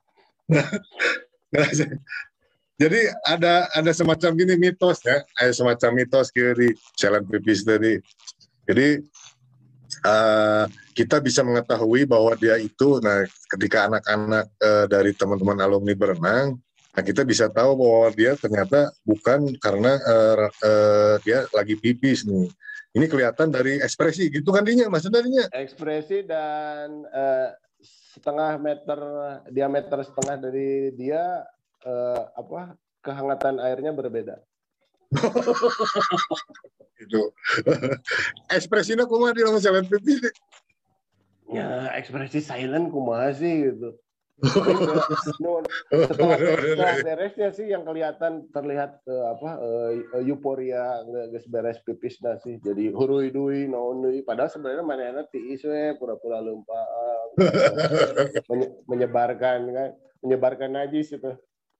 Jadi ada ada semacam gini mitos ya, ada semacam mitos kira di silent pipis tadi. Jadi uh, kita bisa mengetahui bahwa dia itu, nah ketika anak-anak uh, dari teman-teman alumni berenang, nah kita bisa tahu bahwa dia ternyata bukan karena uh, uh, dia lagi pipis nih. Ini kelihatan dari ekspresi, gitu kan dinya, maksudnya dinya? Ekspresi dan uh, setengah meter, diameter setengah dari dia, uh, apa kehangatan airnya berbeda. Gitu. Ekspresinya kumaha di dalam silent pipis? Ya, ekspresi silent kumaha sih gitu. No, setelah, setelah beresnya sih yang kelihatan terlihat uh, apa uh, euforia geus beres pipisna sih. Jadi hurui dui naon deui padahal sebenarnya manehna tiis we pura-pura leumpaan. menyebarkan kan, menyebarkan najis itu.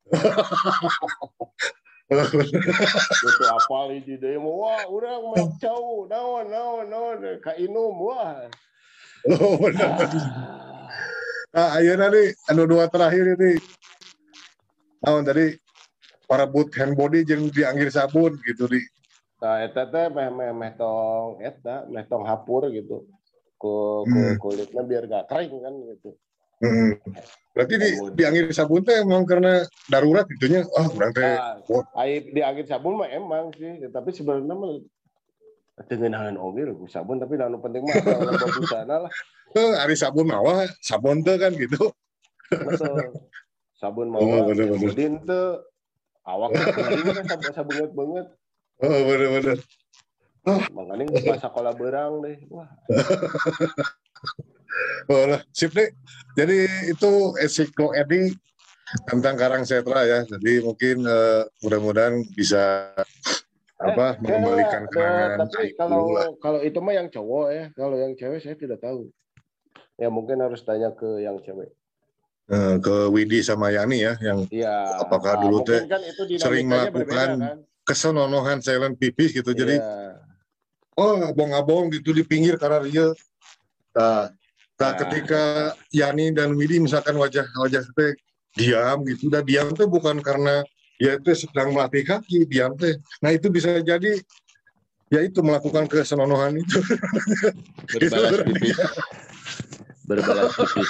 Itu apal hiji deui wah urang mah cau naon naon naon ka inum wah. Oh benar. Ah ayeuna nih anu dua terakhir ini. Naon tadi parabut hand body jeung dianggir sabun gitu di. Nah eta teh meh meh meh tong eta meh tong hapur gitu. Ku ku kulitnya biar gak kering kan gitu. Hmm. Berarti di dianggir sabun teh emang karena darurat gitunya. Ah, urang teh. Nah, air dianggir sabun mah emang sih, tapi sebenarnya mah tengenahan oge ku sabun tapi anu penting mah kalau bagusana lah. Heuh, ari sabun mawah, sabun teh kan gitu. Betul. Sabun mawah. Oh, kemudian teh awak teh sabun sabun banget. Oh, bener-bener. Oh. Makanya pas sekolah berang deh. Wah. Oh lah, sip deh. Jadi itu Esiklo Edi tentang Karangsetra ya. Jadi mungkin uh, mudah-mudahan bisa apa eh, mengembalikan kenangan. Tapi kalau kalau itu mah yang cowok ya. Kalau yang cewek saya tidak tahu. Ya mungkin harus tanya ke yang cewek. Uh, ke Widi sama Yani ya, yang ya, apakah nah, dulu teh kan sering melakukan berbeda, kan? Kesenonohan silent pipis gitu. Ya. Jadi oh abong-abong gitu di pinggir karena dia. Nah, nah, ketika Yani dan Widi misalkan wajah-wajah teh diam gitu, udah diam tuh bukan karena dia itu sedang melatih kaki, diam teh. Nah itu bisa jadi ya itu melakukan kesenonohan itu. Berbalas pipis. Berbalas pipis.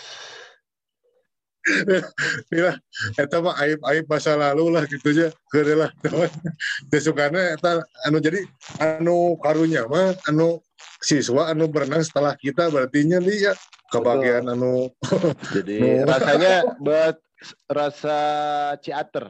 Inilah, eta mah aib-aib masa lalu lah gitunya, keureun lah. Desukana eta anu jadi anu karunya mah anu siswa anu berenang setelah kita berartinya nih ya kebagian anu. Jadi rasanya buat rasa ciater.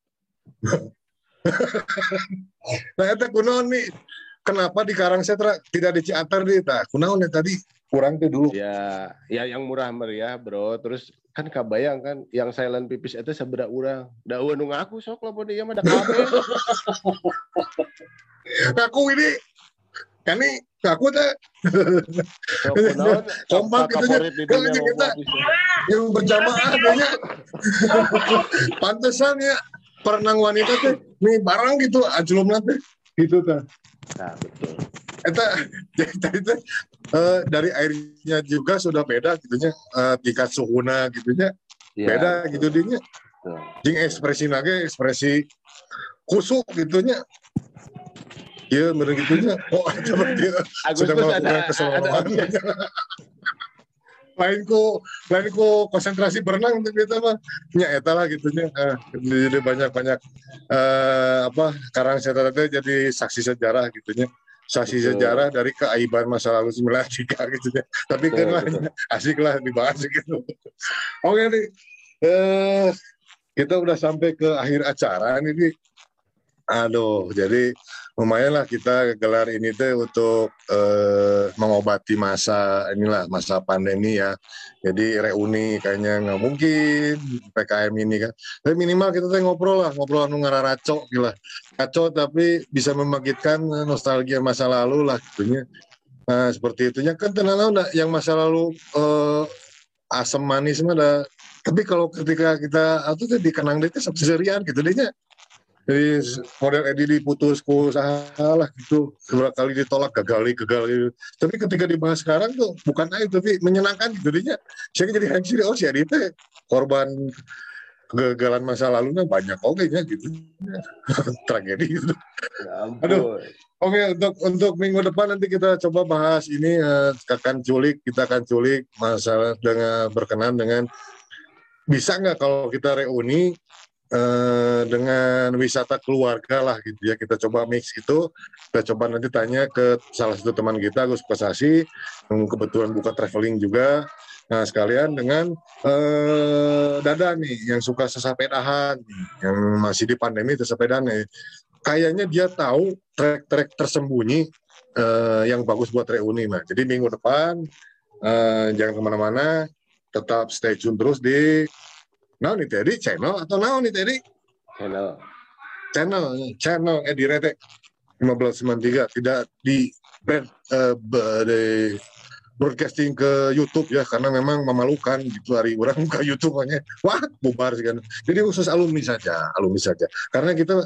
Nah eta kunaon nih? Kenapa di Karangsetra tidak di Ciater nih? Nah, kunaon ya tadi kurang tuh dulu. Ya, ya yang murah meriah, Bro. Terus kan kabayang kan yang silent pipis itu sabeda urang. Da eueuh nu ngaku sok lamun ieu mah da kabeh. Ngaku ini kan nih ngaku teh. Kompak gitu nya. Kita yang berjamaah kayaknya. Pantesan ya perenang wanita teh nih barang gitu ajlumna teh gitu tah. Nah, betul. Eta tadi teh uh, dari airnya juga sudah beda gitunya, uh, tingkat suhuna gitunya ya, beda betul. Gitu dinya. Jeung ekspresi nage ekspresi kusuk gitunya. Iya, benar gitunya. Oh, seperti sudah melakukan keseluruhan. Lain ku, lain ku konsentrasi berenang untuk kita mah, nya eta lah gitunya. Eh, jadi banyak-banyak eh, apa karang saya jadi saksi sejarah gitunya. Saksi betul. Sejarah dari keaiban masa lalu sembilan puluh tiga gitu ya. Tapi betul, kan lah asik lah dibahas gitu. Oke nih, eh, kita udah sampai ke akhir acara ini. Aduh, jadi lumayan lah kita gelar ini tuh untuk eh, mengobati masa inilah masa pandemi ya. Jadi reuni kayaknya nggak mungkin P K M ini kan. Tapi minimal kita tuh ngobrol lah, ngobrol anu ngararaco gila. Kacau tapi bisa membangkitkan nostalgia masa lalu lah gitunya. Nah, seperti itunya kan tenang lah yang masa lalu eh, asam manis mah ada. Tapi kalau ketika kita atau tuh dikenang deh seserian gitu dehnya. Jadi model Edi diputus ku salah gitu, beberapa kali ditolak gagal gagal gitu. Tapi ketika dibahas sekarang tuh bukan itu tapi menyenangkan gitu dia. Saya jadi hancur oh si Edi teh korban kegagalan masa lalunya banyak oke nya gitu. Tragedi gitu. Ya aduh. Oke untuk untuk minggu depan nanti kita coba bahas ini uh, akan culik kita akan culik masalah dengan berkenan dengan bisa nggak kalau kita reuni Uh, dengan wisata keluarga lah gitu ya, kita coba mix itu, kita coba nanti tanya ke salah satu teman kita Gus Pasasi yang kebetulan buka traveling juga, nah sekalian dengan uh, Dada nih yang suka sesapedahan yang masih di pandemi sesapedahan nih, kayaknya dia tahu trek-trek tersembunyi uh, yang bagus buat reuni. Nah jadi minggu depan uh, jangan kemana-mana, tetap stay tune terus di Nah nih tadi channel atau nah nih tadi channel channel channel Edi Rete lima belas sembilan tiga tidak di uh, di broadcasting ke YouTube ya karena memang memalukan gitu hari orang ke YouTube hanya wah bubar sih kan. Jadi khusus alumni saja, alumni saja. Karena kita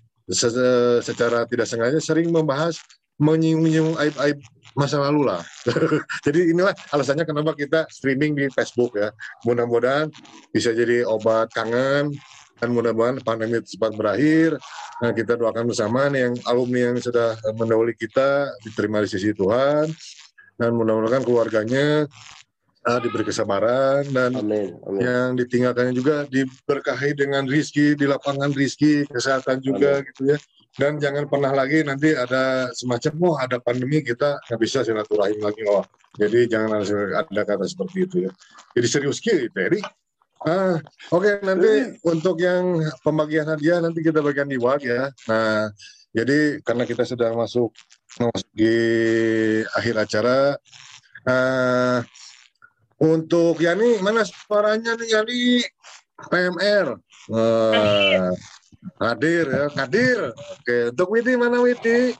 se- secara tidak sengaja sering membahas menyinggung aib-aib masa lalu lah. Jadi inilah alasannya kenapa kita streaming di Facebook ya. Mudah-mudahan bisa jadi obat kangen dan mudah-mudahan pandemi cepat berakhir. Nah, kita doakan bersama nih yang alumni yang sudah mendahului kita diterima di sisi Tuhan dan mudah-mudahan keluarganya uh, diberi kesabaran dan amin, amin. Yang ditinggalkannya juga diberkahi dengan rizki di lapangan rizki kesehatan juga amin. Gitu ya. Dan jangan pernah lagi nanti ada semacam oh ada pandemi kita nggak bisa silaturahim lagi oh jadi jangan ada kata seperti itu ya jadi serius gitu jadi ah oke okay, nanti untuk yang pembagian hadiah nanti kita bagikan di W A G ya. Nah jadi karena kita sudah masuk masuk di akhir acara uh, untuk Yani mana suaranya nih Yani P M R uh, hadir ya, hadir. Oke, untuk Widi mana Widi?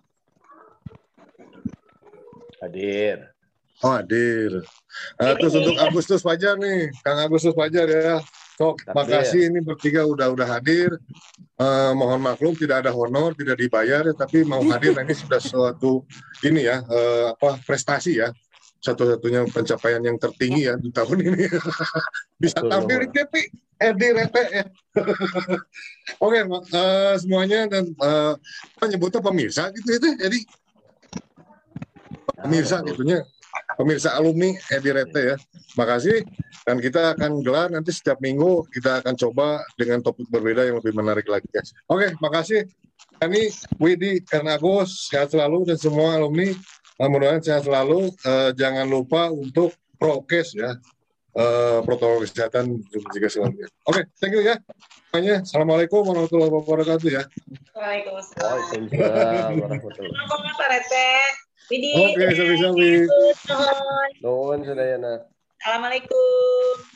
Hadir. Oh, hadir. Nah, terus untuk Agustus Fajar nih, Kang Agustus Fajar ya. Sok, makasih ini bertiga udah udah hadir. Uh, mohon maklum tidak ada honor, tidak dibayar, tapi mau hadir ini sudah suatu ini ya, uh, apa prestasi ya. Satu-satunya pencapaian yang tertinggi ya di tahun ini. Bisa tampil di T V Edi Rete ya. Oke, uh, semuanya dan uh, menyebutnya pemirsa gitu itu jadi pemirsa gitunya pemirsa alumni Edi Rete ya. Makasih dan kita akan gelar nanti setiap minggu kita akan coba dengan topik berbeda yang lebih menarik lagi guys. Oke, makasih. Yani, Widi, Agus, sehat selalu dan semua alumni. Mudah-mudahan sehat selalu. Uh, jangan lupa untuk prokes ya. Uh, protokol kesehatan juga selanjutnya. Oke, okay, thank you ya. Semuanya, assalamualaikum warahmatullahi wabarakatuh ya. Waalaikumsalam warahmatullahi wabarakatuh. Oke, sampai-sampai. Nuhun, Sadayana. Assalamualaikum.